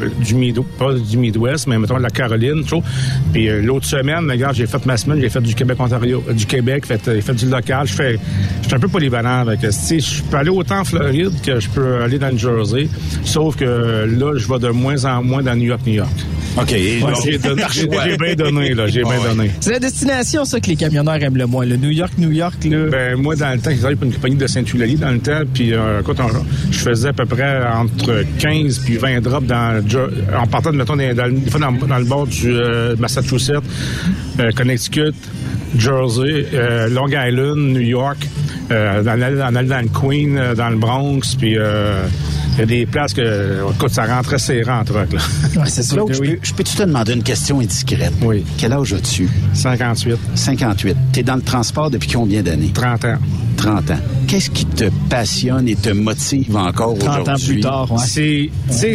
pas du Midwest, mais mettons la Caroline, tout. Puis l'autre semaine, regarde, j'ai fait ma semaine, j'ai fait du Québec-Ontario, du Québec, j'ai fait du local. Je suis un peu polyvalent. Je peux aller autant en Floride que je peux aller dans le Jersey. Sauf que là, je vais de moins en moins dans New York. OK. Ouais, j'ai bien donné, là. J'ai bien donné. C'est la destination, ça, que les camionneurs aiment le moins. Le New York, là. Moi, dans le temps, j'ai travaillé pour une compagnie de Saint-Eulalie dans le temps. Puis, je faisais à peu près entre 15 puis 20 drops en partant, mettons, dans le bord du Massachusetts, Connecticut, Jersey, Long Island, New York, dans le Queen, dans le Bronx, puis... il y a des places que, écoute, ça rentrait serré en truck, là. Ouais, c'est sûr. Je peux-tu te demander une question indiscrète? Oui. Quel âge as-tu? 58. 58. T'es dans le transport depuis combien d'années? 30 ans. 30 ans. Qu'est-ce qui te passionne et te motive encore aujourd'hui? 30 ans plus tard, ouais.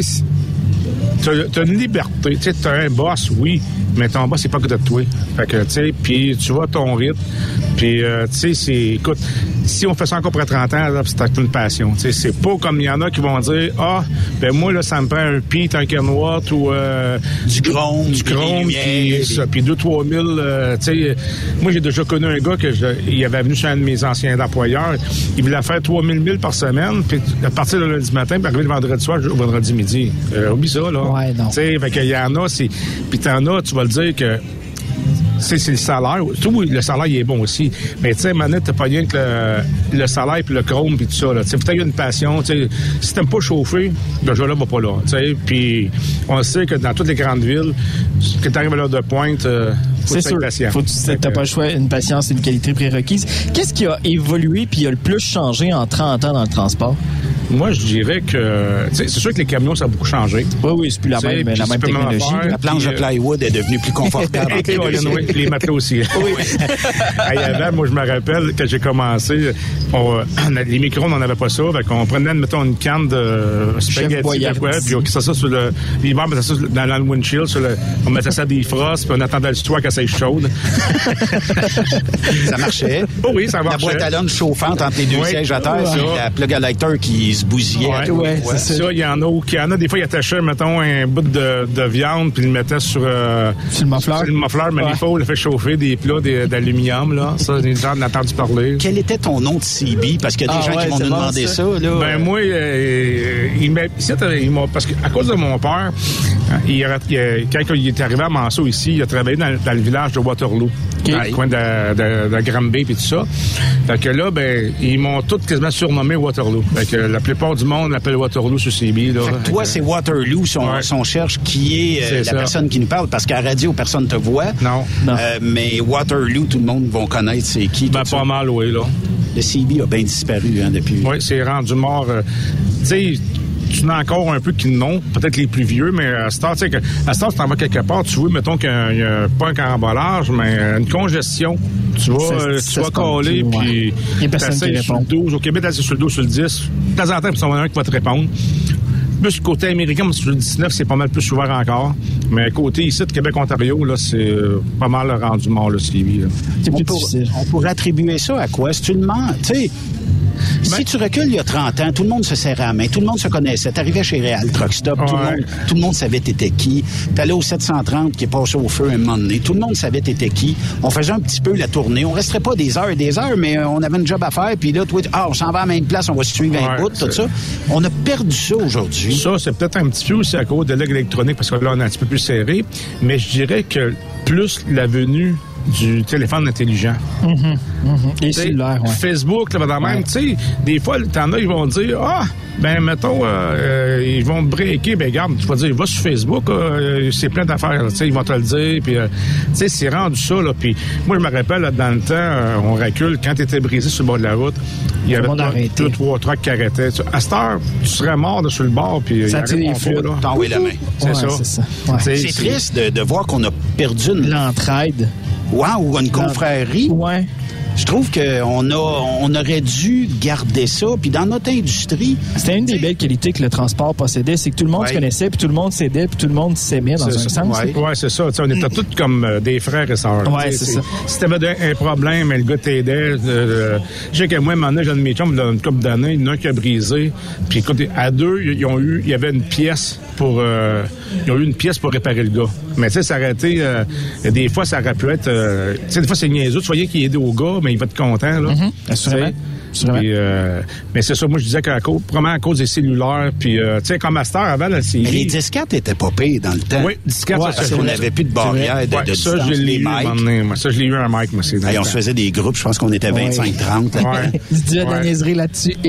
T'as une liberté. Tu sais, t'as un boss, oui, mais ton boss, c'est pas que de toi. Fait que, tu sais, puis tu vas ton rythme. Puis, tu sais, écoute, si on fait ça encore après 30 ans, là, c'est une passion. Tu sais, c'est pas comme il y en a qui vont dire, moi, là, ça me prend un Pete, un Kenworth ou du chrome, puis 2-3 000. Tu sais, moi, j'ai déjà connu un gars il avait venu chez un de mes anciens employeurs. Il voulait faire 3 000 milles par semaine, puis à partir de lundi matin, puis arriver le vendredi soir, le vendredi midi. Oublie ça, là. Ouais, non. Tu sais, fait qu'il y en a, puis t'en as, tu vas le dire que c'est le salaire. Oui, le salaire, il est bon aussi. Mais tu sais, Manette, t'as pas rien que le salaire puis le chrome puis tout ça. Tu sais, faut que t'aies une passion. T'sais, si t'aimes pas chauffer, le jeu-là va pas là. Puis on sait que dans toutes les grandes villes, quand t'arrives à l'heure de pointe, faut être patient. T'as pas le choix, une patience, une qualité prérequise. Qu'est-ce qui a évolué puis a le plus changé en 30 ans dans le transport? Moi, je dirais que... C'est sûr que les camions, ça a beaucoup changé. Oui, c'est plus la même technologie. La planche de plywood est devenue plus confortable. Les matelas aussi. Oui. Avant, moi, je me rappelle, quand j'ai commencé, les micros, on n'en avait pas ça. On prenait, mettons, une canne de spaghetti, puis on ça sur l'hiver, on mettait ça dans le windshield, on mettait ça des frostes, puis on attendait le soir qu'elle s'aille chaude. Ça marchait. Oui, ça marchait. La boîte à lunch chauffante entre les deux sièges à terre, la plug à lighter qui se bousillait. C'est ça. Il y en a, des fois, ils attachaient, mettons, un bout de viande, puis ils le mettaient sur le muffler, mais il faut le faire chauffer des plats d'aluminium, là. Ça, les gens ont entendu parler. Quel était ton nom de CB? Parce qu'il y a des gens qui vont nous demander ça, là. Ben, moi, parce qu'à cause de mon père, quand il est arrivé à Manceau ici, il a travaillé dans le village de Waterloo, dans le coin de Granby et tout ça. Fait que là, ben, ils m'ont tous quasiment surnommé Waterloo. Fait que la plupart du monde l'appelle Waterloo sur CB, là. Fait que toi, c'est Waterloo, si on cherche qui est la personne qui nous parle, parce qu'à la radio, personne te voit. Non. Mais Waterloo, tout le monde va connaître c'est qui. Ben, pas mal, oui, là. Le CB a bien disparu, depuis. Oui, c'est rendu mort. Tu sais, tu en as encore un peu qui n'ont, peut-être les plus vieux, mais à ce temps, tu sais, si t'en vas quelque part, tu vois, mettons qu'il n'y a pas un carambolage, mais une congestion. Tu vas caler, puis il y a personne qui répond. Sur le 12. Au Québec, t'as sur le 12, sur le 10. De temps en temps, il y en a un qui va te répondre. Plus côté américain, sur le 19, c'est pas mal plus ouvert encore. Mais côté ici, de Québec-Ontario, là, c'est pas mal rendu mort, le Sylvie. C'est plus difficile. On pourrait attribuer ça à quoi? C'est une mente, tu sais. Si tu recules il y a 30 ans, tout le monde se serrait à la main, tout le monde se connaissait. T'arrivais chez Réal Truck Stop, tout le monde savait t'étais qui. T'allais au 730 qui est passé au feu un moment donné, tout le monde savait t'étais qui. On faisait un petit peu la tournée, on resterait pas des heures et des heures, mais on avait une job à faire, puis là, toi, on s'en va à la même place, on va se suivre un bout, tout ça. On a perdu ça aujourd'hui. Ça, c'est peut-être un petit peu aussi à cause de l'aigle électronique, parce que là, on est un petit peu plus serré, mais je dirais que plus la venue du téléphone intelligent. Les cellulaires, Facebook, là, même, tu sais, des fois, t'en as, ils vont dire, mettons, ils vont me breaker, ben, regarde, tu vas dire, va sur Facebook, c'est plein d'affaires, tu sais, ils vont te le dire, puis, tu sais, c'est rendu ça, là, puis moi, je me rappelle, là, dans le temps, on recule, quand t'étais brisé sur le bord de la route, il y avait 2, 3 trucks qui arrêtaient. À cette heure, tu serais mort sur le bord, puis ça tire les flûtes, t'envoies la main. C'est ça. C'est triste de voir qu'on a perdu l'entraide. Ou une confrérie. Ouais. Je trouve qu'on aurait dû garder ça. Puis dans notre industrie... C'était une des belles qualités que le transport possédait, c'est que tout le monde se connaissait, puis tout le monde s'aidait, puis tout le monde s'aimait dans un sens. Oui, c'est ça. T'sais, on était tous comme des frères et sœurs. Oui, c'est ça. Si t'avais un problème, le gars t'aidait. Je sais que moi, maintenant, j'ai un de mes chums, une couple d'années, il y en a un qui a brisé. Puis écoute, à deux, il y avait une pièce pour... ils ont eu une pièce pour réparer le gars. Mais tu sais, ça aurait été... des fois, ça aurait pu être... tu sais, des fois, c'est niaiseux. Tu voyais qu'il aidait au gars, mais il va être content, là. Assurément. Puis, mais c'est ça, moi, je disais vraiment à cause des cellulaires. Puis, tu sais, comme Master, avant, la série... Mais les disquettes étaient pas payées dans le temps. Oui, disquettes, parce qu'on n'avait plus de barrière de distance. Ça, je l'ai eu ça, je l'ai eu un mic, moi, c'est on se faisait des groupes, je pense qu'on était 25-30. Il se disait de la niaiserie là-dessus. Et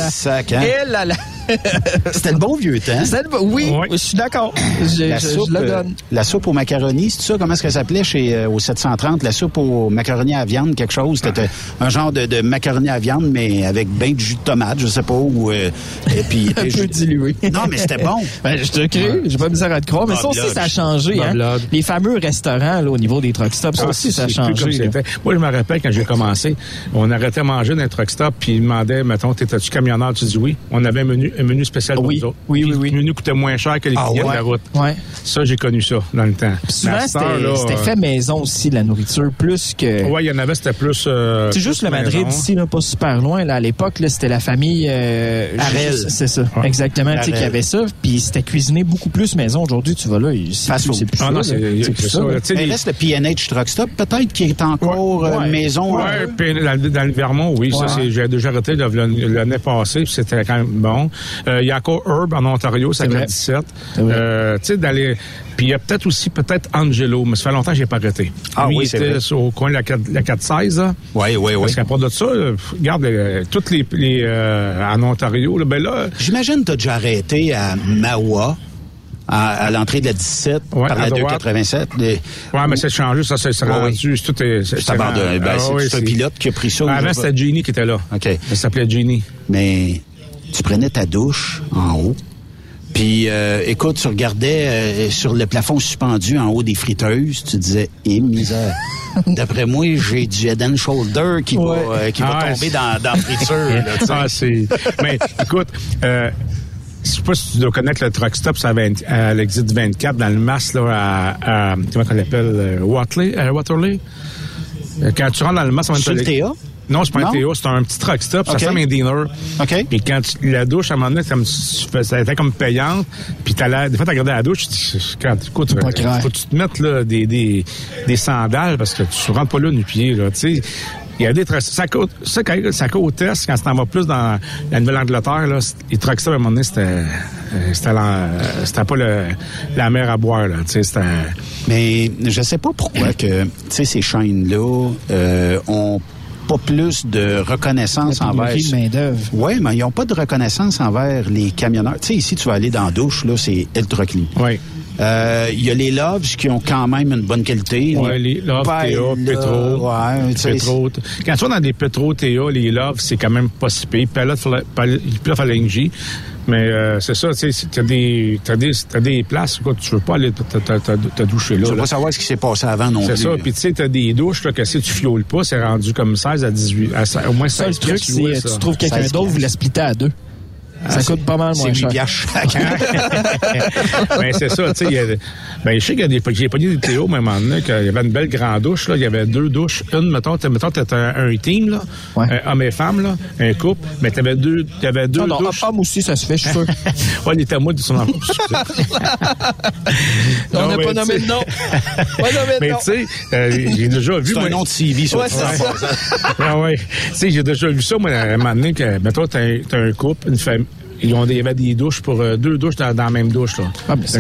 là là. C'était le bon vieux temps. Oui, je suis d'accord. Je le donne. La soupe aux macaronis, c'est ça? Comment est-ce qu'elle s'appelait au 730? La soupe aux macaronis à viande, quelque chose. C'était un genre de macaroni à viande, mais avec bien du jus de tomate, je sais pas. Et puis, un peu dilué. Non, mais c'était bon. Je te crée. J'ai pas misère à te croire. Mais ça aussi, ça a changé. Les fameux restaurants là, au niveau des truck stops, ça aussi, ça a changé. Moi, je me rappelle quand j'ai commencé, on arrêtait de manger dans un truck stop, puis ils demandaient, mettons, t'étais-tu camionneur? Tu dis oui. On avait un menu spécial pour nous autres. Oui. Le menu coûtait moins cher que les billets de la route. Ouais. Ça, j'ai connu ça dans le temps. Puis souvent, c'était fait maison aussi, la nourriture, plus que... Oui, il y en avait, c'était plus... c'est juste le Madrid ici, là, pas super loin. Là, à l'époque, là, c'était la famille... Arel. C'est ça, exactement, tu sais, qui avait ça. Puis c'était cuisiné beaucoup plus maison. Aujourd'hui, tu vas là, c'est plus ça. Il reste le P&H Truck Stop, peut-être, qui est encore maison. Oui, puis dans le Vermont, oui. Ça, j'ai déjà arrêté l'année passée, puis c'était quand même bon. Il y a encore Herb en Ontario, c'est la 17. Tu sais, d'aller... Puis il y a peut-être Angelo, mais ça fait longtemps que j'ai pas arrêté. Ah lui, oui, il était au coin de la 416. Oui. Parce qu'à part de ça, regarde, toutes les en Ontario, là, ben là... J'imagine que tu as déjà arrêté à Maua. À l'entrée de la 17, par la 287. Oui, mais c'est changé, ça s'est rendu. Tout est. C'est un pilote qui a pris ça. Avant, c'était Jeannie qui était là. OK. Elle s'appelait Jeannie. Mais tu prenais ta douche en haut. Puis, écoute, tu regardais sur le plafond suspendu en haut des friteuses, tu disais, misère. D'après moi, j'ai du Head and Shoulder qui va tomber dans la friture. Mais écoute, je sais pas si tu dois connaître le truck stop à l'exit 24 dans le Mas, là, à comment on l'appelle, Waterloo. Quand tu rentres dans le Mas, c'est le TA? Non, c'est pas un TA, c'est un petit truck stop, ça ressemble à un dîner. OK. Puis quand la douche, à un moment donné, ça était comme payante, puis des fois, t'as regardé la douche, écoute, faut que tu te mettes là, des sandales, parce que tu rentres pas là nu-pied, là, tu sais. Il y a des ça côte est, quand tu t'en vas plus dans la Nouvelle-Angleterre, là, les truck stops, à un moment donné, c'était pas la mer à boire, là, tu sais, Mais je sais pas pourquoi que, tu sais, ces chaînes-là ont pas plus de reconnaissance envers... de main-d'œuvre. Oui, mais ils n'ont pas de reconnaissance envers les camionneurs. Tu sais, ici, tu vas aller dans la douche, là, c'est ultra clean. Oui. Il y a les Loves qui ont quand même une bonne qualité. Oui, les Loves, Théa, Petro. Petro. Quand tu vas dans des Petro, Théa, les Loves, c'est quand même pas si pire. Puis là, fallait NG. Mais c'est ça, tu sais, t'as des places, quoi, tu veux pas aller te doucher là. Tu veux pas savoir ce qui s'est passé avant non plus. C'est ça, puis tu sais, t'as des douches, là, que si tu fioles pas, c'est rendu comme 16 à 18, au moins 16. Ça, le truc, c'est tu trouves quelqu'un d'autre, vous la splittez à deux. Ça coûte pas mal moins cher. C'est 8 piastres chaque. Ben, c'est ça, tu sais. Je sais qu'il y a j'ai pogné des Théo, mais à un moment donné, qu'il y avait une belle grande douche, là. Il y avait 2 douches. Une, mettons, t'as un team, là. Ouais. Homme et femme, là. Un couple. Mais t'avais deux douches. Homme aussi, ça se fait, je suis sûr. Ouais, il était à moi de son emploi. On n'a pas nommé de nom. Mais tu sais, j'ai déjà vu. C'est un nom de CV, ça. Ouais, c'est ça. Ah ouais. Tu sais, j'ai déjà vu ça, moi, à un moment donné, que, mettons, t'as un couple, une famille. Il y avait des douches pour 2 douches dans la même douche, là. Ah, mais c'est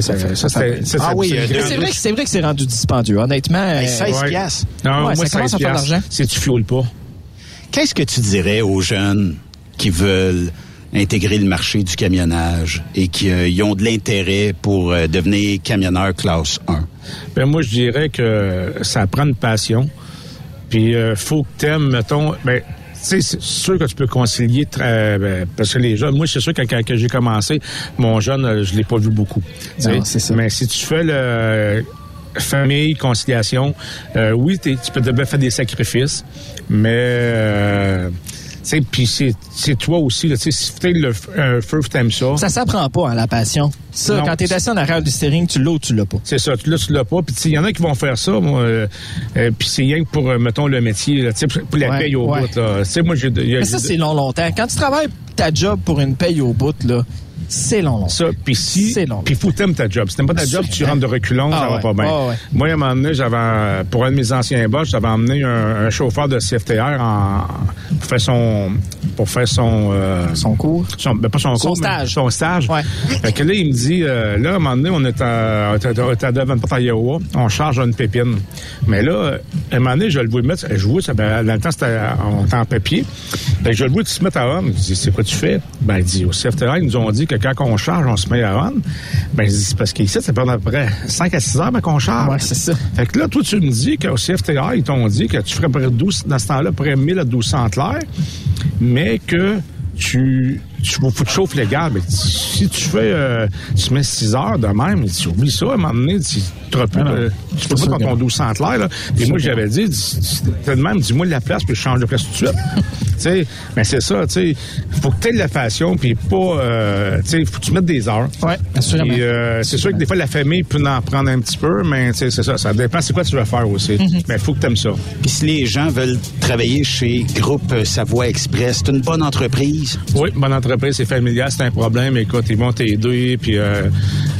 vrai que c'est rendu dispendieux, honnêtement. 16 piastres. Non, moi, ça commence à faire de l'argent. Si tu fioles pas. Qu'est-ce que tu dirais aux jeunes qui veulent intégrer le marché du camionnage et qui ont de l'intérêt pour devenir camionneur classe 1? Ben, moi, je dirais que ça prend une passion. Puis, faut que t'aimes, mettons, tu sais, c'est sûr que tu peux concilier parce que les jeunes, moi, c'est sûr que quand j'ai commencé, mon jeune, je l'ai pas vu beaucoup. Non, c'est ça. Mais si tu fais le famille, conciliation, oui, tu peux devoir faire des sacrifices, mais tu sais, puis c'est toi aussi, tu sais, si tu le feu, t'aimes ça. Ça s'apprend pas, hein, la passion. Ça, non, quand t'es assis en arrière du steering, tu l'as ou tu l'as pas. C'est ça, tu l'as pas. Puis il y en a qui vont faire ça, moi. Puis c'est rien que pour, mettons, le métier, tu sais, pour la paye au bout, là. Tu sais, moi, mais ça, c'est longtemps. Quand tu travailles ta job pour une paye au bout, là, c'est long. Ça, puis puis faut t'aimer ta job. Si t'aimes pas ta job, tu rentres de reculons, ça va pas bien. Moi, à un moment donné, pour un de mes anciens boss, j'avais emmené un chauffeur de CFTR pour faire son cours. Son stage. Ouais. Fait que là, il me dit, là, à un moment donné, on est à devant porte à Iowa, on charge une pépine. Mais là, à un moment donné, je le vois mettre, je vois, dans le temps, on était en papier. Fait que je le vois, tu te mets à on. Je dis, c'est quoi tu fais? Ben, il dit, au CFTR, ils nous ont dit que quand on charge, on se met à on. Ben, c'est parce qu'ici, ça prend à peu près 5 à 6 heures, mais qu'on charge. Ouais, c'est ça. Fait que là, toi, tu me dis qu'au CFTR, ils t'ont dit que tu ferais près 12, dans ce temps-là, près 1000 à 1200 l'air, mais que faut que tu chauffes légal. Mais si tu fais, tu mets 6 heures de même, tu oublies ça, à un moment donné, tu peux pas dans ton 1200 l'air, là. Et moi, j'avais dit, de même, dis-moi la place, puis je change de place tout de suite. Tu sais, mais c'est ça, tu sais, faut que tu aies de la passion, puis pas, tu sais, faut que tu mettes des heures. Ouais, assurément. C'est sûr que des fois, la famille peut en prendre un petit peu, mais tu sais, c'est ça dépend c'est quoi tu veux faire aussi. Mais faut que tu aimes ça. Puis si les gens veulent travailler chez Groupe Savoie Express, c'est une bonne entreprise? Oui, bonne entreprise, c'est familial, c'est un problème, écoute, ils vont t'aider, puis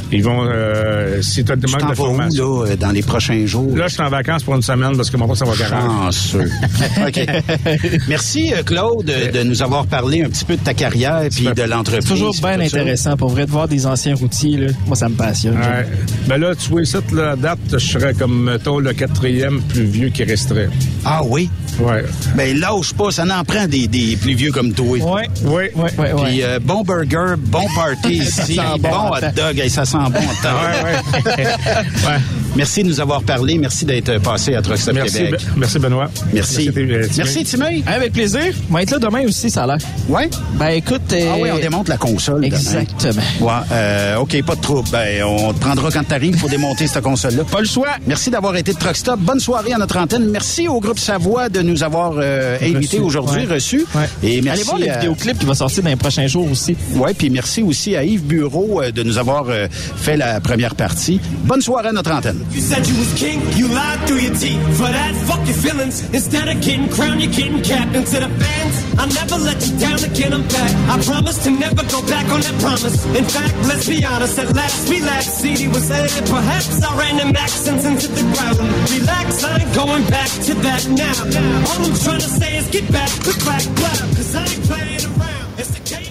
Ils vont, si tu as des manques de formation. Là, dans les prochains jours? Là, je suis en vacances pour une semaine parce que mon poste va au garage. Chanceux. OK. Merci, Claude, de nous avoir parlé un petit peu de ta carrière et de l'entreprise. C'est toujours bien intéressant. Pour vrai, de voir des anciens routiers, là, moi, ça me passionne. Ouais. Ben là, tu vois, ça, la date, je serais comme, mettons, le 4e plus vieux qui resterait. Ah oui? Ouais. Ben lâche pas, ça n'en prend des plus vieux comme toi. Oui. Puis bon burger, bon party ici, bon hot dog, ça sent bon en temps. Ouais. Merci de nous avoir parlé, merci d'être passé à Truck Stop Québec. Merci Benoît. Merci. Merci Timmy. Avec plaisir. On va être là demain aussi, ça a l'air. Ouais. Ben écoute. Ah oui, on démonte la console. Exactement. Ouais. OK, pas de trouble. Ben on te prendra quand t'arrives pour démonter cette console-là. Pas le choix. Merci d'avoir été de Truck Stop. Bonne soirée à notre antenne. Merci au groupe Savoie de nous avoir invités aujourd'hui, reçus. Ouais. Et merci. Allez voir le vidéoclip qui va sortir dans les prochains jours aussi. Oui, puis merci aussi à Yves Bureau de nous avoir fait la première partie. Bonne soirée à notre antenne. You said you was king, you lied through your teeth. For that, fuck your feelings. Instead of getting crowned, you're getting capped. And to the fans, I'll never let you down again, I'm back. I promise to never go back on that promise. In fact, let's be honest, at last we laughed. CD was edited, perhaps our random accents into the ground. Relax, I ain't going back to that now. All I'm trying to say is get back to crack blab. Cause I ain't playing around. It's the game.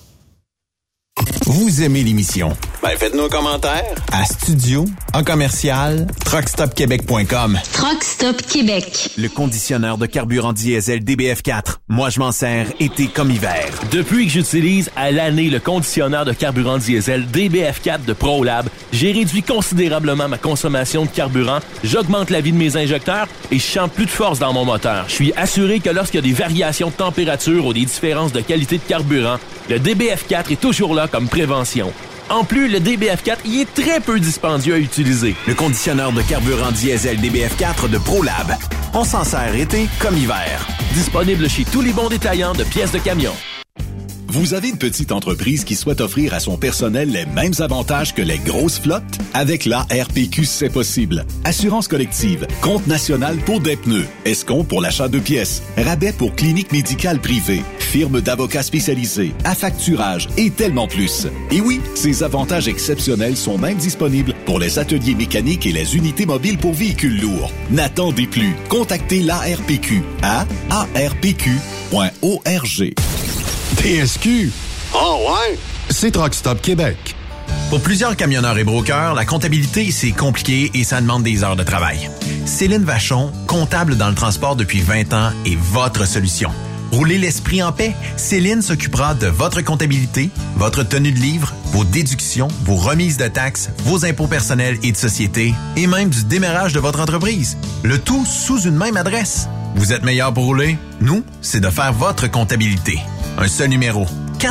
Vous aimez l'émission? Ben, faites-nous un commentaire. À studio, en commercial, truckstopquebec.com. Truck Stop Québec. Le conditionneur de carburant diesel DBF4. Moi, je m'en sers été comme hiver. Depuis que j'utilise à l'année le conditionneur de carburant diesel DBF4 de ProLab, j'ai réduit considérablement ma consommation de carburant, j'augmente la vie de mes injecteurs et je sens plus de force dans mon moteur. Je suis assuré que lorsqu'il y a des variations de température ou des différences de qualité de carburant, le DBF4 est toujours là comme prévention. En plus, le DBF4 y est très peu dispendieux à utiliser. Le conditionneur de carburant diesel DBF4 de ProLab. On s'en sert été comme hiver. Disponible chez tous les bons détaillants de pièces de camion. Vous avez une petite entreprise qui souhaite offrir à son personnel les mêmes avantages que les grosses flottes? Avec la RPQ, c'est possible. Assurance collective, compte national pour des pneus, escompte pour l'achat de pièces, rabais pour clinique médicale privée, firme d'avocats spécialisés, affacturage et tellement plus. Et oui, ces avantages exceptionnels sont même disponibles pour les ateliers mécaniques et les unités mobiles pour véhicules lourds. N'attendez plus. Contactez l'ARPQ à arpq.org. TSQ. Oh ouais? C'est Truck Stop Québec. Pour plusieurs camionneurs et brokers, la comptabilité, c'est compliqué et ça demande des heures de travail. Céline Vachon, comptable dans le transport depuis 20 ans, est votre solution. Roulez l'esprit en paix. Céline s'occupera de votre comptabilité, votre tenue de livre, vos déductions, vos remises de taxes, vos impôts personnels et de société, et même du démarrage de votre entreprise. Le tout sous une même adresse. Vous êtes meilleur pour rouler? Nous, c'est de faire votre comptabilité. Un seul numéro.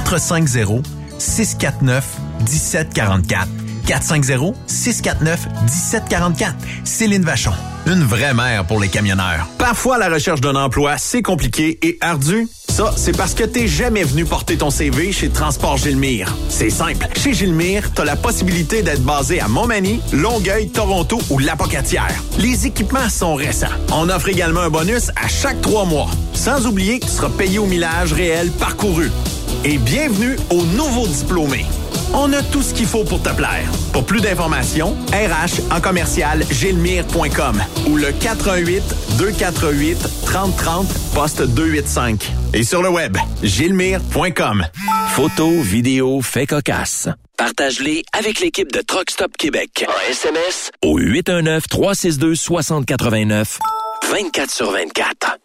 450-649-1744. 450-649-1744. Céline Vachon. Une vraie mère pour les camionneurs. Parfois, la recherche d'un emploi, c'est compliqué et ardu. Ça, c'est parce que t'es jamais venu porter ton CV chez Transport Gilmire. C'est simple. Chez Gilmire, t'as la possibilité d'être basé à Montmagny, Longueuil, Toronto ou Lapocatière. Les équipements sont récents. On offre également un bonus à chaque 3 mois. Sans oublier que tu seras payé au millage réel parcouru. Et bienvenue aux nouveaux diplômés. On a tout ce qu'il faut pour te plaire. Pour plus d'informations, RH en commercial gilmire.com ou le 418-248-3030 poste 285. Et sur le web, gilmire.com. Photos, vidéos, faits cocasses. Partage-les avec l'équipe de Truck Stop Québec. En SMS au 819-362-6089, 24/24.